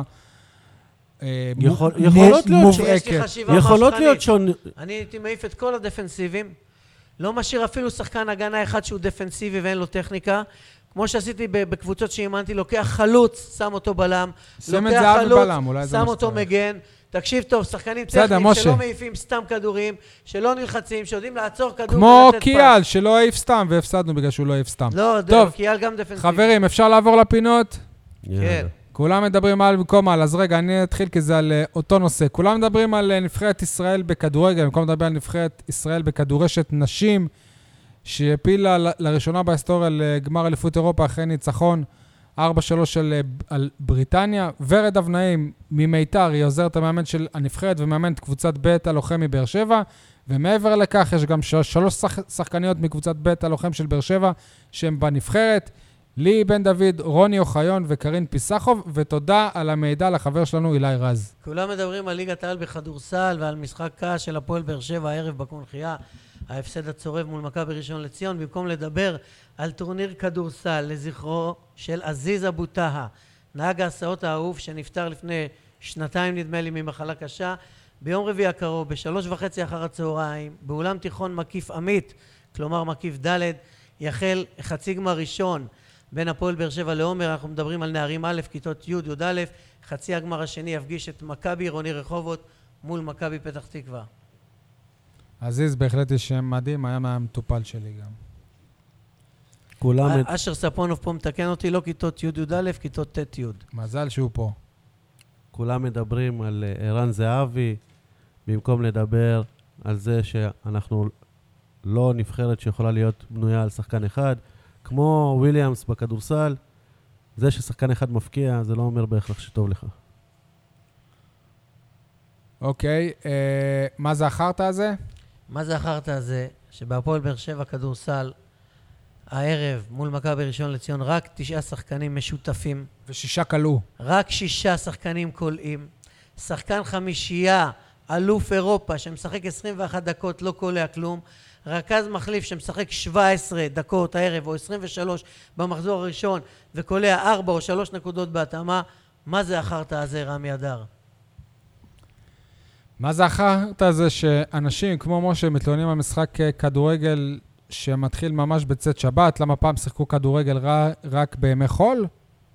Speaker 2: יכולות להיות יכולות להיות שון.
Speaker 3: אני הייתי מעיף את כל הדפנסיבים, לא משאיר אפילו שחקן הגנה אחד שהוא דפנסיבי ואין לו טכניקה, כמו שעשיתי בקבוצות שאימנתי, לוקח חלוץ, שם אותו בלם, לוקח חלוץ, שם אותו מגן. תקשיב טוב, שחקנים טכניים שלא מעיפים סתם כדורים, שלא נלחצים, שיודעים לעצור כדור.
Speaker 1: כמו קיאל, שלא העיף סתם, והפסדנו בגלל שהוא לא העיף סתם.
Speaker 3: לא, קיאל גם דפנסיבי.
Speaker 1: חברים, אפשר לעבור לפינות?
Speaker 3: כן.
Speaker 1: כולם מדברים על במקום על, אז רגע, אני אתחיל כי זה על אותו נושא. כולם מדברים על נבחרת ישראל בכדורגל, במקום לדבר על נבחרת ישראל בכדורשת נשים, שהפילה לראשונה בהיסטוריה לגמר אליפות אירופה אחרי ניצחון ארבע שלוש על בריטניה. ורד אבנאים ממיתר, היא עוזרת המאמן של הנבחרת ומאמנת קבוצת ב' הלוחם מבאר שבע, ומעבר לכך יש גם שלוש שחקניות מקבוצת ב' הלוחם של באר שבע שהן בנבחרת. לי בן דוד, רוני אוחיון וקרין פיסחוב, ותודה על המידע לחבר שלנו אילי רז.
Speaker 3: כולם מדברים על ליגת העל בכדורסל ועל משחק קש של הפועל באר שבע הערב בקונחייה, ההפסד הצורב מול מכבי ראשון לציון, במקום לדבר על טורניר כדורסל לזכרו של עזיז אבו טהה, נהג ההסעות האהוב שנפטר לפני שנתיים נדמה לי ממחלה קשה, ביום רביעי הקרוב בשלוש וחצי אחר הצהריים, באולם תיכון מקיף עמית, כלומר מקיף ד', יחל חצי גמר ראשון בין הפועל באר שבע לעומר. אנחנו מדברים על נערים א', כיתות י' י' א', חצי הגמר השני יפגיש את מכבי עירוני רחובות מול מכבי פתח תקווה.
Speaker 1: עזיז בהחלט יש שם מדהים, היה מהמטופל שלי גם.
Speaker 3: כולם... אשר ספונוב פה מתקן אותי, לא כיתות י' י' א', כיתות ט' י'.
Speaker 1: מזל שהוא פה.
Speaker 2: כולם מדברים על ערן זהבי, במקום לדבר על זה שאנחנו לא נבחרת שיכולה להיות בנויה על שחקן אחד, כמו וויליאמס בכדורסל, זה ששחקן אחד מפקיע, זה לא אומר בהכרח שטוב לך.
Speaker 1: אוקיי, אה, מה זה החרת הזה?
Speaker 3: מה זה החרת הזה? שבהפועל באר שבע כדורסל, הערב מול מכבי ראשון לציון, רק תשעה שחקנים משותפים.
Speaker 1: ושישה קלעו.
Speaker 3: רק שישה שחקנים קולעים. שחקן חמישייה, אלוף אירופה, שמשחק עשרים ואחת דקות, לא קולע כלום. רכז מחליף שמשחק שבע עשרה דקות הערב או עשרים ושלוש במחזור הראשון וקולע ארבע או שלוש נקודות בהתאמה. מה זה החרת הזה, רמי אדר?
Speaker 1: מה זה החרת הזה שאנשים כמו משה מתלוננים על משחק כדורגל שמתחיל ממש בצאת שבת? למה פעם שיחקו כדורגל רק בימי חול?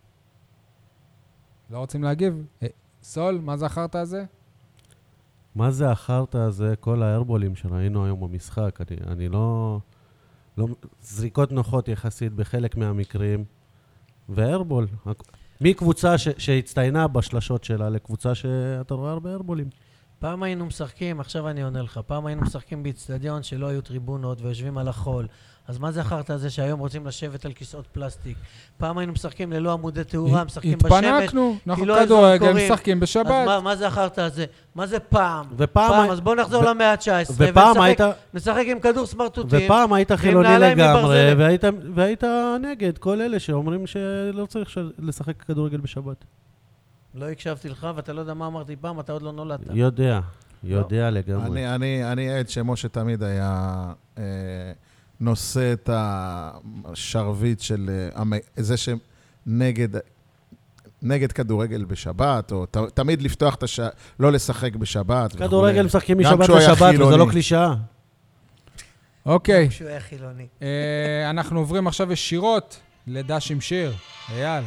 Speaker 1: לא רוצים להגיב? סול, מה זה החרת הזה?
Speaker 2: מה זה החרת הזה, כל הארבולים שראינו היום במשחק? אני, אני לא, לא... זריקות נוחות יחסית בחלק מהמקרים, וארבול. מקבוצה ש, שהצטיינה בשלשות שלה לקבוצה שאתה רואה הרבה ארבולים.
Speaker 3: פעם היינו משחקים, עכשיו אני עונה לך, פעם היינו משחקים באצטדיון שלא היו טריבונות ויושבים על החול. אז מה זכרת על זה שהיום רוצים לשבת על כיסאות פלסטיק? פעם היינו משחקים ללא עמודי תאורה, משחקים בשמש.
Speaker 1: התפנקנו, אנחנו כדורגל, משחקים בשבת.
Speaker 3: אז מה, מה זכרת על זה? מה זה פעם?
Speaker 2: ופעם...
Speaker 3: פעם, אז בוא נחזור ו... למאה ה-תשע עשרה,
Speaker 2: ופעם היית...
Speaker 3: נשחק עם כדור סמרטוטים.
Speaker 2: ופעם היית חילוני לגמרי, והיית, והיית נגד כל אלה שאומרים שלא צריך לשחק כדורגל בשבת.
Speaker 3: לא הקשבתי לך, ואתה לא יודע מה אמרתי פעם, אתה עוד לא נולדת.
Speaker 2: יודע, יודע לגמרי.
Speaker 4: אני, אני, אני עד שמשה תמיד היה אה, נושא את השרביט של אה, זה שנגד נגד כדורגל בשבת, או ת, תמיד לפתוח את השעה, לא לשחק בשבת.
Speaker 2: כדורגל משחקים משבת לשבת, וזה לא קלישאה.
Speaker 1: אוקיי.
Speaker 3: שהוא היה חילוני.
Speaker 1: אה, אנחנו עוברים עכשיו ישירות לדש עם שיר. אייל.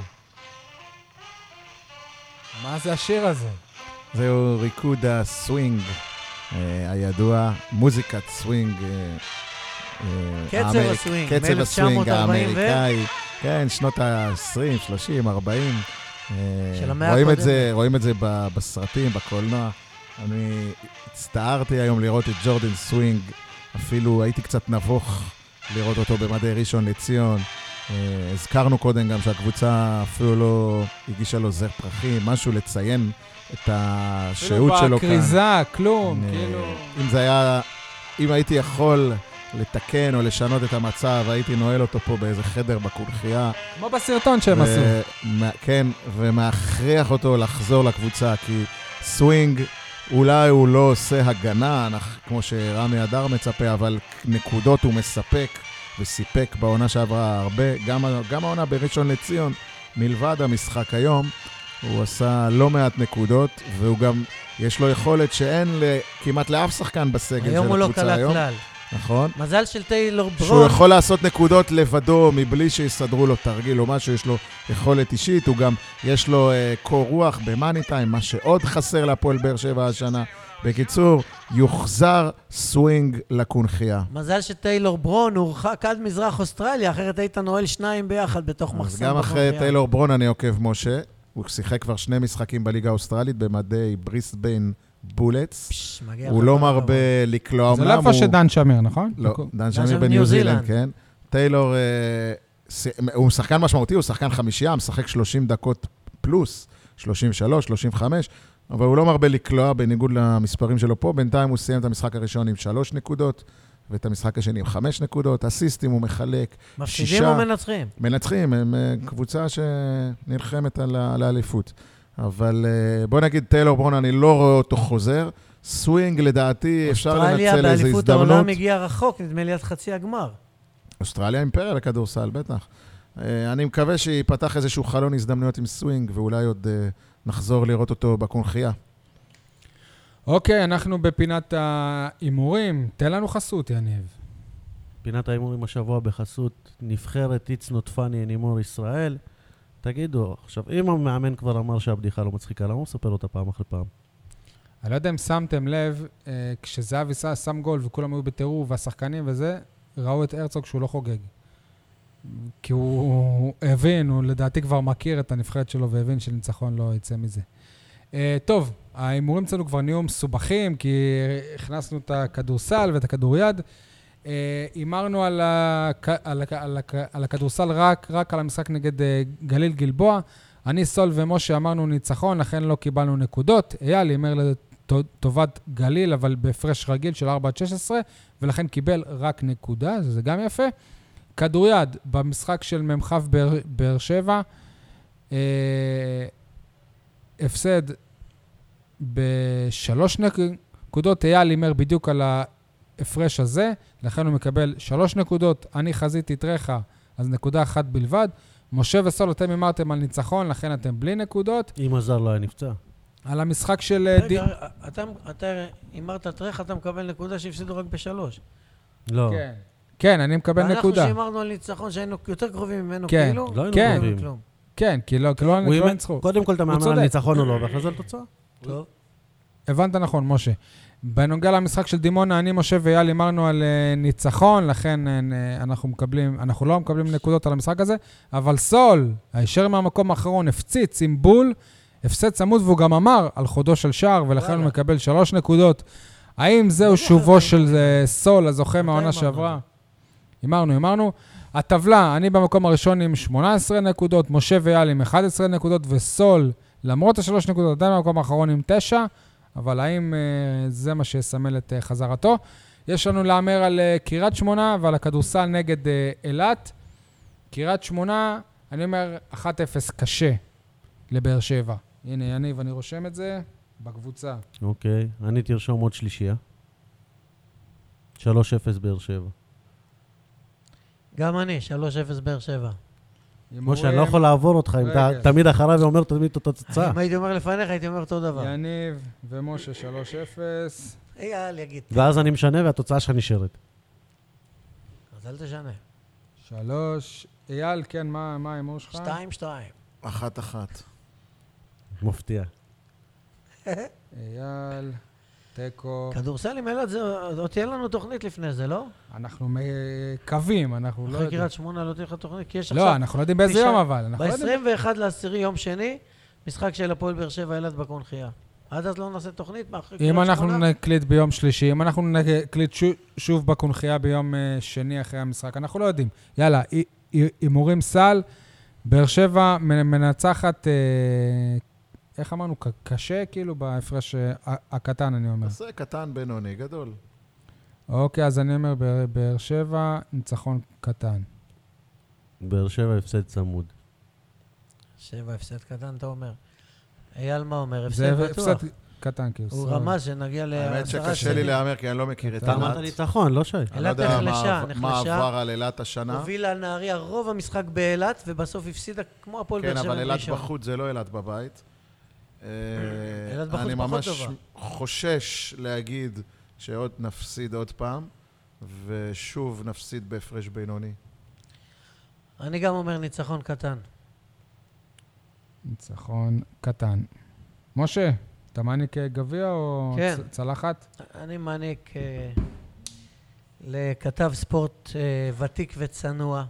Speaker 1: מה זה השיר הזה?
Speaker 4: זהו ריקוד הסווינג הידוע, מוזיקת סווינג.
Speaker 3: קצב הסווינג,
Speaker 4: קצב הסווינג האמריקאי. כן, שנות ה-עשרים, שלושים, ארבעים. רואים את זה, רואים את זה בסרטים, בקולנוע. אני הצטערתי היום לראות את ג'ורדן סווינג, אפילו הייתי קצת נבוך לראות אותו במדי ראשון לציון. הזכרנו קודם גם שהקבוצה אפילו לא הגישה לו זר פרחים, משהו לציין את השהות שלו כאן.
Speaker 1: אפילו בקריזה, כלום, כאילו...
Speaker 4: אם זה היה, אם הייתי יכול לתקן או לשנות את המצב, הייתי נועל אותו פה באיזה חדר בקולחייה.
Speaker 1: כמו בסרטון שהם עשו.
Speaker 4: כן, ומאכריח אותו לחזור לקבוצה, כי סווינג אולי הוא לא עושה הגנה, כמו שרמי הדר מצפה, אבל נקודות הוא מספק. וסיפק בעונה שעברה הרבה, גם, גם העונה בראשון לציון, מלבד המשחק היום, הוא עשה לא מעט נקודות, והוא גם, יש לו יכולת שאין כמעט לאף שחקן בסגל של הקבוצה היום.
Speaker 3: היום הוא לא קלה כלל.
Speaker 4: נכון.
Speaker 3: מזל של טיילור ברון.
Speaker 4: שהוא יכול לעשות נקודות לבדו, מבלי שיסדרו לו תרגיל או משהו, יש לו יכולת אישית, הוא גם, יש לו uh, קור רוח במאני טיים, מה שעוד חסר להפועל באר שבע השנה. בקיצור, יוחזר סווינג לקונחייה.
Speaker 3: מזל שטיילור ברון הורחק עד מזרח אוסטרליה, אחרת היית נועל שניים ביחד בתוך מחסן.
Speaker 4: אז גם אחרי טיילור ברון אני עוקב משה, הוא שיחק כבר שני משחקים בליגה האוסטרלית במדי בריסביין בולטס. הוא לא מרבה לקלוע.
Speaker 1: זה לא איפה שדן שמיר, נכון?
Speaker 4: לא, דן שמיר בניו זילנד, כן. טיילור הוא שחקן משמעותי, הוא שחקן חמישייה, משחק שלושים דקות פלוס, שלושים ושלוש, שלושים וחמש, אבל הוא לא מרבה לקלוע בניגוד למספרים שלו פה. בינתיים הוא סיים את המשחק הראשון עם שלוש נקודות, ואת המשחק השני עם חמש נקודות. אסיסטים הוא מחלק.
Speaker 3: מפסידים שישה... או מנצחים?
Speaker 4: מנצחים, הם קבוצה שנלחמת על, על האליפות. אבל בוא נגיד, טיילור ברון, אני לא רואה אותו חוזר. סווינג, לדעתי, אפשר לנצל איזו הזדמנות.
Speaker 3: אוסטרליה באליפות העולם הגיע רחוק, נדמה לי עד חצי הגמר.
Speaker 4: אוסטרליה אימפריה לכדורסל, בטח. אני מקווה שיפתח איזשהו חלון הזדמנויות עם סווינג, ואולי עוד נחזור לראות אותו בקונחייה.
Speaker 1: אוקיי, אנחנו בפינת האימורים. תן לנו חסות, יניב.
Speaker 2: פינת האימורים השבוע בחסות נבחרת It's Not Funny Anymore ישראל. תגידו, עכשיו, אם המאמן כבר אמר שהבדיחה לא מצחיקה, למה הוא מספר אותה פעם אחרי פעם?
Speaker 1: אני לא יודע אם שמתם לב, כשזהבי שם גול וכולם היו בטירוף, והשחקנים וזה, ראו את הרצוג שהוא לא חוגג. כי הוא הבין, הוא לדעתי כבר מכיר את הנבחרת שלו, והבין שניצחון לא יצא מזה. טוב, האימורים אצלנו כבר נהיו מסובכים, כי הכנסנו את הכדורסל ואת הכדוריד. אימרנו על, הכ... על, הכ... על, הכ... על הכדורסל רק, רק על המשחק נגד גליל גלבוע. אני, סול ומשה אמרנו ניצחון, לכן לא קיבלנו נקודות. אייל אימר לטובת גליל, אבל בהפרש רגיל של ארבע עד שש עשרה, ולכן קיבל רק נקודה, זה גם יפה. כדוריד, במשחק של ממחף באר, באר שבע, אה, הפסד בשלוש נקודות. אייל אימר בדיוק על ההפרש הזה, לכן הוא מקבל שלוש נקודות. אני חזיתי את רחה, אז נקודה אחת בלבד. משה וסול, אתם אמרתם על ניצחון, לכן אתם בלי נקודות.
Speaker 2: אם עזר לא היה נפצע.
Speaker 1: על המשחק של...
Speaker 3: רגע, אתה, אתה אמרת את רחה, אתה מקבל נקודה שהפסידו רק בשלוש.
Speaker 2: לא.
Speaker 1: כן. כן, אני מקבל
Speaker 3: ואנחנו
Speaker 1: נקודה.
Speaker 3: אנחנו שאמרנו על ניצחון שהיינו יותר קרובים ממנו,
Speaker 1: כן.
Speaker 3: כאילו?
Speaker 2: לא היינו
Speaker 1: כן.
Speaker 2: קרובים.
Speaker 3: כלום.
Speaker 1: כן, כי לא, כי לא, לא ניצחו.
Speaker 2: קודם כל אתה מאמר על ניצחון או לא, ואחרי זה על תוצאה.
Speaker 3: טוב.
Speaker 1: הבנת נכון, משה. בנוגע למשחק של דימונה, אני, משה ואייל אמרנו על uh, ניצחון, לכן uh, אנחנו מקבלים, אנחנו לא מקבלים נקודות על המשחק הזה, אבל סול, הישר מהמקום האחרון, הפציץ עם בול, הפסד צמוד, והוא גם אמר על חודו של שער, ולכן הוא מקבל שלוש נקודות. האם זהו שובו של סול, הזוכה מהעונה שעברה? אמרנו, אמרנו. הטבלה, אני במקום הראשון עם שמונה עשרה נקודות, משה ויאל עם אחת עשרה נקודות, וסול, למרות השלוש נקודות, עדיין במקום האחרון עם תשע, אבל האם uh, זה מה שיסמל את uh, חזרתו? יש לנו לאמר על uh, קריית שמונה ועל הכדורסל נגד uh, אלת. קריית שמונה, אני אומר, אחת אפס קשה לבאר שבע. הנה, יניב, אני רושם את זה בקבוצה.
Speaker 2: אוקיי, אני תרשום עוד שלישייה. שלוש אפס באר שבע.
Speaker 3: גם אני, שלוש אפס באר שבע.
Speaker 2: משה, אני לא יכול לעבור אותך, אם אתה תמיד אחריי ואומר תמיד את התוצאה.
Speaker 3: אם הייתי אומר לפניך, הייתי אומר אותו דבר.
Speaker 1: יניב ומשה שלוש אפס.
Speaker 3: אייל יגיד.
Speaker 2: ואז אני משנה והתוצאה שלך נשארת.
Speaker 3: אז אל תשנה.
Speaker 1: שלוש. אייל, כן, מה האמור שלך?
Speaker 3: שתיים, שתיים.
Speaker 4: אחת אחת.
Speaker 2: מפתיע.
Speaker 1: אייל, תיקו.
Speaker 3: כדורסל עם אלעד, עוד תהיה לנו תוכנית לפני זה, לא?
Speaker 1: אנחנו מקווים, אנחנו לא יודעים.
Speaker 3: אחרי קריית שמונה לא תהיה לך תוכנית, כי יש עכשיו...
Speaker 1: לא, אנחנו לא יודעים באיזה יום אבל.
Speaker 3: ב-עשרים ואחד לעשירי יום שני, משחק של הפועל באר שבע אלעד בקונחייה. עד אז לא נעשה תוכנית?
Speaker 1: אם אנחנו נקליט ביום שלישי, אם אנחנו נקליט שוב בקונחייה ביום שני אחרי המשחק, אנחנו לא יודעים. יאללה, הימורים סל, באר שבע מנצחת... איך אמרנו? קשה, כאילו, בהפרש הקטן, אני אומר.
Speaker 4: זה קטן, בינוני, גדול.
Speaker 1: אוקיי, אז אני אומר, באר שבע, ניצחון קטן.
Speaker 2: באר שבע, הפסד צמוד.
Speaker 3: שבע, הפסד קטן, אתה אומר. אייל, מה אומר? הפסד בטוח.
Speaker 1: זה הפסד קטן, כאילו.
Speaker 3: הוא רמז שנגיע לעשרה.
Speaker 4: האמת שקשה לי להאמר, כי אני לא מכיר את
Speaker 2: אלת. אתה אמרת ניצחון, לא שי.
Speaker 3: אלת נחלשה, נחלשה.
Speaker 4: מה עבר על אלת השנה?
Speaker 3: הובילה נהריה רוב המשחק באלת, ובסוף הפסידה כמו הפועל באר שבע.
Speaker 4: כן, אבל אלת בחוץ זה לא אלת בבית. אני ממש חושש להגיד שעוד נפסיד עוד פעם, ושוב נפסיד בהפרש בינוני.
Speaker 3: אני גם אומר ניצחון קטן.
Speaker 1: ניצחון קטן. משה, אתה מעניק גביע או
Speaker 3: כן.
Speaker 1: צלחת?
Speaker 3: אני מעניק uh, לכתב ספורט uh, ותיק וצנוע,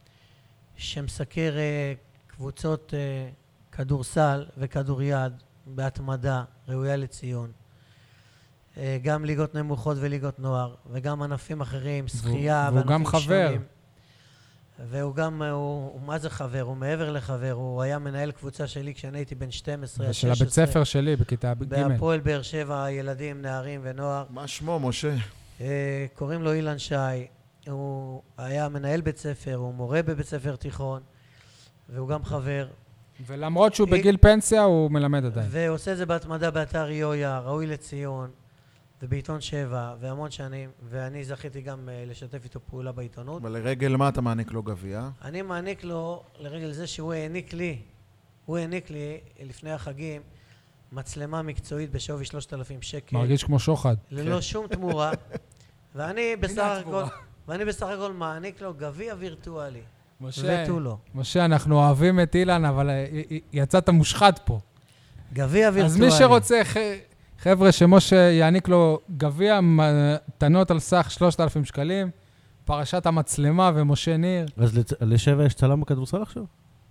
Speaker 3: שמסקר uh, קבוצות uh, כדורסל וכדוריד בהתמדה, ראויה לציון. Uh, גם ליגות נמוכות וליגות נוער, וגם ענפים אחרים, שחייה
Speaker 1: והוא גם חבר.
Speaker 3: שונים. והוא גם, הוא, הוא מה זה חבר? הוא מעבר לחבר, הוא היה מנהל קבוצה שלי כשאני הייתי בן שתים עשרה,
Speaker 1: שש עשרה. ושל הבית ספר שלי בכיתה ג'.
Speaker 3: בהפועל באר שבע, ילדים, נערים ונוער.
Speaker 4: מה שמו, משה?
Speaker 3: Uh, קוראים לו אילן שי, הוא היה מנהל בית ספר, הוא מורה בבית ספר תיכון, והוא גם חבר.
Speaker 1: ולמרות שהוא בגיל פנסיה, הוא מלמד עדיין.
Speaker 3: ועושה את זה בהתמדה באתר יויה, ראוי לציון, ובעיתון שבע, והמון שנים, ואני זכיתי גם uh, לשתף איתו פעולה בעיתונות.
Speaker 4: אבל לרגל מה אתה מעניק לו גביע?
Speaker 3: אני מעניק לו, לרגל זה שהוא העניק לי, הוא העניק לי לפני החגים, מצלמה מקצועית בשווי שלושת אלפים שקל.
Speaker 1: מרגיש כמו שוחד.
Speaker 3: ללא שום תמורה. ואני בסך הכל, ואני בסך הכל מעניק לו גביע וירטואלי.
Speaker 1: משה,
Speaker 3: ותו לא.
Speaker 1: משה, אנחנו אוהבים את אילן, אבל יצאת מושחת פה.
Speaker 3: גביע וירטואלי.
Speaker 1: אז מי שרוצה, חבר'ה, שמשה יעניק לו גביע, מתנות על סך שלושת אלפים שקלים, פרשת המצלמה ומשה ניר.
Speaker 2: אז לשבע יש צלם בכדורסל עכשיו?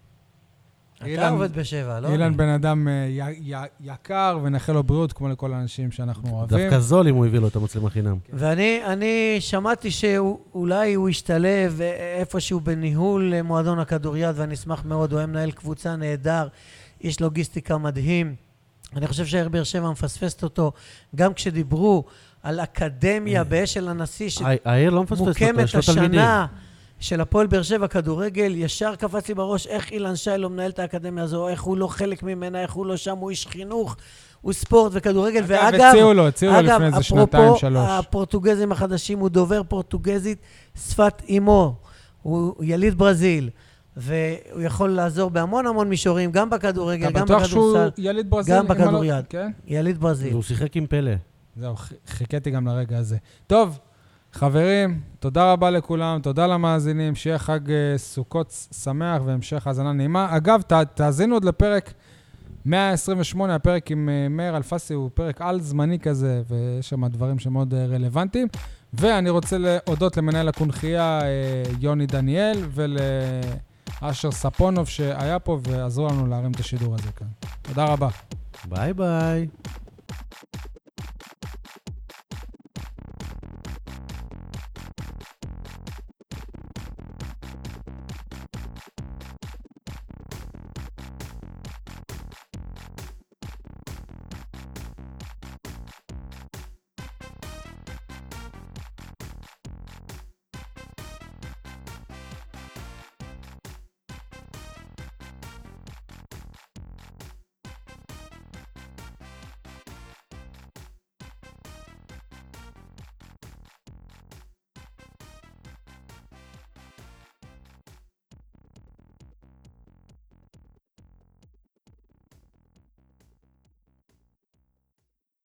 Speaker 3: אתה עובד בשבע, לא?
Speaker 1: אילן בן אדם יקר ונאחל לו בריאות, כמו לכל האנשים שאנחנו אוהבים.
Speaker 2: דווקא זול אם הוא הביא לו את המצלמה חינם.
Speaker 3: ואני שמעתי שאולי הוא ישתלב איפשהו בניהול מועדון הכדוריד, ואני אשמח מאוד, הוא היה מנהל קבוצה נהדר, יש לוגיסטיקה מדהים. אני חושב שהעיר באר שבע מפספסת אותו, גם כשדיברו על אקדמיה באשל הנשיא,
Speaker 2: העיר לא מפספסת אותו,
Speaker 3: שמוקמת השנה של הפועל באר שבע כדורגל, ישר קפץ לי בראש איך אילן שי לא מנהל את האקדמיה הזו, איך הוא לא חלק ממנה, איך הוא לא שם, הוא איש חינוך, הוא ספורט וכדורגל, ואגב,
Speaker 1: הציעו לו, הציעו לו לפני איזה שנתיים, שלוש.
Speaker 3: אפרופו הפורטוגזים החדשים, הוא דובר פורטוגזית, שפת אימו, הוא יליד ברזיל, והוא יכול לעזור בהמון המון מישורים, גם בכדורגל, גם בכדורסל. אתה בטוח שהוא
Speaker 1: יליד ברזיל?
Speaker 3: גם בכדוריד, יליד ברזיל.
Speaker 2: הוא שיחק עם פלא.
Speaker 1: זהו, חיכיתי גם לרגע הזה. טוב, חברים, תודה רבה לכולם, תודה למאזינים, שיהיה חג סוכות שמח והמשך האזנה נעימה. אגב, ת, תאזינו עוד לפרק מאה עשרים ושמונה, הפרק עם מאיר אלפסי, הוא פרק על זמני כזה, ויש שם דברים שמאוד רלוונטיים. ואני רוצה להודות למנהל הקונחייה יוני דניאל, אשר ספונוב שהיה פה ועזרו לנו להרים את השידור הזה כאן. תודה רבה.
Speaker 2: ביי ביי.